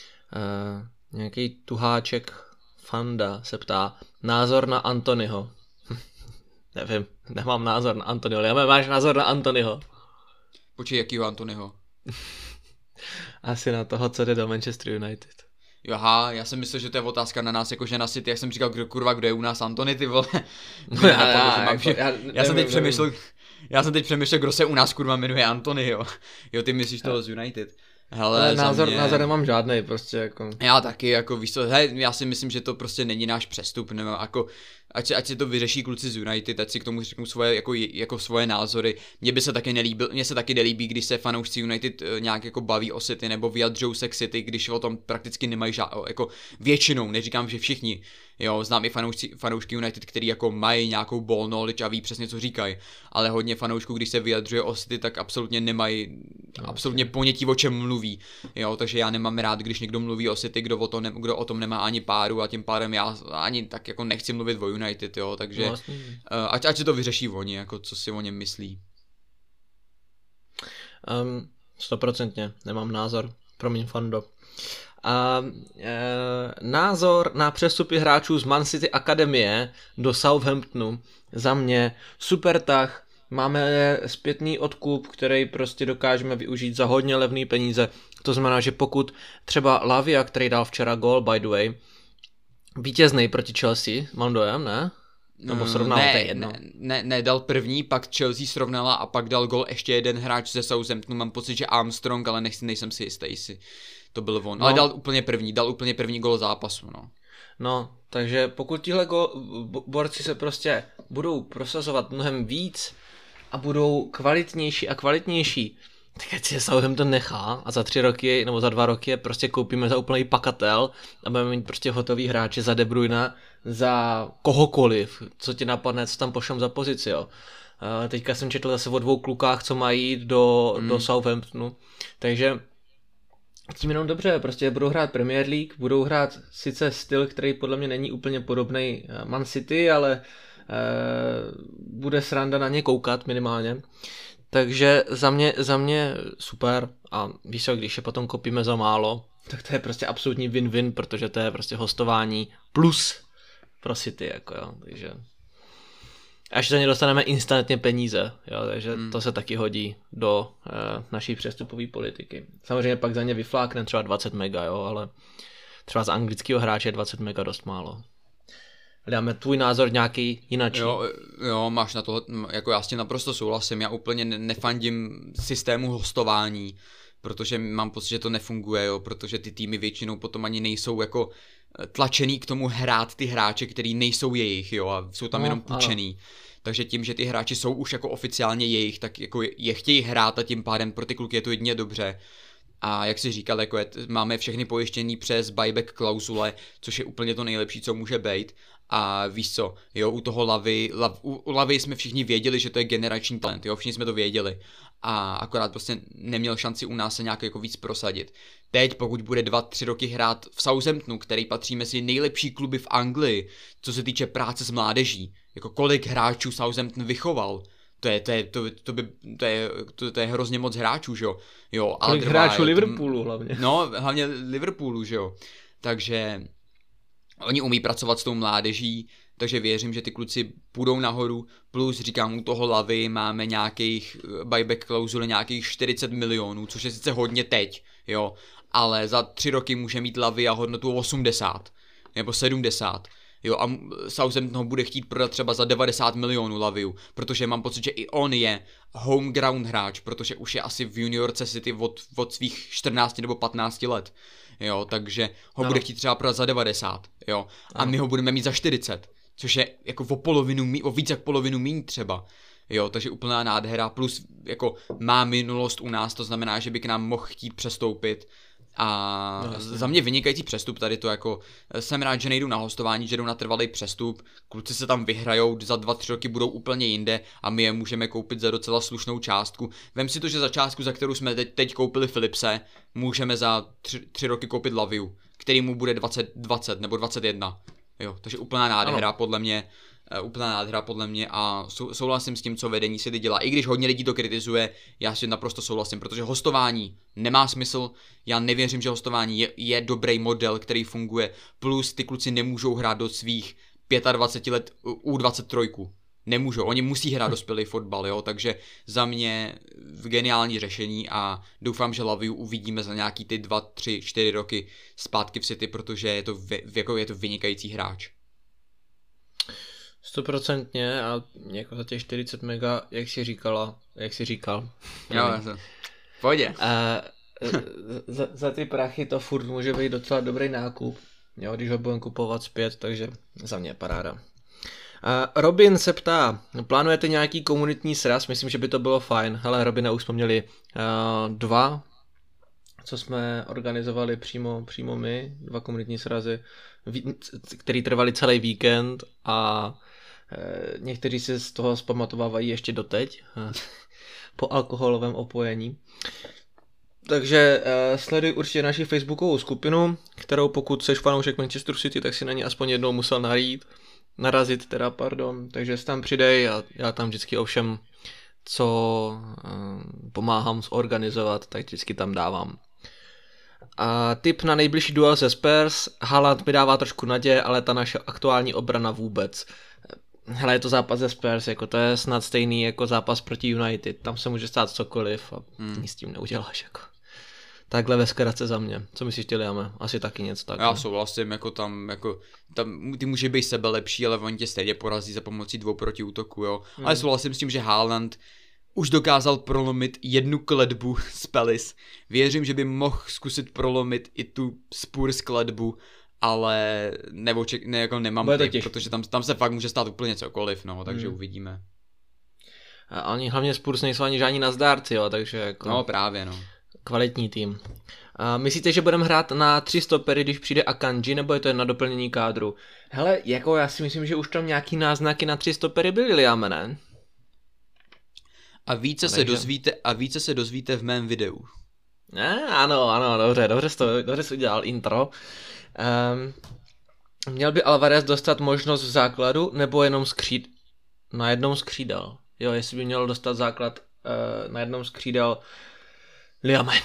Nějaký tuháček Fanda se ptá. Názor na Antonyho. Nevím, nemám názor na Antonyho, ale máš názor na Antonyho. Počkej, jakýho Antonyho? Asi na toho, co jde do Manchester United. Aha, já jsem myslel, že to je otázka na nás, jakože na City, jak jsem říkal, kdo je u nás Antony, ty vole. Já jsem teď přemýšlel, kdo se u nás kurva jmenuje Antony, jo. Jo, ty myslíš toho z United. Hele, názor nemám žádnej, prostě jako. Já taky, jako víš co, já si myslím, že to prostě není náš přestup, nebo jako, ať si to vyřeší kluci z United, ať si k tomu řeknou svoje, jako svoje názory. Mně se taky nelíbí, když se fanoušci United nějak jako baví o City, nebo vyjadřují se k City, když o tom prakticky nemají jako většinou, neříkám, že všichni, jo, znám i fanoušky United, který jako mají nějakou ball knowledge a ví přesně, co říkají, ale hodně fanoušků, když se vyjadřuje o City, tak absolutně nemají absolutně ponětí, o čem mluví, jo, takže já nemám rád, když někdo mluví o City, kdo o tom nemá ani páru, a tím pádem já ani tak jako nechci mluvit o United, jo, takže ať si to vyřeší oni, jako co si o něm myslí. 100%, nemám názor, promiň Fando. Názor na přestupy hráčů z Man City Akademie do Southamptonu, za mě super tah, máme zpětný odkup, který prostě dokážeme využít za hodně levný peníze, to znamená, že pokud třeba Lavia, který dal včera gól, by the way, vítěznej proti Chelsea, mám dojem, ne? Nebo srovnal, to je jedno. Ne, dal první, pak Chelsea srovnala a pak dal gol ještě jeden hráč ze Southamptonu, mám pocit, že Armstrong, ale nejsem si jistý, jestli to byl on. No. Ale dal úplně první gol zápasu, no. No, takže pokud tihle borci se prostě budou prosazovat mnohem víc a budou kvalitnější a kvalitnější, tak ať si Southampton nechá a za 3 roky nebo za 2 roky je prostě koupíme za úplný pakatel a budeme mít prostě hotový hráče za De Bruyne, za kohokoliv, co ti napadne, co tam pošlem za pozici, jo. Teďka jsem četl zase o 2 klukách, co mají jít do Southamptonu, takže tím jenom dobře, prostě budou hrát Premier League, budou hrát sice styl, který podle mě není úplně podobný Man City, ale bude sranda na ně koukat minimálně. Takže za mě super a víš co, když je potom kopíme za málo, tak to je prostě absolutní win-win, protože to je prostě hostování plus pro City, jako jo, takže až za ně dostaneme instantně peníze, jo, takže to se taky hodí do naší přestupové politiky. Samozřejmě pak za ně vyflákne třeba 20 mega, jo, ale třeba z anglického hráče 20 mega dost málo. Dáme tvůj názor nějaký jinačí. Jo, máš na to, jako já s tím naprosto souhlasím, já úplně nefandím systému hostování, protože mám pocit, že to nefunguje, jo, protože ty týmy většinou potom ani nejsou jako tlačený k tomu hrát ty hráče, který nejsou jejich, jo, a jsou tam jenom půjčený. Takže tím, že ty hráči jsou už jako oficiálně jejich, tak jako je chtějí hrát a tím pádem pro ty kluky je to jedině dobře. A jak jsi říkal, jako máme všechny pojištění přes buyback klauzule, což je úplně to nejlepší, co může být. A víš co, jo, u toho u Lavy jsme všichni věděli, že to je generační talent, jo, všichni jsme to věděli. A akorát prostě neměl šanci u nás se nějak jako víc prosadit. Teď, pokud bude 2-3 roky hrát v Southamptonu, který patří mezi nejlepší kluby v Anglii, co se týče práce s mládeží, jako kolik hráčů Southampton vychoval, to je hrozně moc hráčů, že jo. Jo, kolik hráčů Liverpoolu hlavně. No, hlavně Liverpoolu, že jo. Takže oni umí pracovat s tou mládeží, takže věřím, že ty kluci půjdou nahoru, plus říkám, u toho Lavy máme nějakých buyback klauzule nějakých 40 milionů, což je sice hodně teď, jo, ale za 3 roky může mít Lavy a hodnotu 80 nebo 70. Jo, a Southampton ho bude chtít prodat třeba za 90 milionů Laviu, protože mám pocit, že i on je home ground hráč, protože už je asi v juniorce City od svých 14 nebo 15 let. Jo, takže ho bude chtít třeba prodat za 90, jo, a my ho budeme mít za 40, což je jako o víc jak polovinu míň třeba, jo, takže úplná nádhera, plus jako má minulost u nás, to znamená, že by k nám mohl chtít přestoupit. A za mě vynikající přestup tady to, jako jsem rád, že nejdu na hostování, že jdou na trvalý přestup, kluci se tam vyhrajou, za 2-3 roky budou úplně jinde a my je můžeme koupit za docela slušnou částku. Vem si to, že za částku, za kterou jsme teď koupili Philipse, můžeme za 3 roky koupit Laviu, který mu bude 20 nebo 21. Jo, takže úplná nádhera podle mě a souhlasím s tím, co vedení City dělá. I když hodně lidí to kritizuje, já si naprosto souhlasím, protože hostování nemá smysl, já nevěřím, že hostování je dobrý model, který funguje, plus ty kluci nemůžou hrát do svých 25 let U23. Nemůžou, oni musí hrát dospělý fotbal, jo, takže za mě geniální řešení a doufám, že Laviu uvidíme za nějaký ty 2, 3, 4 roky zpátky v City, protože je to vynikající hráč. 100% a jako za těch 40 mega, jak jsi říkal. Jo, pojď. za ty prachy to furt může být docela dobrý nákup, jo, když ho budeme kupovat zpět, takže za mě paráda. Robin se ptá, plánujete nějaký komunitní sraz? Myslím, že by to bylo fajn. Hele, Robina, už jsme měli 2, co jsme organizovali přímo my, 2 komunitní srazy, který trvali celý víkend a někteří se z toho zpamatovávají ještě doteď po alkoholovém opojení. Takže sleduj určitě naši facebookovou skupinu, kterou pokud seš fanoušek Manchester City, tak si na ní aspoň jednou musel narazit, takže se tam přidej a já tam vždycky ovšem, co pomáhám zorganizovat, tak vždycky tam dávám. A tip na nejbližší duel se Spurs, Haaland mi dává trošku naděje, ale ta naše aktuální obrana vůbec. Hele, je to zápas ze Spurs, jako to je snad stejný jako zápas proti United, tam se může stát cokoliv a nic s tím neuděláš, jako. Takhle ve zkratce za mě. Co myslíš ty, Liame? Asi taky něco tak. Já souhlasím, jako tam ty může být sebe lepší, ale oni tě stejně porazí za pomocí 2 protiútoků, jo. Ale souhlasím s tím, že Haaland už dokázal prolomit 1 kletbu z Palace. Věřím, že by mohl zkusit prolomit i tu Spurs kletbu, ale jako nemám typ, protože tam se fakt může stát úplně cokoliv, no, takže uvidíme. A oni hlavně Spurs nejsou ani žádní nazdárci, jo, takže jako... No právě, no. Kvalitní tým. A myslíte, že budeme hrát na 3 stopery, když přijde Akanji, nebo je to jen na doplnění kádru? Hele, jako já si myslím, že už tam nějaký náznaky na 3 stopery byly, Liame, ne? A více se dozvíte v mém videu. Ano, dobře jsi udělal intro. Měl by Alvarez dostat možnost v základu, nebo jenom na jednom z křídel? Jo, jestli by měl dostat základ na jednom z křídel, Liame.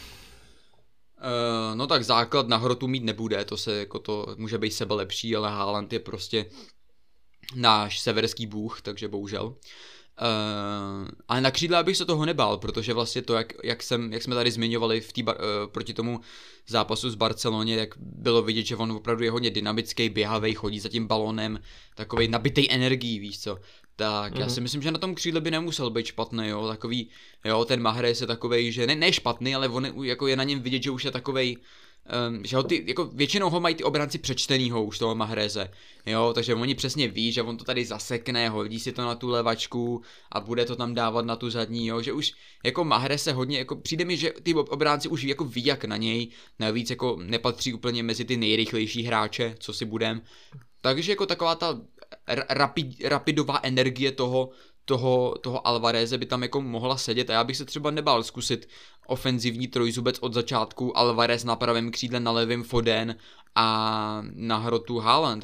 No tak základ na hrotu mít nebude, to může být sebe lepší, ale Haaland je prostě náš severský bůh, takže bohužel. Ale na křídle bych se toho nebál, protože vlastně to, jak jsme tady zmiňovali proti tomu zápasu s Barceloně, jak bylo vidět, že on opravdu je hodně dynamický, běhavej, chodí za tím balonem, takovej nabitej energií, víš co. Tak já si myslím, že na tom křídle by nemusel být špatný, jo, takový, jo, ten Mahrez je takovej, že ne špatný, ale on jako je na něm vidět, že už je takovej, že ho jako většinou ho mají ty obránci přečtenýho už toho Mahreze, jo, takže oni přesně ví, že on to tady zasekne, hodí si to na tu levačku a bude to tam dávat na tu zadní, jo, že už jako Mahrez se hodně, jako přijde mi, že ty obránci už jako ví jak na něj, navíc jako nepatří úplně mezi ty nejrychlejší hráče, co si budem, takže jako taková ta rapidová energie toho Alvareze by tam jako mohla sedět a já bych se třeba nebál zkusit ofenzivní trojzubec od začátku, Alvarez na pravém křídle, na levém Foden a na hrotu Haaland,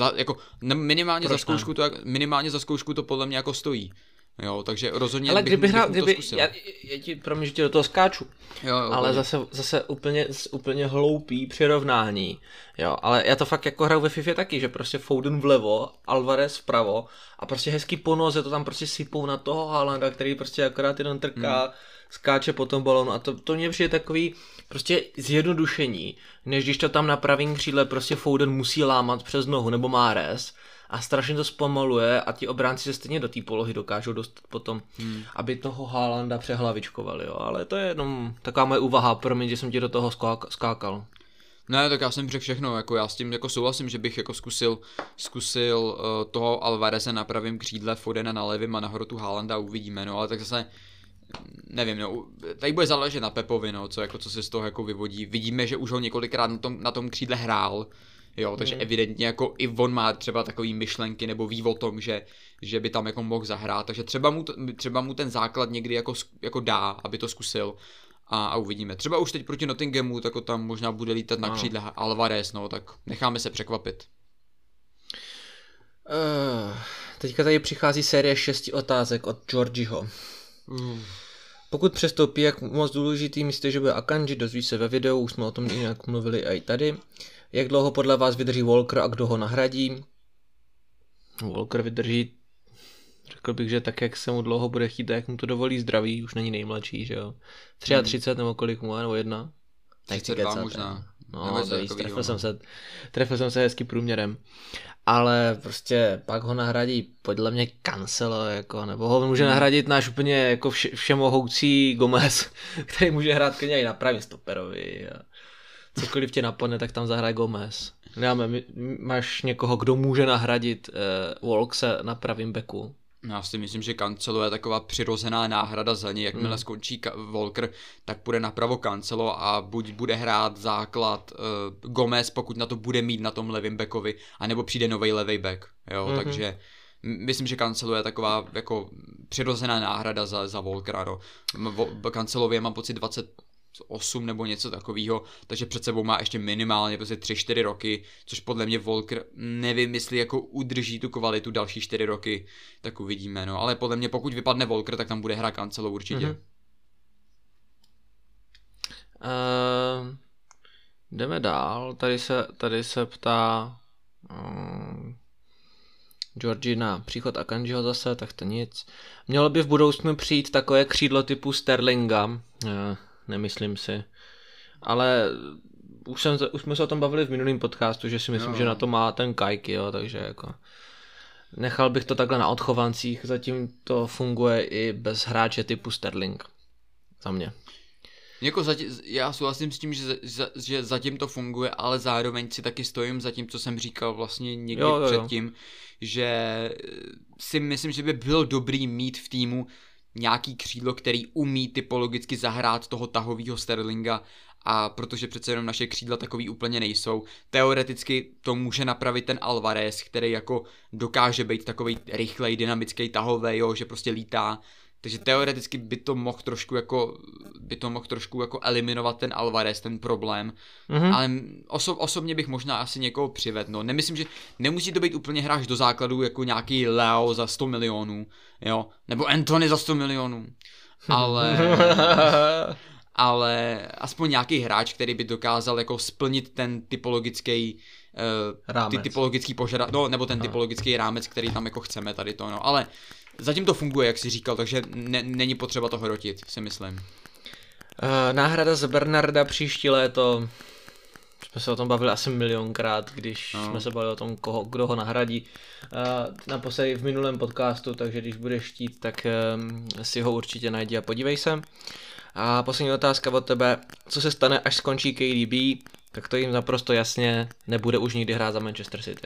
minimálně za zkoušku to podle mě jako stojí. Jo, takže rozhodně ale bych to zkusil. Já ti, promiň, že ti do toho skáču, jo, ale zase úplně hloupý přirovnání, jo, ale já to fakt jako hraju ve FIFA taky, že prostě Foden vlevo, Alvarez vpravo a prostě hezky po noze to tam prostě sypou na toho Haalanda, který prostě akorát jenom trká, skáče po tom balonu a to mě přijde takový prostě zjednodušení, než když to tam na pravém křídle prostě Foden musí lámat přes nohu nebo Mahrez a strašně to zpomaluje a ti obránci se stejně do té polohy dokážou dostat potom, aby toho Haalanda přehlavičkovali, jo, ale to je jenom taková moje úvaha, promiň, že jsem ti do toho skákal. Ne, tak já jsem řekl všechno, jako já s tím jako souhlasím, že bych jako zkusil toho Alvareze na pravém křídle, Fodena na levém a na hrotu Haalanda uvidíme, no, ale tak zase nevím, no, tady bude záležet na Pepovi, no, co se z toho jako vyvodí. Vidíme, že už ho několikrát na tom křídle hrál, jo, takže evidentně jako i on má třeba takový myšlenky nebo ví o tom, že by tam jako mohl zahrát, takže třeba mu ten základ někdy jako dá, aby to zkusil a uvidíme. Třeba už teď proti Nottinghamu, tak tam možná bude lítat na křídle Alvarez, no, tak necháme se překvapit. Teďka tady přichází série 6 otázek od Georgieho. Pokud přestoupí, jak moc důležitý myslíte, že bude Akanji, dozví se ve videu, už jsme o tom nějak mluvili i tady. Jak dlouho podle vás vydrží Walker a kdo ho nahradí? Walker vydrží, řekl bych, že tak, jak se mu dlouho bude chtít, jak mu to dovolí zdraví, už není nejmladší, že jo? 33 nebo kolik mu, nebo 1? 32 možná. No, trefil jsem se hezky průměrem. Ale prostě pak ho nahradí podle mě Cancelo, jako, nebo ho může nahradit náš úplně jako všemohoucí Gomez, který může hrát klidně i na pravém stoperovi. A cokoliv tě napadne, tak tam zahraje Gomez. Máš někoho, kdo může nahradit Walkse na pravém beku? Já si myslím, že Cancelo je taková přirozená náhrada za něj. Jakmile skončí Walker, tak půjde napravo Cancelo a buď bude hrát základ Gomez, pokud na to bude mít na tom levém backovi, anebo přijde nový levý back. Jo, takže myslím, že Cancelo je taková jako přirozená náhrada za Walkera. No. Cancelově mám pocit 28 nebo něco takového, takže před sebou má ještě minimálně prostě 3-4 roky, což podle mě Walker, nevím, jestli jako udrží tu kvalitu další 4 roky, tak uvidíme, no, ale podle mě pokud vypadne Walker, tak tam bude hrát Cancelo určitě. Jdeme dál, tady se ptá Georgie na příchod Akanjiho zase, tak to nic. Mělo by v budoucnu přijít takové křídlo typu Sterlinga, nemyslím si. Ale už jsme se o tom bavili v minulém podcastu, že si myslím, že na to má ten Kajky, jo, takže jako nechal bych to takhle na odchovancích, zatím to funguje i bez hráče typu Sterling. Za mě. Jako já souhlasím s tím, že zatím to funguje, ale zároveň si taky stojím za tím, co jsem říkal vlastně někdy předtím, že si myslím, že by bylo dobrý mít v týmu nějaký křídlo, který umí typologicky zahrát toho tahovýho Sterlinga, a protože přece jenom naše křídla takový úplně nejsou. Teoreticky to může napravit ten Alvarez, který jako dokáže být takový rychlej, dynamický tahovej, jo, že prostě lítá. Takže teoreticky by to mohl trošku jako eliminovat ten Alvarez, ten problém. Ale osobně bych možná asi někoho přivedl. No. Nemyslím, že nemusí to být úplně hráč do základu jako nějaký Leo za 100 milionů, jo, nebo Anthony za 100 milionů. Ale aspoň nějaký hráč, který by dokázal jako splnit ten typologický typologický požadavek, no, nebo ten typologický rámec, který tam jako chceme tady to, no, ale zatím to funguje, jak jsi říkal, takže není potřeba to hrotit, si myslím. Náhrada z Bernarda příští léto, jsme se o tom bavili asi milionkrát, když jsme se bavili o tom, kdo ho nahradí. Naposledy v minulém podcastu, takže když budeš chtít, tak si ho určitě najdi a podívej se. A poslední otázka od tebe, co se stane, až skončí KDB, tak to jim naprosto jasně nebude už nikdy hrát za Manchester City.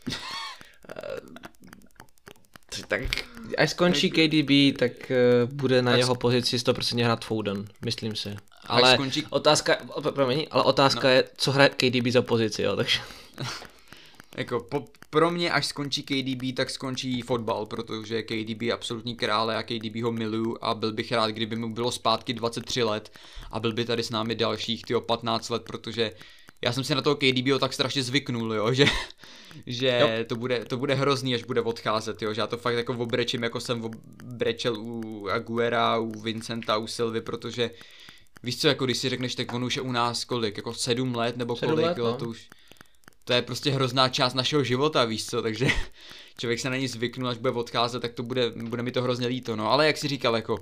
Tak až skončí KDB, tak bude na jeho pozici 100% hrát Foden, myslím si. Ale otázka je, co hraje KDB za pozici, jo, takže... Jako pro mě, až skončí KDB, tak skončí fotbal, protože KDB je absolutní král, já KDB ho miluju a byl bych rád, kdyby mu bylo zpátky 23 let a byl by tady s námi dalších 15 let, protože já jsem si na toho KDBho tak strašně zvyknul, jo, že to bude hrozný, až bude odcházet, jo, že já to fakt jako obrečím, jako jsem obrečel u Aguera, u Vincenta, u Silvy, protože víš co, jako když si řekneš, tak on už je u nás kolik, jako 7 let nebo kolik, jo, to je prostě hrozná část našeho života, víš co, takže člověk se na ní zvyknul, až bude odcházet, tak to bude mi to hrozně líto, no, ale jak jsi říkal, jako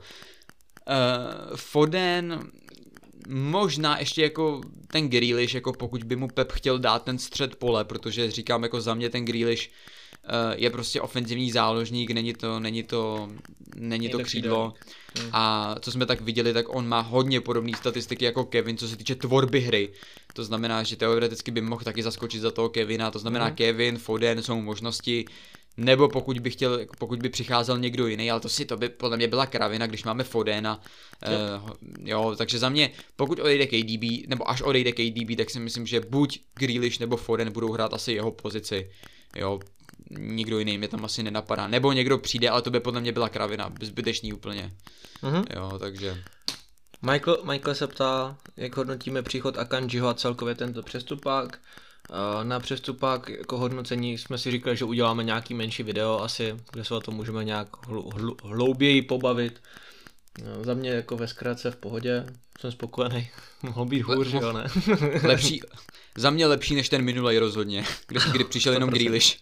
Foden, možná ještě jako ten Grealish, jako pokud by mu Pep chtěl dát ten střed pole, protože říkám, jako za mě ten Grealish je prostě ofenzivní záložník, není to křídlo. A co jsme tak viděli, tak on má hodně podobné statistiky jako Kevin, co se týče tvorby hry. To znamená, že teoreticky by mohl taky zaskočit za toho Kevina, to znamená Kevin, Foden jsou možnosti, nebo pokud by přicházel někdo jiný, ale to by podle mě byla kravina, když máme Fodena, jo, takže za mě, pokud odejde KDB, nebo až odejde KDB, tak si myslím, že buď Grealish nebo Foden budou hrát asi jeho pozici, jo, nikdo jiný mě tam asi nenapadá, nebo někdo přijde, ale to by podle mě byla kravina, zbytečný úplně, jo, takže... Michael se ptá, jak hodnotíme příchod Akanjiho a celkově tento přestupák. Na přestupák jako hodnocení jsme si říkali, že uděláme nějaký menší video asi, kde se o tom můžeme nějak hlouběji pobavit. Za mě jako ve zkratce v pohodě, jsem spokojený, mohlo být hůř, jo ne? Za mě lepší než ten minulej rozhodně, kdy přišel jenom Grealish.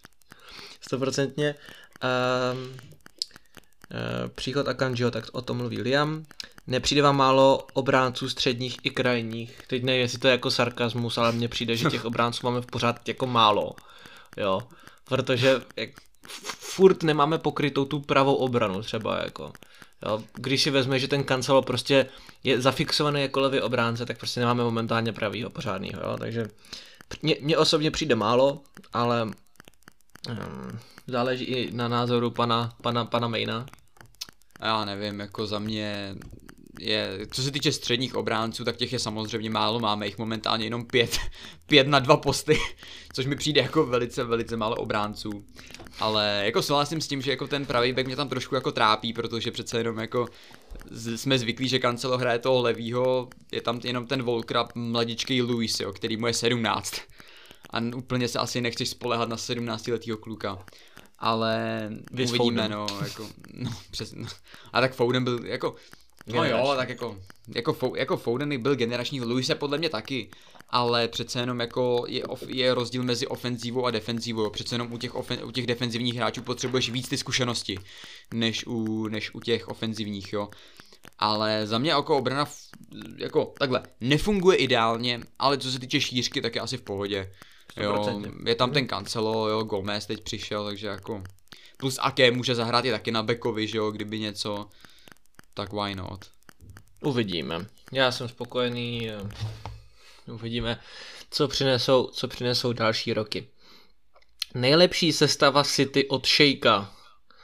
100%. Příchod Akanjiho, tak o tom mluví Liam. Nepřijde vám málo obránců středních i krajních? Teď nevím, jestli to je jako sarkazmus, ale mně přijde, že těch obránců máme v pořád jako málo. Jo, protože furt nemáme pokrytou tu pravou obranu třeba jako. Jo, když si vezme, že ten Cancelo prostě je zafixovaný jako levý obránce, tak prostě nemáme momentálně pravýho pořádnýho, jo, takže mně osobně přijde málo, ale záleží i na názoru pana Maina. Já nevím, jako za mě co se týče středních obránců, tak těch je samozřejmě málo, máme jich momentálně jenom 5 na 2 posty, což mi přijde jako velice, velice málo obránců, ale jako souhlasím s tím, že jako ten pravý back mě tam trošku jako trápí, protože přece jenom jako jsme zvyklí, že Cancelo hraje toho levýho, je tam jenom ten Walker mladičký Luis, jo, který mu je 17 a úplně se asi nechceš spoléhat na 17letýho kluka. Ale uvidíme, no, jako, no, přesně, no. A tak Foden byl, jako, no jo, tak jako Foden byl generační, Luise podle mě taky, ale přece jenom jako je rozdíl mezi ofenzívou a defenzívou, přece jenom u těch defenzivních hráčů potřebuješ víc ty zkušenosti, než u těch ofenzivních, jo. Ale za mě jako obrana, jako takhle, nefunguje ideálně, ale co se týče šířky, tak je asi v pohodě. Jo, je tam ten Cancelo, jo, Gomez teď přišel, takže jako plus Ake může zahrát i taky na backovi, že jo, kdyby něco, tak why not. Uvidíme, já jsem spokojený, uvidíme, co přinesou další roky. Nejlepší sestava City od Šejka.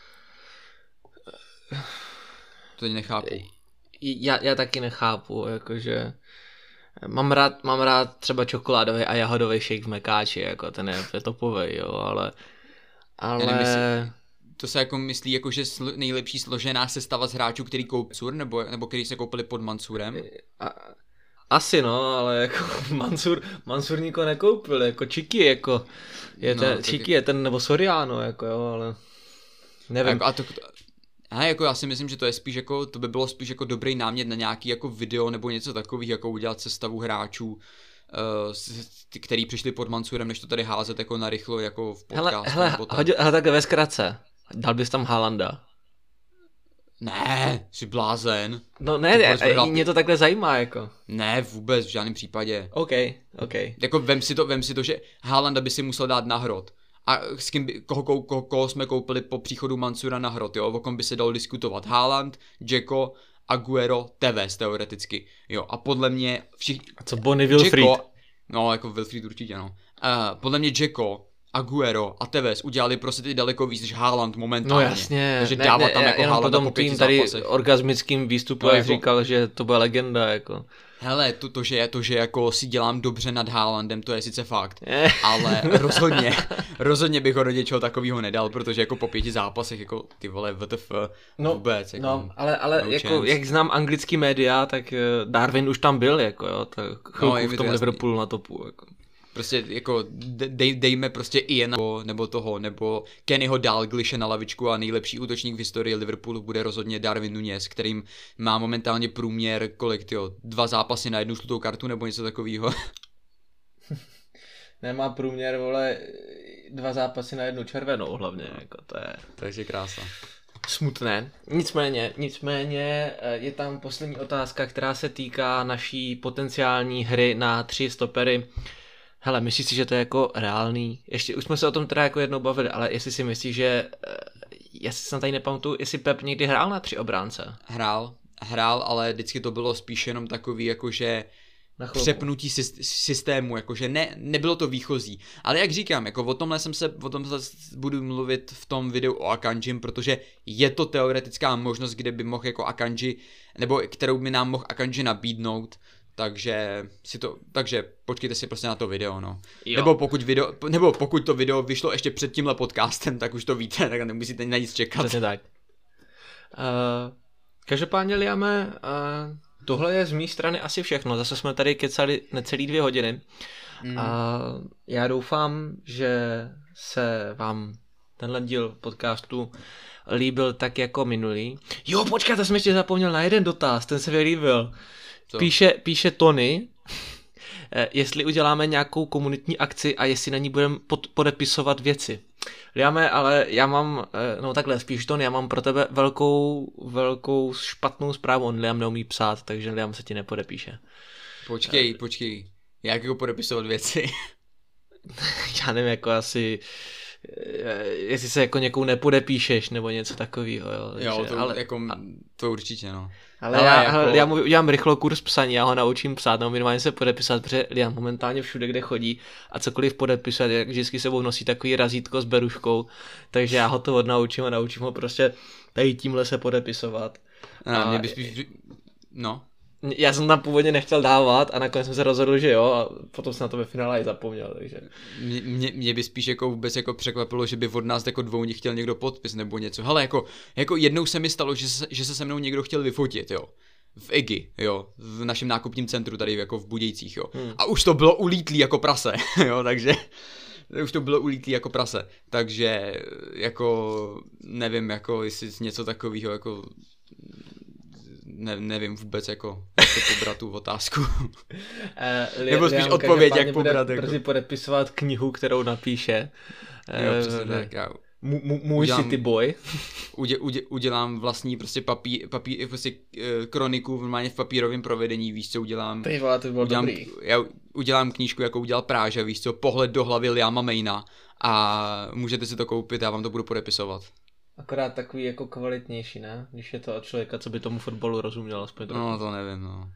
To nechápu. Já taky nechápu, jakože mám rád třeba čokoládový a jahodový shake v mekáči, jako ten je topovej, jo, ale to se jako myslí, jako že nejlepší složená sestava z hráčů, který koupil Mansur, nebo který se koupili pod Mansurem? Asi no, ale jako Mansur nikoho nekoupil, jako Čiki, jako Čiki je ten, nebo Soriano, jako jo, ale nevím. Jako já si myslím, že to je spíš jako, to by bylo spíš jako dobrý námět na nějaký jako video nebo něco takových, jako udělat sestavu hráčů, který přišli pod Mansurem, než to tady házet jako narychlo, jako v podcastu. Hele, tak ve zkratce, dal bys tam Haalanda? Ne, jsi blázen. No ne, mě to takhle zajímá, jako. Ne, vůbec, v žádném případě. OK. Jako vem si to, že Haalanda by si musel dát na hrot. A s kým koho jsme koupili po příchodu Mansura na hrot, jo, o kom by se dalo diskutovat. Haaland, Dzeko, Aguero, Tevez teoreticky, jo, a podle mě A co Bonny, Wilfried? No, jako Wilfried určitě, no. Podle mě Dzeko, Aguero a Tevez udělali prostě ty daleko víc než Haaland momentálně. No jasně, takže dávat tam jako Haalanda po 5 zápasech. Tady orgasmickým výstupu jako říkal, že to byla legenda, jako. Hele, to, že jako si dělám dobře nad Haalandem, to je sice fakt, ale rozhodně bych ho do něčeho takového nedal, protože jako po 5 zápasech, jako ty vole, WTF, vůbec. Jako, no, ale jako, jak znám anglický média, tak Darwin už tam byl, jako jo, tak chvilku v tom Liverpoolu na topu, jako. Prostě jako dejme prostě Iana nebo Kennyho Dalglishe na lavičku a nejlepší útočník v historii Liverpoolu bude rozhodně Darwin Núñez, kterým má momentálně průměr 2 zápasy na 1 žlutou kartu nebo něco takového. Nemá průměr, vole, 2 zápasy na 1 červenou hlavně, jako to je. Takže krása. Smutné. Nicméně je tam poslední otázka, která se týká naší potenciální hry na 3 stopery. Hele, myslíš si, že to je jako reálný? Ještě už jsme se o tom teda jako jednou bavili, ale jestli si myslíš, že já si tady nepamatuju, jestli Pep někdy hrál na 3 obránce? Hrál, ale vždycky to bylo spíš jenom takový jakože přepnutí systému, jakože nebylo to výchozí. Ale jak říkám, jako o tomhle budu mluvit v tom videu o Akanjim, protože je to teoretická možnost, kde by mohl jako Akanji, nebo kterou by nám mohl Akanji nabídnout. Takže počkejte si prostě na to video, no. Nebo pokud to video vyšlo ještě před tímhle podcastem, tak už to víte, tak nemusíte na nic čekat. Přesně tak. Každopádně, Liame, tohle je z mé strany asi všechno. Zase jsme tady kecali necelý 2 hodiny. Já doufám, že se vám tenhle díl podcastu líbil tak jako minulý. Jo, počkejte, jsem ještě zapomněl na jeden dotaz, ten se mi líbil. Píše Tony, jestli uděláme nějakou komunitní akci a jestli na ní budeme podepisovat věci. Liame, ale já mám, no takhle, spíš to, já mám pro tebe velkou špatnou zprávu, on Liam neumí psát, takže Liam se ti nepodepíše. Počkej, jak jako podepisovat věci? Já nevím, jako asi, jestli se jako někoho nepodepíšeš, nebo něco takového, jo. Jo, to určitě, no. Ale já mu udělám rychlo kurz psaní, já ho naučím psát, nebo minimálně se podepisovat, protože Liam momentálně všude, kde chodí a cokoliv podepisovat, jak vždycky sebou nosí takový razítko s beruškou, takže já ho to odnaučím a naučím ho prostě tady tímhle se podepisovat. Mě by spíš... No. Já jsem tam původně nechtěl dávat a nakonec jsem se rozhodl, že jo, a potom jsem na to ve finále i zapomněl, takže... Mě by spíš jako vůbec jako překvapilo, že by od nás jako dvou chtěl někdo podpis nebo něco. Hele, jako jednou se mi stalo, že se mnou někdo chtěl vyfotit, jo. V Iggy, jo, v našem nákupním centru tady jako v Budějcích, jo. A už to bylo ulítlý jako prase, jo, takže... Už to bylo ulítlý jako prase, takže jako nevím, jako jestli něco takového jako... nevím vůbec, jako to pobrat tu otázku. Nebo spíš odpověď, jak pobrat. Bude brzy podepisovat knihu, kterou napíše. Jo, přesně tak. Můj City Boy. Udělám vlastní prostě papír prostě kroniku normálně v papírovém provedení, víš co udělám. Ty vole, to bylo dobrý. Já udělám knížku, jako udělal Práža, víš co, pohled do hlavy Liama Mayna a můžete si to koupit, já vám to budu podepisovat. Akorát takový jako kvalitnější, ne? Když je to od člověka, co by tomu fotbalu rozuměl aspoň trochu. No, to nevím, no.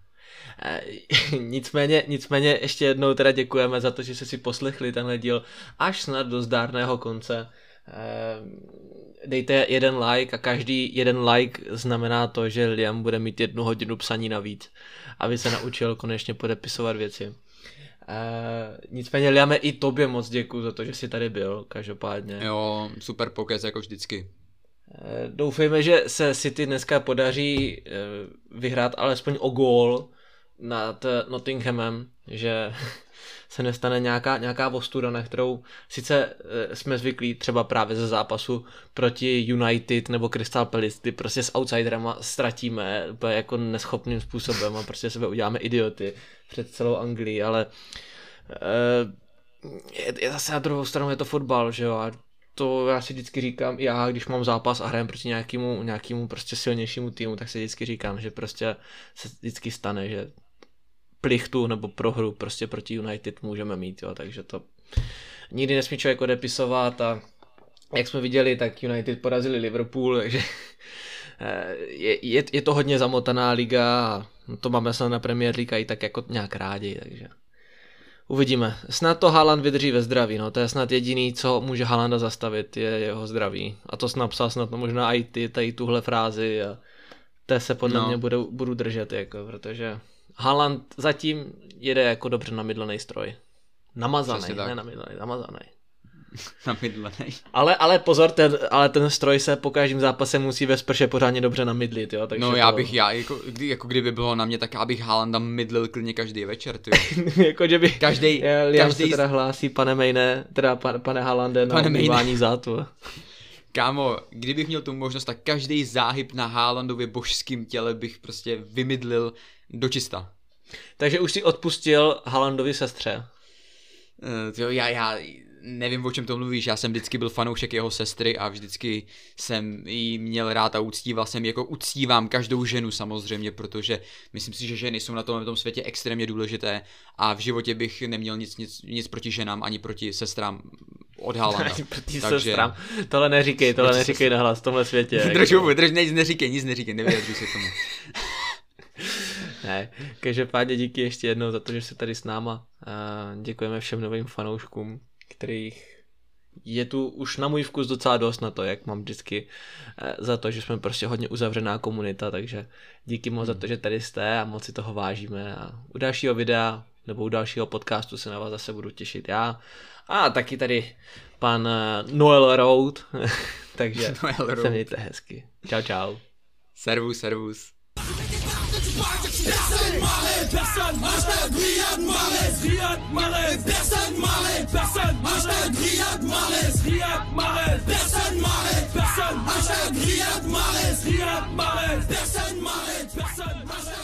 Nicméně ještě jednou teda děkujeme za to, že jste si poslechli tenhle díl až snad do zdárného konce. Dejte jeden like a každý jeden like znamená to, že Liam bude mít 1 hodinu psaní navíc, aby se naučil konečně podepisovat věci. Nicméně Liame, i tobě moc děkuju za to, že jsi tady byl, každopádně. Jo, super pokec jako vždycky. Doufejme, že se City dneska podaří vyhrát alespoň o gól nad Nottinghamem, že se nestane nějaká ostuda, na kterou sice jsme zvyklí třeba právě ze zápasu proti United nebo Crystal Palace, kdy prostě s outsiderama ztratíme úplně jako neschopným způsobem a prostě sebe uděláme idioty před celou Anglií, ale je zase na druhou stranu je to fotbal, že jo, a to já si vždycky říkám, když mám zápas a hrajem proti nějakému prostě silnějšímu týmu, tak si vždycky říkám, že prostě se vždycky stane, že plichtu nebo prohru prostě proti United můžeme mít, jo, takže to nikdy nesmí člověk odepisovat a jak jsme viděli, tak United porazili Liverpool, takže je to hodně zamotaná liga a to máme se na Premier League i tak jako nějak rádi, takže uvidíme. Snad to Haaland vydrží ve zdraví, no to je snad jediný, co může Haalanda zastavit, je jeho zdraví. A to napsal snad možná i ty, tady tuhle frázi a té se podle mě budu držet, jako, protože Haaland zatím jede jako dobře namydlený stroj. Namazaný, ne namydlený, namazaný. Namydlený. Ale pozor, ten stroj se po každém zápase musí ve sprše pořádně dobře namydlit, jo. Takže no jako kdyby bylo na mě, tak já bych Haalanda mydlil klidně každý večer, ty. Jako že by každý se teda hlásí, pane Mayne, teda pane Haalande na umývání zátu. Kámo, kdybych měl tu možnost, tak každý záhyb na Haalandově božským těle bych prostě vymydlil do čista. Takže už si odpustil Haalandovi sestře. Já nevím, o čem to mluvíš, já jsem vždycky byl fanoušek jeho sestry a vždycky jsem jí měl rád a uctíval jsem, jako uctívám každou ženu samozřejmě, protože myslím si, že ženy jsou na tom světě extrémně důležité a v životě bych neměl nic proti ženám ani proti sestrám od Haalanda. Proti sestram. Tohle neříkej nahlas v tomhle světě. Nic neříkej, nevyjadřuj se k tomu. Ne, každopádně díky ještě jednou za to, že jste tady s náma. Děkujeme všem novým fanouškům, kterých je tu už na můj vkus docela dost na to, jak mám vždycky za to, že jsme prostě hodně uzavřená komunita, takže díky moc za to, že tady jste a moc si toho vážíme a u dalšího videa nebo u dalšího podcastu se na vás zase budu těšit já a taky tady pan Noel Road, takže se mějte hezky. Čau. Servus. Personne, hashtag Riyad Mahrez, Riyad Mahrez, personne, hashtag Riyad Mahrez.